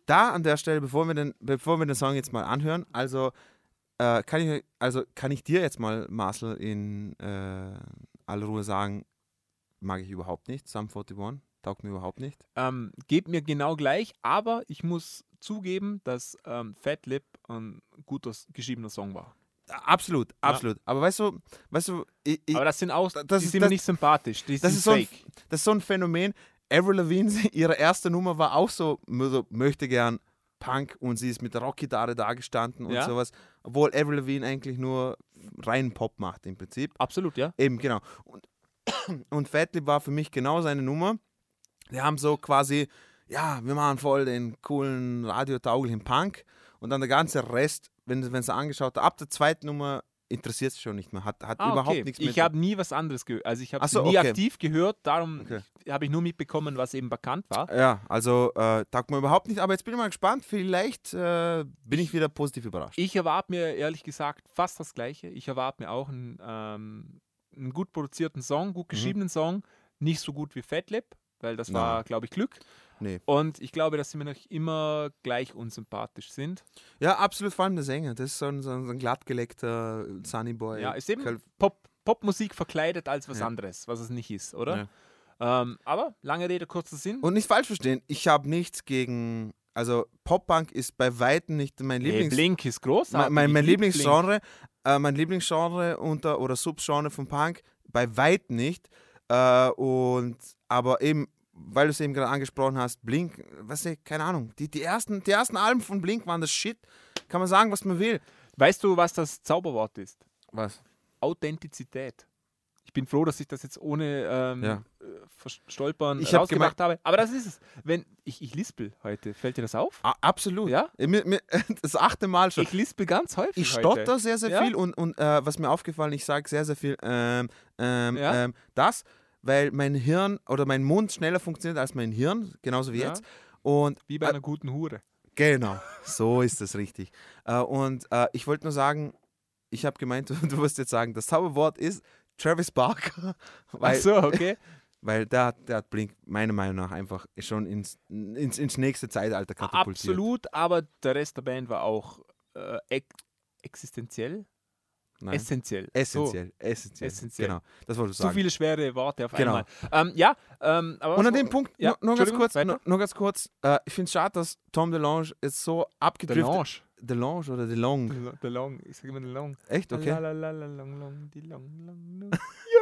da an der Stelle, bevor wir den, bevor wir den Song jetzt mal anhören, also, äh, kann, ich, also kann ich dir jetzt mal, Marcel, in äh, aller Ruhe sagen, mag ich überhaupt nicht. Sum einundvierzig, taugt mir überhaupt nicht. Ähm, geht mir genau gleich, aber ich muss zugeben, dass ähm, Fat Lip ein guter geschriebener Song war. Absolut, absolut. Aber weißt du, weißt du, ich, ich, Aber das sind auch, das die ist- sind mir das- nicht sympathisch, die das, sind ist so ein, fake. das ist so ein Phänomen. Avril Lavigne, ihre erste Nummer war auch so, so möchte gern Punk und sie ist mit der Rockgitarre da gestanden und Ja. sowas. Obwohl Avril Lavigne eigentlich nur reinen Pop macht im Prinzip. Absolut, ja. Eben, genau. Und, und Fat Lip war für mich genau seine Nummer. Die haben so quasi, ja, wir machen voll den coolen, radiotauglichen Punk und dann der ganze Rest, wenn es angeschaut hat, ab der zweiten Nummer interessiert es schon nicht mehr, hat, hat Ah, überhaupt okay. nichts mehr. Ich habe nie was anderes gehört. Also ich habe Ach so, nie okay. aktiv gehört, darum Okay. habe ich nur mitbekommen, was eben bekannt war. Ja, also äh, taugt mir überhaupt nicht, aber jetzt bin ich mal gespannt, vielleicht äh, bin ich wieder positiv überrascht. Ich erwarte mir ehrlich gesagt fast das Gleiche. Ich erwarte mir auch einen, ähm, einen gut produzierten Song, gut geschriebenen Song. Nicht so gut wie Fat Lip, weil das war, Nein. glaube ich, Glück. Nee. Und ich glaube, dass sie mir noch immer gleich unsympathisch sind. Ja, absolut, vor allem der Sänger, das ist so ein, so ein, so ein glattgeleckter Sunny Boy. Ja, ist eben Kal- Pop, Popmusik verkleidet als was Ja. anderes, was es nicht ist, oder? Ähm, aber lange Rede, kurzer Sinn. Und nicht falsch verstehen, ich habe nichts gegen, also Pop-Punk ist bei Weitem nicht mein hey, Lieblings... Blink ist großartig. Mein, mein, ich mein lieb Blink. Lieblingsgenre, äh, mein Lieblingsgenre unter oder Subgenre von Punk, bei weitem nicht. Äh, und aber eben, weil du es eben gerade angesprochen hast, Blink, weißt du, keine Ahnung, die, die, ersten, die ersten Alben von Blink waren das Shit. Kann man sagen, was man will. Weißt du, was das Zauberwort ist? Was? Authentizität. Ich bin froh, dass ich das jetzt ohne ähm, Ja. äh, Verstolpern Ich hab rausgemacht habe. Aber das ist es. Wenn ich, ich lispel heute. Fällt dir das auf? A absolut. Ja? Äh, Mir, mir, das achte Mal schon. Ich lispel ganz häufig Ich heute. stotter sehr, sehr Ja? viel und, und äh, was mir aufgefallen, ich sage sehr, sehr viel ähm, ähm, Ja? ähm, das, weil mein Hirn oder mein Mund schneller funktioniert als mein Hirn, genauso wie Ja. jetzt. Und Wie bei äh, einer guten Hure. genau, so ist das richtig. Äh, und äh, ich wollte nur sagen, ich habe gemeint, du, du wirst jetzt sagen, das Zauberwort ist Travis Barker, weil, Ach so, okay. weil der, hat- der hat Blink meiner Meinung nach einfach schon ins, ins, ins nächste Zeitalter katapultiert. Absolut, aber der Rest der Band war auch äh, ex existenziell? Nein. Essentiell. Essentiell, essentiell. Essentiell. Genau, das wollte ich So, sagen. zu viele schwere Worte auf Genau. einmal. Ähm, ja, ähm, aber Und was an dem wo- Punkt, ja, nur, nur ganz Entschuldigung, kurz, weiter. nur, nur ganz kurz, äh, ich finde es schade, dass Tom DeLonge jetzt so abgedriftet DeLonge. DeLonge oder DeLonge? DeLonge. DeLonge. Ich sage immer DeLonge. Echt? Okay. La, la, la, la, long, long, die long, long, long.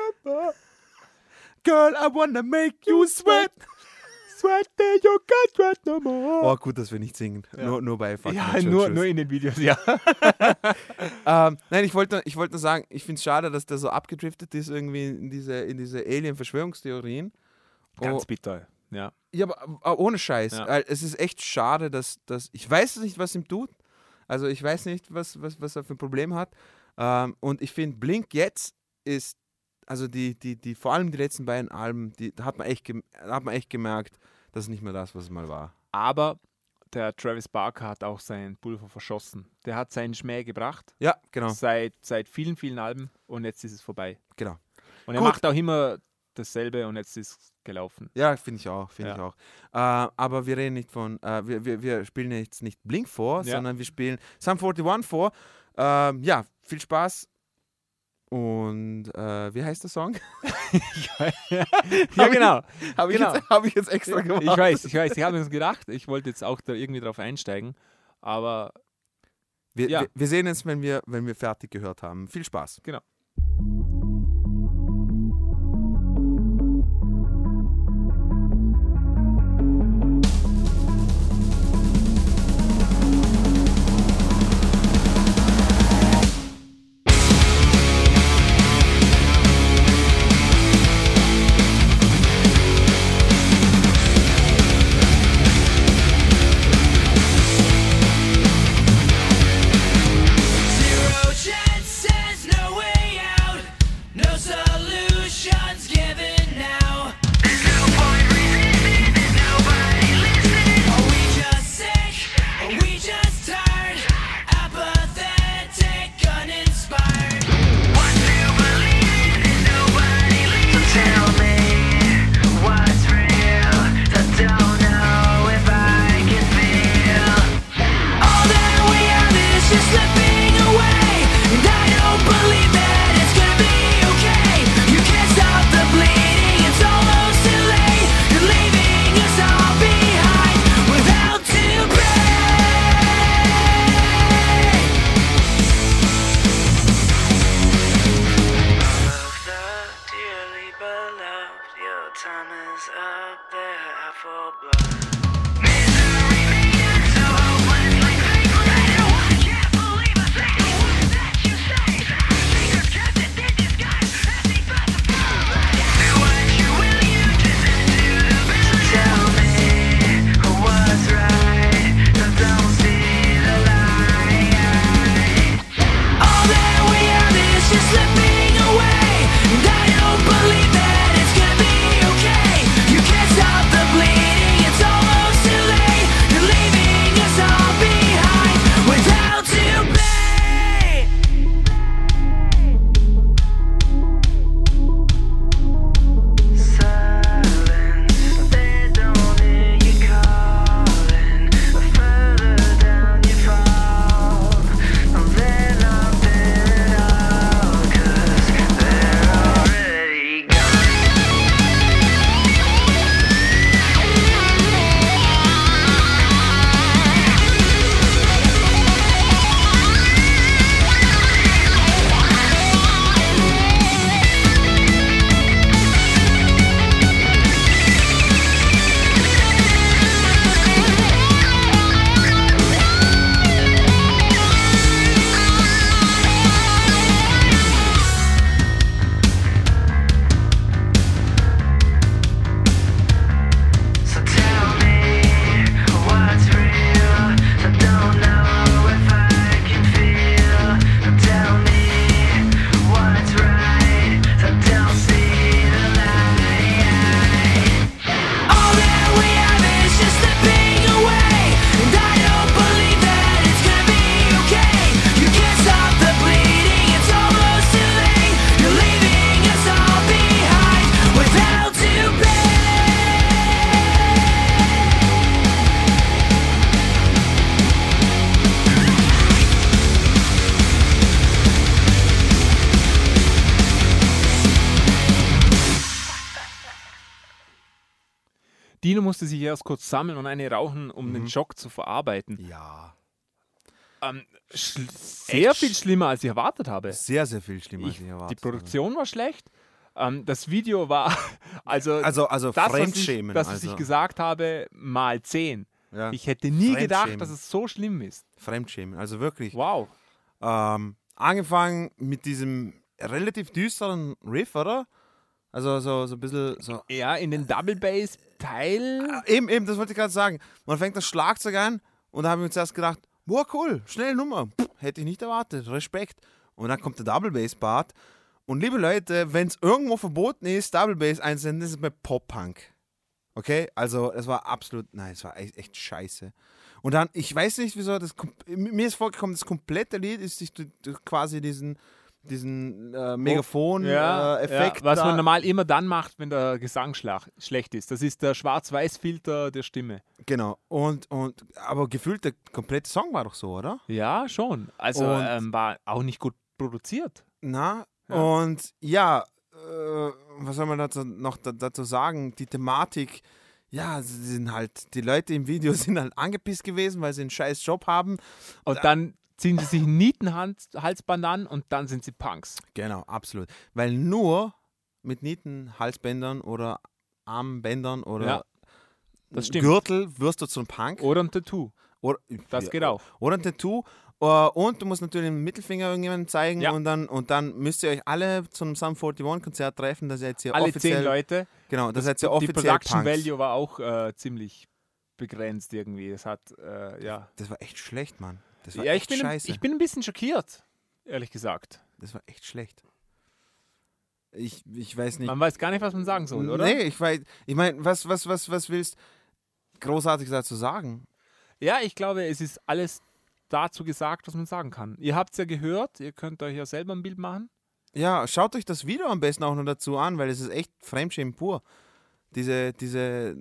Girl, I wanna make you sweat. Sweat that you can't sweat no more. Oh, gut, dass wir nicht singen. Ja. Nur, nur bei fucking Ja, Church nur, Shows. nur in den Videos, ja. Ähm, nein, ich wollte ich wollte nur sagen, ich finde es schade, dass der so abgedriftet ist irgendwie in diese, in diese Alien-Verschwörungstheorien. Ganz Oh, bitter, ja. ja, aber, aber ohne Scheiß. Ja. Weil es ist echt schade, dass, dass ich weiß nicht, was ihm tut. Also ich weiß nicht, was, was, was er für ein Problem hat. Ähm, und ich finde, Blink jetzt ist, also die, die, die, vor allem die letzten beiden Alben, die, da hat man echt, gem- da hat man echt gemerkt, das ist nicht mehr das, was es mal war. Aber der Travis Barker hat auch sein Pulver verschossen. Der hat seinen Schmäh gebracht. Ja, genau, Seit, seit vielen, vielen Alben und jetzt ist es vorbei. genau. Und er Gut. macht auch immer dasselbe und jetzt ist es gelaufen. Ja, finde ich auch, finde Ja. ich auch. Äh, aber wir reden nicht von, äh, wir, wir, wir spielen jetzt nicht Blink vor, Ja. sondern wir spielen Sum einundvierzig vor. Ähm, ja, viel Spaß. Und äh, wie heißt der Song? Ja, genau. Habe ich, Genau. jetzt- hab ich jetzt extra gemacht. Ich weiß, ich weiß. Ich habe mir das gedacht. Ich wollte jetzt auch da irgendwie drauf einsteigen. Aber Wir, Ja. wir, wir sehen uns, wenn wir, wenn wir fertig gehört haben. Viel Spaß. genau. Zero chances, no way time is up there for blood. Slipping away, and I don't believe that it's gonna be okay. You can't stop the bleeding, it's almost too late. You're leaving us all behind without to pay. Silence, they don't hear you calling. The further down you fall, they're not there at all. They're already gone. So tell me what's real. I don't know if I can feel. Tell me what's right. I don't see the light. All that we have is just slipping away, and I don't believe that it's gonna be okay. You can't stop the bleeding, it's almost too late. You're leaving us all behind without to pay. Dino musste sich erst kurz sammeln und eine rauchen, um den Schock zu verarbeiten. Ja. Ähm, schl sehr viel schlimmer, als ich erwartet habe. Sehr, sehr viel schlimmer, als Ich, ich die erwartet Produktion war schlecht. Ähm, das Video war, also, Also, also das, was ich, Fremdschämen. das, was also, ich gesagt habe, mal zehn. ja, Ich hätte nie gedacht, Fremdschämen. dass es so schlimm ist. Fremdschämen. Also wirklich. Wow. Ähm, angefangen mit diesem relativ düsteren Riff, oder? Also so, so ein bisschen so. Ja, in den Double Bass Teil. Eben, eben, das wollte ich gerade sagen. Man fängt das Schlagzeug an und da habe ich mir zuerst gedacht, boah, cool, schnelle Nummer. Pff, hätte ich nicht erwartet, Respekt. Und dann kommt der Double Bass Part. Und liebe Leute, wenn es irgendwo verboten ist, Double Bass einzusetzen, das ist bei Pop-Punk. Okay? Also, es war absolut, nein, es war echt, echt scheiße. Und dann, ich weiß nicht, wieso, das, kom- mir ist vorgekommen, das komplette Lied ist sich durch, durch quasi diesen, diesen äh, Megafon-Effekt. ja, was da, man normal immer dann macht, wenn der Gesang schlach, schlecht ist. Das ist der Schwarz-Weiß-Filter der Stimme. Genau. Und, und, aber gefühlt, der komplette Song war doch so, oder? Ja, schon. Also Und- ähm, war auch nicht gut produziert. Na, Ja. und ja, äh, was soll man dazu noch da, dazu sagen? Die Thematik, ja, sie sind halt, die Leute im Video sind halt angepisst gewesen, weil sie einen scheiß Job haben. Und dann ziehen sie sich ein Nietenhalsband an und dann sind sie Punks. Genau, absolut. Weil nur mit Nietenhalsbändern oder Armbändern oder Ja, das stimmt. Gürtel wirst du zum Punk. Oder ein Tattoo. Oder, Das ja, geht auch. Oder ein Tattoo. Uh, und du musst natürlich den Mittelfinger irgendjemandem zeigen Ja. und, dann, und dann müsst ihr euch alle zum Sum einundvierzig-Konzert treffen, dass ihr jetzt hier Alle offiziell... zehn Leute. Genau, das, heißt ja Die offiziell Production Punks. Value war auch äh, ziemlich begrenzt irgendwie. Es hat, äh, ja. Das war echt schlecht, Mann. Das war Ja, ich echt bin, scheiße. ich bin ein bisschen schockiert, ehrlich gesagt. Das war echt schlecht. Ich, ich weiß nicht. Man weiß gar nicht, was man sagen soll, oder? Nee, ich weiß. Ich meine, was, was, was, was willst Großartiges dazu sagen? Ja, ich glaube, es ist alles dazu gesagt, was man sagen kann. Ihr habt es ja gehört, ihr könnt euch ja selber ein Bild machen. Ja, schaut euch das Video am besten auch noch dazu an, weil es ist echt Fremdschämen pur. Diese, diese,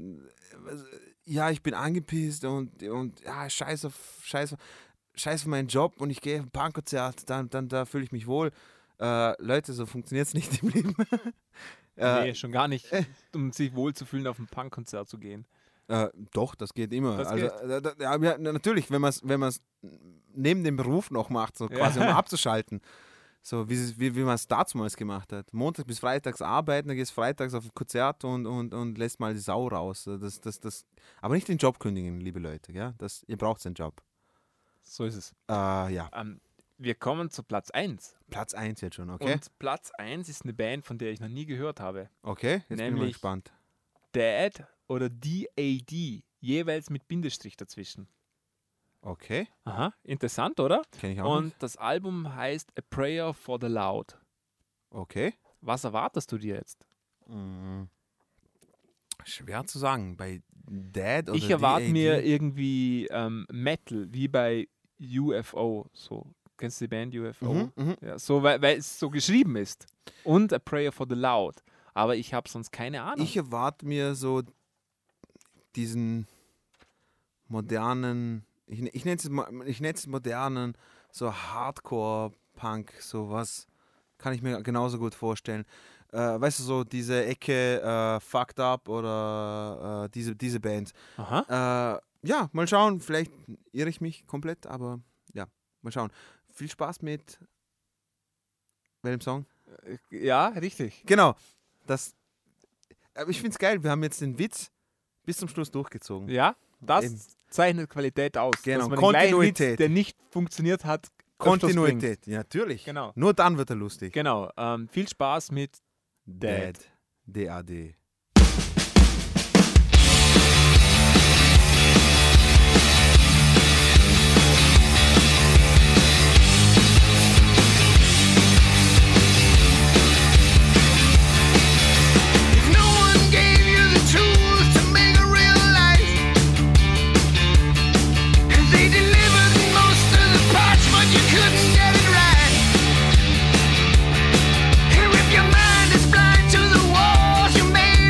ja, ich bin angepisst und, und ja, scheiß auf, scheiß, scheiß auf meinen Job und ich gehe auf ein Punkkonzert, dann, dann da fühle ich mich wohl. Äh, Leute, so funktioniert es nicht im Leben. äh, Nee, schon gar nicht, um sich wohlzufühlen, auf ein Punkkonzert zu gehen. Äh, doch, das geht immer. Das also, geht. äh, da, ja, ja, natürlich, wenn man es wenn man's neben dem Beruf noch macht, so Ja. quasi um abzuschalten, So wie, es- wie, wie man es damals gemacht hat. Montag bis freitags arbeiten, dann gehst freitags auf ein Konzert und, und, und lässt mal die Sau raus. Das, das, das, aber nicht den Job kündigen, liebe Leute. Ja? Das, ihr braucht einen Job. So ist es. Äh, ja, Ähm, wir kommen zu Platz eins. Platz eins jetzt schon, okay? Und Platz eins ist eine Band, von der ich noch nie gehört habe. Okay, jetzt bin ich mal Nämlich- gespannt. Dad oder D A D, jeweils mit Bindestrich dazwischen. Okay, Aha, interessant, oder? kenne ich auch Und nicht. das Album heißt A Prayer for the Loud. Okay. Was erwartest du dir jetzt? Mm. Schwer zu sagen. Bei Dad oder Ich erwarte D A D? mir irgendwie ähm, Metal, wie bei U F O. So, kennst du die Band U F O? Mhm, mhm. Ja, so, weil, weil es so geschrieben ist. Und A Prayer for the Loud. Aber ich habe sonst keine Ahnung. Ich erwarte mir so diesen modernen, ich, ich nenne es mo- ich nenn's modernen, so Hardcore-Punk, sowas kann ich mir genauso gut vorstellen. Äh, weißt du, so diese Ecke äh, Fucked Up oder äh, diese, diese Bands. Aha. Äh, ja, mal schauen, vielleicht irre ich mich komplett, aber ja, mal schauen. Viel Spaß mit welchem Song? Ja, richtig. Genau, das, aber ich finde es geil, wir haben jetzt den Witz bis zum Schluss durchgezogen. Ja, das Eben. zeichnet Qualität aus. Genau, dass man den kleinen Kontinuität. Witz, der nicht funktioniert hat, öfters Kontinuität, ja, natürlich. bringt. Genau. Nur dann wird er lustig. Genau. Ähm, viel Spaß mit Dad. D A D. If no one gave you the tools to make a real life, and they delivered most of the parts, but you couldn't get it right. And if your mind is blind to the walls you made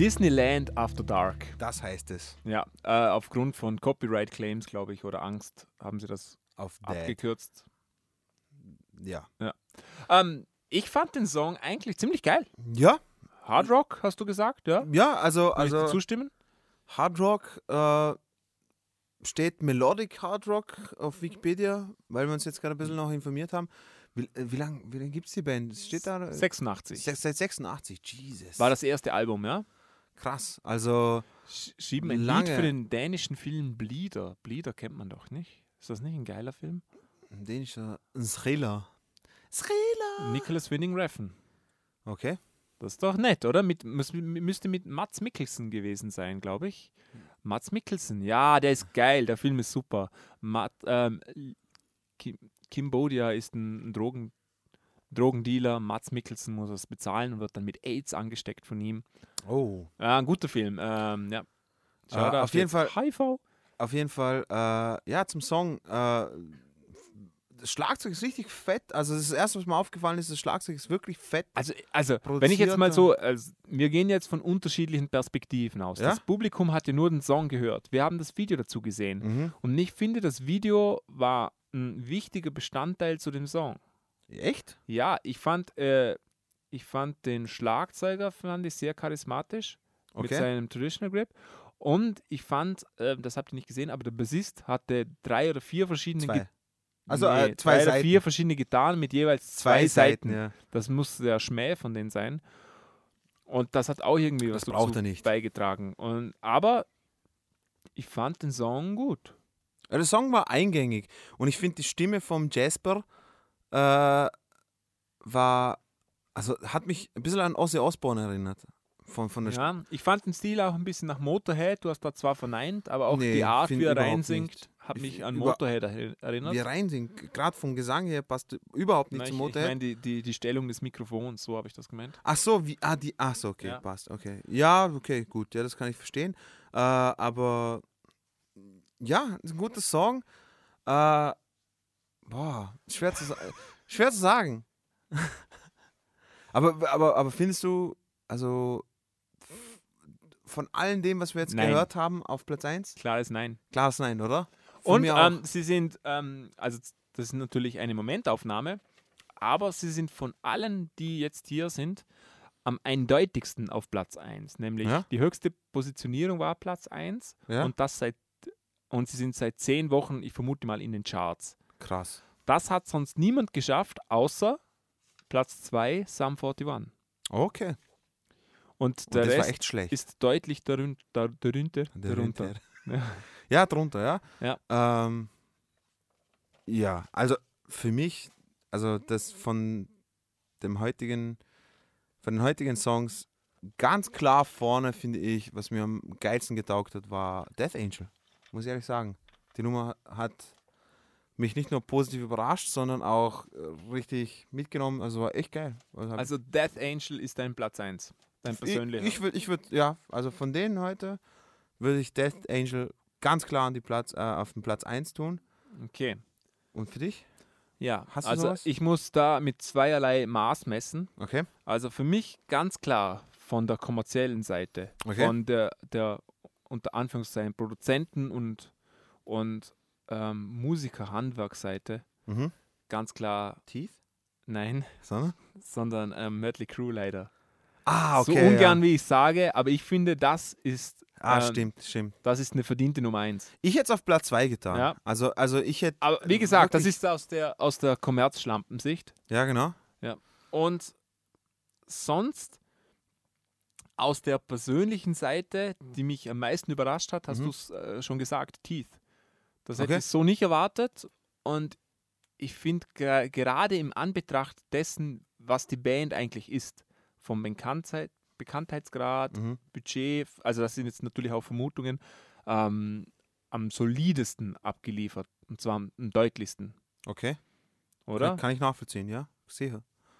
Disneyland After Dark. Das heißt es. Ja, äh, aufgrund von Copyright-Claims, glaube ich, oder Angst, haben sie das Auf Dead. abgekürzt. Ja. Ähm, ich fand den Song eigentlich ziemlich geil. Ja, Hard Rock, hast du gesagt, ja? ja, also, Kann ich dir also zustimmen? Hard Rock äh, steht Melodic Hard Rock auf Wikipedia, weil wir uns jetzt gerade ein bisschen noch informiert haben. Wie, äh, wie lange wie lang gibt es die Band? Es Steht da? sechsundachtzig. Se- Seit sechsundachtzig, Jesus. War das erste Album, ja? Krass. Also, Sch- Schieben ein Lange. Lied für den dänischen Film Bleeder. Bleeder kennt man doch nicht. Ist das nicht ein geiler Film? ein dänischer Thriller. Thriller. Nicholas Winding Refn. Okay. Das ist doch nett, oder? Mit, müß, müsste mit Mads Mikkelsen gewesen sein, glaube ich. Mads Mikkelsen, ja, der ist geil, der Film ist super. Matt, ähm, Kim, Cambodia ist ein, ein Drogen, Drogendealer, Mads Mikkelsen muss das bezahlen und wird dann mit AIDS angesteckt von ihm. Oh. Ja, ein guter Film, ähm, ja. Schau Äh, da auf jeden steht's Fall- H I V. Auf jeden Fall, äh, ja, zum Song. Äh, das Schlagzeug ist richtig fett. Also, das erste, was mir aufgefallen ist, das Schlagzeug ist wirklich fett. Also, also wenn ich jetzt mal Produzierter- so, also, wir gehen jetzt von unterschiedlichen Perspektiven aus. Ja? Das Publikum hat ja nur den Song gehört. Wir haben das Video dazu gesehen. Mhm. Und ich finde, das Video war ein wichtiger Bestandteil zu dem Song. Echt? Ja, ich fand, äh, ich fand den Schlagzeuger fand ich sehr charismatisch mit Okay. seinem Traditional Grip. Und ich fand, äh, das habt ihr nicht gesehen, aber der Bassist hatte drei oder vier verschiedene Zwei. Git- Also, Nee, äh, zwei drei oder Seiten. vier verschiedene Gitarren mit jeweils zwei, Seiten. ja. Das muss der Schmäh von denen sein. Und das hat auch irgendwie was Das braucht dazu er nicht. beigetragen. Und, aber ich fand den Song gut. Ja, der Song war eingängig. Und ich finde, die Stimme vom Jasper äh, war, also hat mich ein bisschen an Ozzy Osbourne erinnert. Von, von der Ja, ich fand den Stil auch ein bisschen nach Motorhead. Du hast da zwar verneint, aber auch Nee, die Art, find wie er überhaupt reinsingt, nicht. hat Ich mich find an über- Motorhead er- erinnert. Wie er reinsingt, gerade vom Gesang her, passt überhaupt nicht Nein, zum ich ich Motorhead. meine die, die, die Stellung des Mikrofons, so habe ich das gemeint. Ach so, wie, ah, die, ach so, okay, Ja. passt, okay. Ja, okay, gut, ja, das kann ich verstehen. Äh, aber, ja, ist ein guter Song. Äh, boah, schwer zu, sa- schwer zu sagen. aber, aber, aber findest du, also, f- von allem dem, was wir jetzt Nein. gehört haben, auf Platz eins? Klares Nein. Klares Nein, oder? Von Und mir auch. ähm, sie sind, ähm, also das ist natürlich eine Momentaufnahme, aber sie sind von allen, die jetzt hier sind, am eindeutigsten auf Platz eins. Nämlich Ja? die höchste Positionierung war Platz eins Ja? und das seit und sie sind seit zehn Wochen, ich vermute mal, in den Charts. Krass. Das hat sonst niemand geschafft, außer Platz zwei, Sum einundvierzig. Okay. Und Und der das war Rest echt schlecht. ist deutlich darun- dar- darunter. darunter. Ja. ja, drunter, ja. Ja. Ähm, ja, also für mich, also das von dem heutigen, von den heutigen Songs ganz klar vorne, finde ich, was mir am geilsten getaugt hat, war Death Angel. Muss ich ehrlich sagen. Die Nummer hat mich nicht nur positiv überrascht, sondern auch äh, richtig mitgenommen. Also war echt geil. Also, hab- Also Death Angel ist dein Platz eins. Dein ich persönlicher. ich würde, ich würd, ja, also von denen heute würde ich Death Angel ganz klar an die Platz, äh, auf den Platz eins tun. Okay. Und für dich? Ja, Hast du also sowas? ich muss da mit zweierlei Maß messen. Okay. Also für mich ganz klar von der kommerziellen Seite, Okay. von der, der unter Anführungszeichen Produzenten- und, und ähm, Musiker-Handwerksseite, Mhm. ganz klar Teeth? nein, Sondern? sondern ähm, Mötley Crüe leider. Ah, so ungern wie ich sage, aber ich finde, das ist, Ah, ähm, stimmt, stimmt. das ist eine verdiente Nummer eins. Ich hätte es auf Platz zwei getan. Ja. Also, also ich hätte. Aber wie gesagt, das wirklich- ist aus der, aus der Kommerzschlampensicht. Ja, genau. Und sonst aus der persönlichen Seite, die mich am meisten überrascht hat, hast Mhm. du es äh, schon gesagt, Teeth. Das Okay. hätte ich so nicht erwartet und ich finde gra- gerade im Anbetracht dessen, was die Band eigentlich ist, vom Bekanntheit, Bekanntheitsgrad, Mhm. Budget, also das sind jetzt natürlich auch Vermutungen, ähm, am solidesten abgeliefert und zwar am, am deutlichsten, Okay. oder? Kann, kann ich nachvollziehen, ja. Sicher.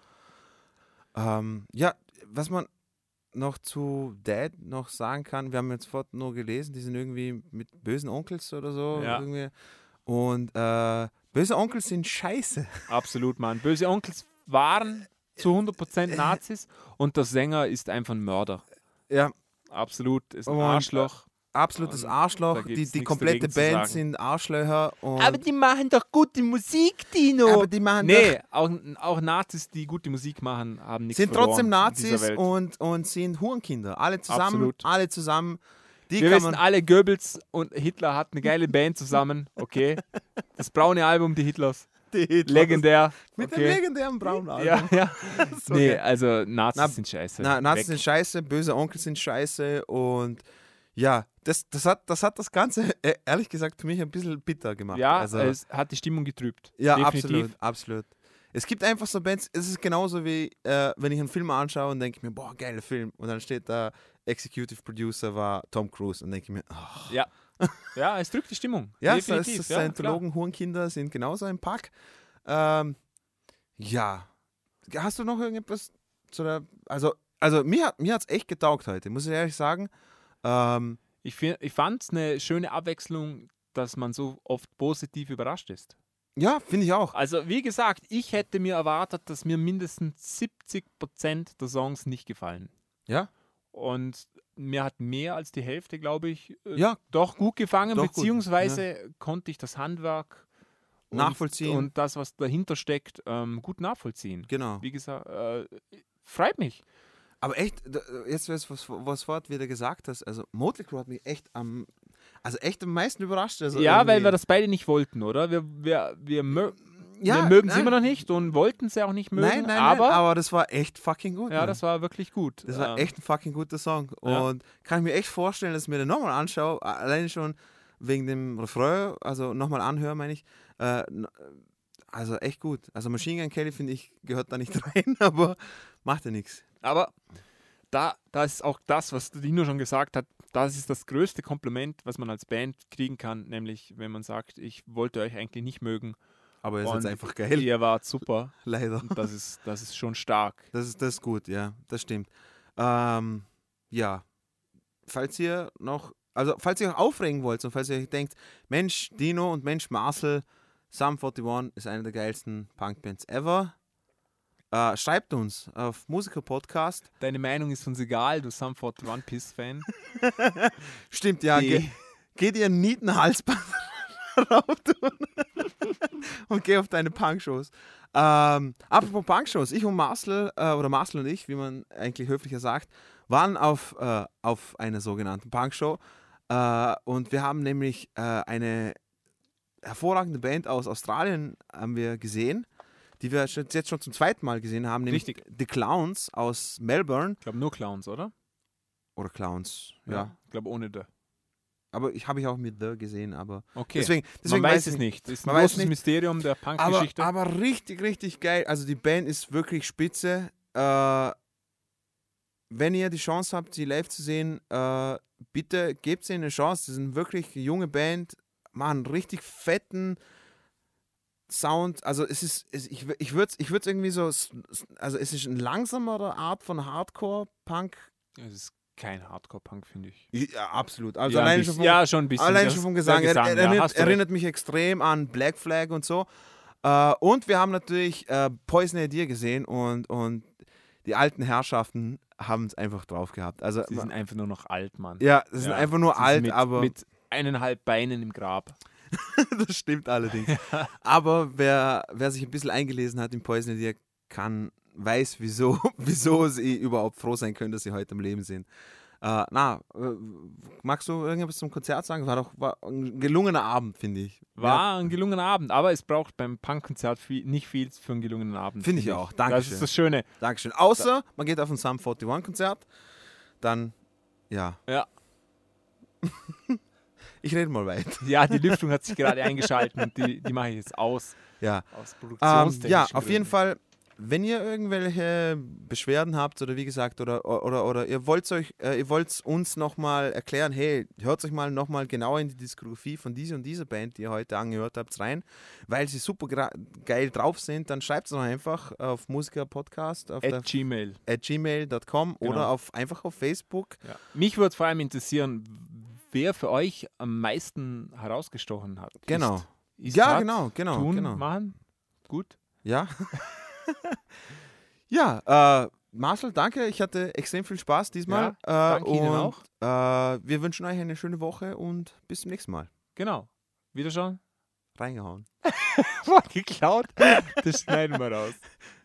Ähm, ja, was man noch zu Dad noch sagen kann, wir haben jetzt vorhin nur gelesen, die sind irgendwie mit bösen Onkels oder so. Ja. Irgendwie. Und äh, böse Onkels sind scheiße. Absolut, Mann. Böse Onkels waren zu hundert Prozent Nazis und der Sänger ist einfach ein Mörder. Ja, absolut. Ist ein Und, Arschloch. Absolutes Und Arschloch. da Die, gibt's die nichts komplette dagegen zu Band sagen. sind Arschlöcher. Und die machen doch gute Musik, Dino. aber die machen Nee, auch, auch Nazis, die gute Musik machen, haben nichts sind verloren trotzdem in Nazis dieser Welt. und, und sind Hurenkinder. Alle zusammen. Absolut. Alle zusammen. Die Wir kann wissen man, alle, Goebbels und Hitler hatten eine geile Band zusammen, okay? Das braune Album, die Hitlers, die Hitlers. legendär, Mit dem okay? legendären braunen Album. Ja, ja. So Nee, geil. also Nazis Na, sind scheiße. Na, Nazis Weg. sind scheiße, böse Onkel sind scheiße und ja, das, das, hat, das hat das Ganze äh, ehrlich gesagt für mich ein bisschen bitter gemacht. Ja, also, es hat die Stimmung getrübt. ja, Definitiv. absolut, absolut. Es gibt einfach so Bands, es ist genauso wie, äh, wenn ich einen Film anschaue und denke mir, boah, geiler Film. Und dann steht da, Executive Producer war Tom Cruise und denke ich mir, oh. Ja. Ja, es drückt die Stimmung. Ja, Definitiv. das ja, klar. Scientologen, Hurenkinder sind genauso im Pack. Ähm, ja. Hast du noch irgendetwas zu der, also, also mir hat mir echt getaugt heute, muss ich ehrlich sagen. Ähm, Ich, fi- ich fand es eine schöne Abwechslung, dass man so oft positiv überrascht ist. ja, finde ich auch. Also, wie gesagt, ich hätte mir erwartet, dass mir mindestens siebzig Prozent der Songs nicht gefallen. Ja, Und mir hat mehr als die Hälfte, glaube ich, äh, ja, doch gut gefangen, Doch gut, beziehungsweise konnte ich das Handwerk und, Nachvollziehen. und das, was dahinter steckt, ähm, gut nachvollziehen. genau. Wie gesagt, äh, freut mich. Aber echt, da- jetzt was, was, was Wort wieder gesagt hast, also Motley Crue hat mich echt am, also echt am meisten überrascht. Also Ja, weil irgendwie- wir das beide nicht wollten, oder? Wir, wir, wir, mö Ja, wir mögen sie nein. immer noch nicht und wollten sie auch nicht mögen, Nein, nein, aber, nein, aber das war echt fucking gut. ja, Mann. das war wirklich gut. Das war Ähm, echt ein fucking guter Song. Ja. Und kann ich mir echt vorstellen, dass ich mir den nochmal anschaue, alleine schon wegen dem Refrain, also nochmal anhören, meine ich. Äh, n- also echt gut. Also Machine Gun Kelly, finde ich, gehört da nicht rein, aber macht ja nichts. Aber da, da ist auch das, was Dino schon gesagt hat, das ist das größte Kompliment, was man als Band kriegen kann, nämlich wenn man sagt, ich wollte euch eigentlich nicht mögen. Aber es ist und jetzt einfach geil, Ihr wart super. leider. Und das ist, das ist schon stark. Das ist, das ist gut, ja, das stimmt. Ähm, ja, falls ihr noch, also falls ihr euch aufregen wollt und falls ihr euch denkt, Mensch, Dino und Mensch, Marcel, Sum einundvierzig ist eine der geilsten Punkbands ever, äh, schreibt uns auf Musiker-Podcast. Deine Meinung ist uns egal, du Sum einundvierzig Piss-Fan. Stimmt, ja, Die- ge geht ihr Nietenhalsband rauf tun und geh auf deine Punkshows. Ähm, apropos Punkshows, ich und Marcel, äh, oder Marcel und ich, wie man eigentlich höflicher sagt, waren auf, äh, auf einer sogenannten Punkshow äh, und wir haben nämlich äh, eine hervorragende Band aus Australien haben wir gesehen, die wir schon- jetzt schon zum zweiten Mal gesehen haben, nämlich Richtig. The Clowns aus Melbourne. Ich glaube nur Clowns, oder? Oder Clowns, ja. Ich glaube ohne der. Aber ich habe ich auch mit The gesehen, aber Okay. deswegen, deswegen man weiß ich es nicht. Das ist ein Man weiß großes nicht. Mysterium der Aber, Punk-Geschichte. aber richtig, richtig geil. Also die Band ist wirklich spitze. Äh, wenn ihr die Chance habt, sie live zu sehen, äh, bitte gebt sie eine Chance. Das ist eine wirklich junge Band, machen einen richtig fetten Sound. Also es ist, es, ich, ich würde es ich würd's irgendwie so, s- s- also es ist eine langsamere Art von Hardcore-Punk. Es ist kein Hardcore-Punk, finde ich. Ja, absolut. Also ja, ein alleine bisschen, schon vom, ja, schon ein bisschen. Allein Das- schon vom der Gesang. Er, Gesang, er, ja, erinnert, hast du recht. erinnert mich extrem an Black Flag und so. Äh, und wir haben natürlich äh, Poison Idea gesehen und, und die alten Herrschaften haben es einfach drauf gehabt. Also, Sie sind einfach nur noch alt, Mann. ja, sie sind Ja, einfach nur sie sind alt, mit, aber mit eineinhalb Beinen im Grab. das stimmt allerdings. Aber wer, wer sich ein bisschen eingelesen hat in Poison Idea, kann, weiß, wieso, wieso sie überhaupt froh sein können, dass sie heute am Leben sind. Äh, na, äh, magst du irgendwas zum Konzert sagen? War doch war ein gelungener Abend, finde ich. War ein gelungener Abend, aber es braucht beim Punkkonzert viel, nicht viel für einen gelungenen Abend. Finde ich auch. Dankeschön. Das ist das Schöne. Dankeschön. Außer man geht auf ein Sum einundvierzig-Konzert, dann, ja. Ja. Ich rede mal weiter. Ja, die Lüftung hat sich gerade eingeschaltet und die, die mache ich jetzt aus. Ja, Aus ähm, produktionstechnischen ja auf jeden Gründen. Fall, wenn ihr irgendwelche Beschwerden habt oder wie gesagt, oder, oder, oder ihr wollt euch, äh, ihr wollt uns nochmal erklären, hey, hört euch mal nochmal genauer in die Diskografie von dieser und dieser Band, die ihr heute angehört habt, rein, weil sie super gra- geil drauf sind, dann schreibt es doch einfach auf Musiker-Podcast auf der At Gmail. at gmail dot com Genau. oder auf, einfach auf Facebook. Ja. Mich würde vor allem interessieren, wer für euch am meisten herausgestochen hat. Genau. Ist, ist Ja, hat, genau, genau, Tun, genau. machen. Gut. Ja. Ja, äh, Marcel, danke. Ich hatte extrem viel Spaß diesmal. Ja, danke äh, Ihnen und, auch. Äh, wir wünschen euch eine schöne Woche und bis zum nächsten Mal. Genau. Wiederschauen. Reingehauen. War geklaut. Das schneiden wir raus.